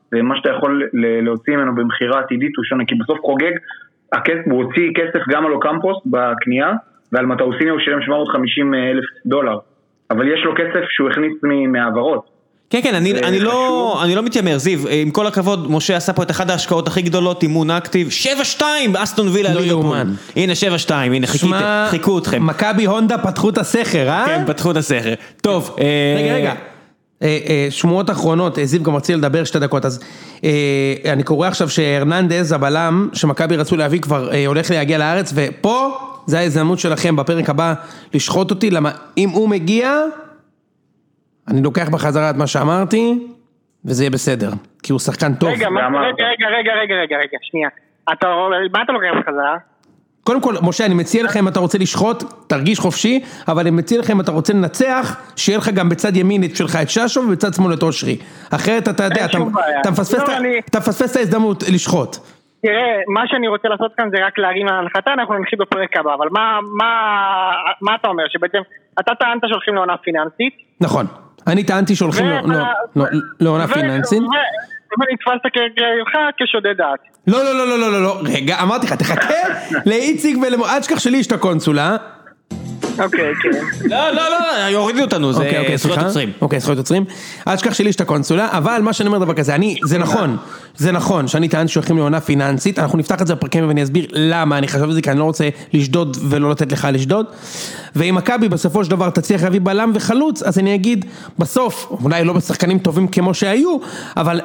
ומה שאתה יכול להוציא ממנו במחירה עתידית הוא שונה, כי בסוף חוגג, הוא הוציא כסף גם על אוקמפוס בקנייה, ועל מטאוסיני הוא שילם $750,000, אבל יש לו כסף שהוא הכניס מהעברות. כן, כן, אני לא מתיימר, זיו, עם כל הכבוד, משה עשה פה את אחד ההשקעות הכי גדולות, אימון אקטיב, 7-2 אסטון וילה ליברפול. הנה 7-2, הנה חיכו אתכם. מכבי הונדה פתחו את הסכר, אה? כן, פתחו את הסכר. טוב, רגע. שמועות אחרונות, זיו גם רציתי לדבר 2 דקות, אז אני קורא עכשיו שהרננדז, הבלם, שמכבי רצו להביא כבר, הולך להגיע לארץ, ופה זה ההזדמנות שלכם בפרק הבא לשחוט אותי, למה אם הוא מגיע, אני לוקח בחזרה את מה שאמרתי, וזה יהיה בסדר, כי הוא שחקן טוב. רגע, שנייה. מה אתה לוקח בחזרה? קודם כל, משה, אני מציע לך אם אתה רוצה לשחוט, תרגיש חופשי, אבל אני מציע לך אם אתה רוצה לנצח, שיהיה לך גם בצד ימין שלך את ששו, ובצד שמאל את אושרי. אחרת אתה יודע, אתה מפספס את ההזדמנות לשחוט. תראה, מה שאני רוצה לעשות כאן זה רק להרים להנחתה, אנחנו נתחיל בפרק הבא, אבל מה אתה אומר? שבעצם, אתה טענת שהולכים לעונה פיננסית? נכון, אני טענתי שהולכים לעונה פיננסית. ונתפסת כגלך כשודד דעת. לא, רגע, אמרתי לך, תחכה לאיציק עד שכח שלי יש את הקונסולה. אוקיי, כן. לא, יורידו אותנו, זה זכויות יוצרים. אוקיי, זכויות יוצרים. עד שכח שלי יש את הקונסולה, אבל מה שאני אומר דבר כזה, זה נכון, שאני טענתי שהולכים לעונה פיננסית, אנחנו נפתח את זה בפרקים ואני אסביר למה, אני חשב את זה כי אני לא רוצה לשדוד ולא לתת לך לשדוד, ואם מכבי בסופו של דבר תצליח להביא בלם וחלוץ, אז אני אגיד, בסוף, אולי לא בשחקנים טובים כמו שהיו, אבל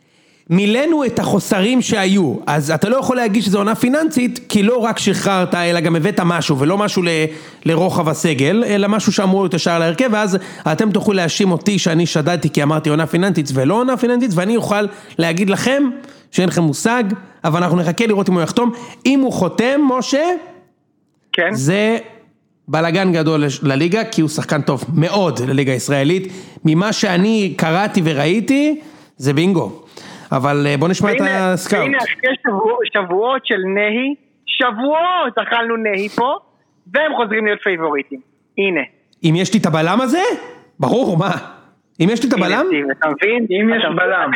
מילאנו את החוסרים שהיו, אז אתה לא יכול להגיד שזו עונה פיננסית, כי לא רק שחררת, אלא גם הבאת משהו, ולא משהו לרוחב הסגל, אלא משהו שאמור להיות ישר להרכב, ואז אתם תוכלו להאשים אותי שאני שדדתי, כי אמרתי עונה פיננסית ולא עונה פיננסית, ואני אוכל להגיד לכם שאין לכם מושג, אבל אנחנו נחכה לראות אם הוא יחתום. אם הוא חותם, משה, כן. זה בלגן גדול לליגה, כי הוא שחקן טוב מאוד לליגה הישראלית. ממה שאני קראתי וראיתי, זה בינגו. אבל בוא נשמע את הסקאוט. הנה, שבועות של נהי, שבועות אכלנו נהי פה, והם חוזרים להיות פייבוריטים. הנה. אם יש לי את הבלם הזה? ברור, מה? אם יש לי את הבלם? אתה מבין? אם יש בלם,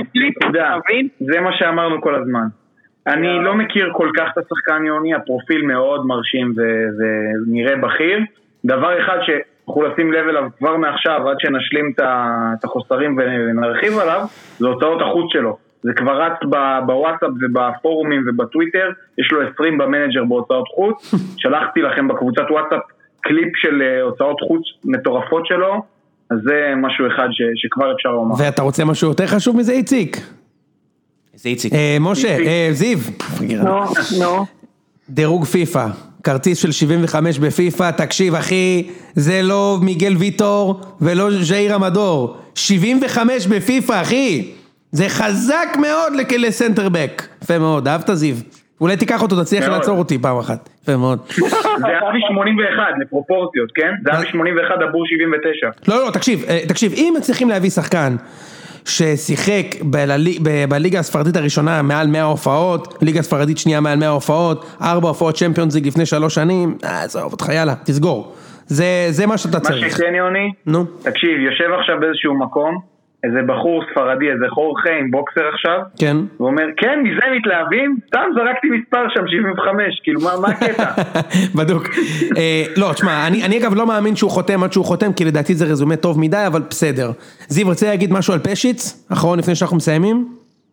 זה מה שאמרנו כל הזמן. אני לא מכיר כל כך את השחקן יוני, הפרופיל מאוד מרשים ונראה בכיר. דבר אחד שאנחנו לשים לב אליו כבר מעכשיו, עד שנשלים את החוסרים ונרחיב עליו, זה הוצאות החוץ שלו. זה כבר רץ בוואטסאפ ובפורומים ובטוויטר, יש לו 20 במנג'ר בהוצאות חוץ, שלחתי לכם בקבוצת וואטסאפ קליפ של הוצאות חוץ מטורפות שלו, אז זה משהו אחד שכבר אפשר לומר. ואתה רוצה משהו יותר חשוב מזה, איציק? זה איציק. משה, זיו. נו. דירוג פיפה, כרטיס של 75 בפיפה, תקשיב אחי, זה לא מיגל ויטור ולא ז'איר המדור, 75 בפיפה אחי. זה חזק מאוד לסנטרבק. יפה מאוד, אהבת זיו? אולי תיקח אותו, תצליח לעצור אותי פעם אחת. יפה מאוד. זה היה מ-81 לפרופורציות, כן? זה היה מ-81 עבור 79. לא, תקשיב, אם צריכים להביא שחקן ששיחק בליגה הספרדית הראשונה מעל 100 הופעות, ליגה הספרדית שנייה מעל 100 הופעות, 4 הופעות צ'מפיונס ליג לפני 3 שנים, עזוב אותך, יאללה, תסגור. זה מה שאתה צריך. מה שכן יוני, תקשיב, יושב עכשיו באיזשהו מקום, איזה בחור ספרדי, איזה חורכה עם בוקסר עכשיו, כן. הוא אומר, כן, מזה מתלהבים, סתם זרקתי מספר שם 75, כאילו, מה הקטע? בדוק. לא, תשמע, אני אגב לא מאמין שהוא חותם עד שהוא חותם, כי לדעתי זה רזומה טוב מדי, אבל בסדר. זיו, רוצה להגיד משהו על פשיץ? אחרון לפני שאנחנו מסיימים?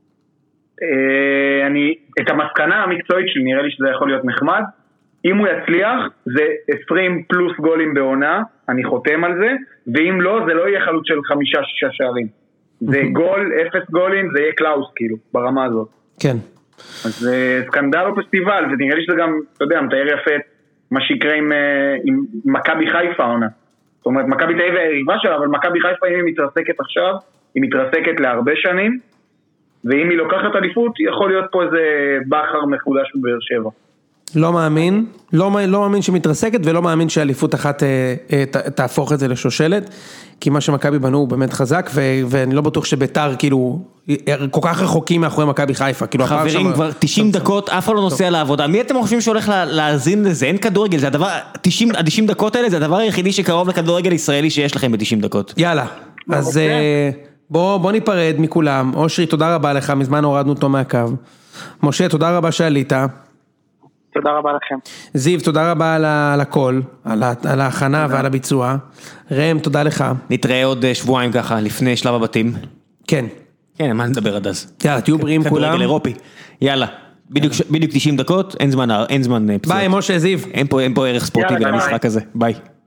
את המסקנה המקצועית שלי, נראה לי שזה יכול להיות נחמד, אם הוא יצליח, זה 20 פלוס גולים בעונה, אני חותם על זה, ואם לא, זה לא יהיה חלוץ של 5-6 שערים. זה גול, 0 גולים, זה יהיה קלאוס כאילו, ברמה הזאת. כן. אז זה סקנדל או פסטיבל, ונראה לי שזה גם, אתה יודע, מתאר יפה מה שיקרה עם מכבי חיפה עונה. זאת אומרת, מכבי תל אביב היריבה שלה, אבל מכבי חיפה אם היא מתרסקת עכשיו, היא מתרסקת להרבה שנים, ואם היא לוקחת אליפות, יכול להיות פה איזה בחר מחודש בבאר שבע. לא מאמין, לא מאמין שמתרסקת ולא מאמין שאליפות אחת תהפוך את זה לשושלת, כי מה שמכבי בנו הוא באמת חזק, ואני לא בטוח שביתר כאילו כל כך רחוקים מאחורי מכבי חיפה. חברים, כבר 90 דקות, אף אחד לא נוסע לעבודה. מי אתם חושבים שהולך להאזין לזה? אין כדורגל, זה הדבר, 90 דקות האלה זה הדבר היחידי שקרוב לכדורגל ישראלי שיש לכם ב-90 דקות. יאללה, אז בוא ניפרד מכולם. אושרי, תודה רבה לך, מזמן הורדנו אותו מהקו. משה, תודה רבה שעלית. תודה רבה לכם. זיו, תודה רבה על הכל, על ההכנה ועל הביצוע. ראם, תודה לך. נתראה עוד שבועיים ככה, לפני שלב הבתים. כן. כן, מה נדבר עד אז? יאללה, תהיו בריאים כולם. כדורגל אירופי. יאללה. בדיוק 90 דקות, אין זמן פציעות. ביי, משה, זיו. אין פה ערך ספורטיבי למשחק הזה. ביי.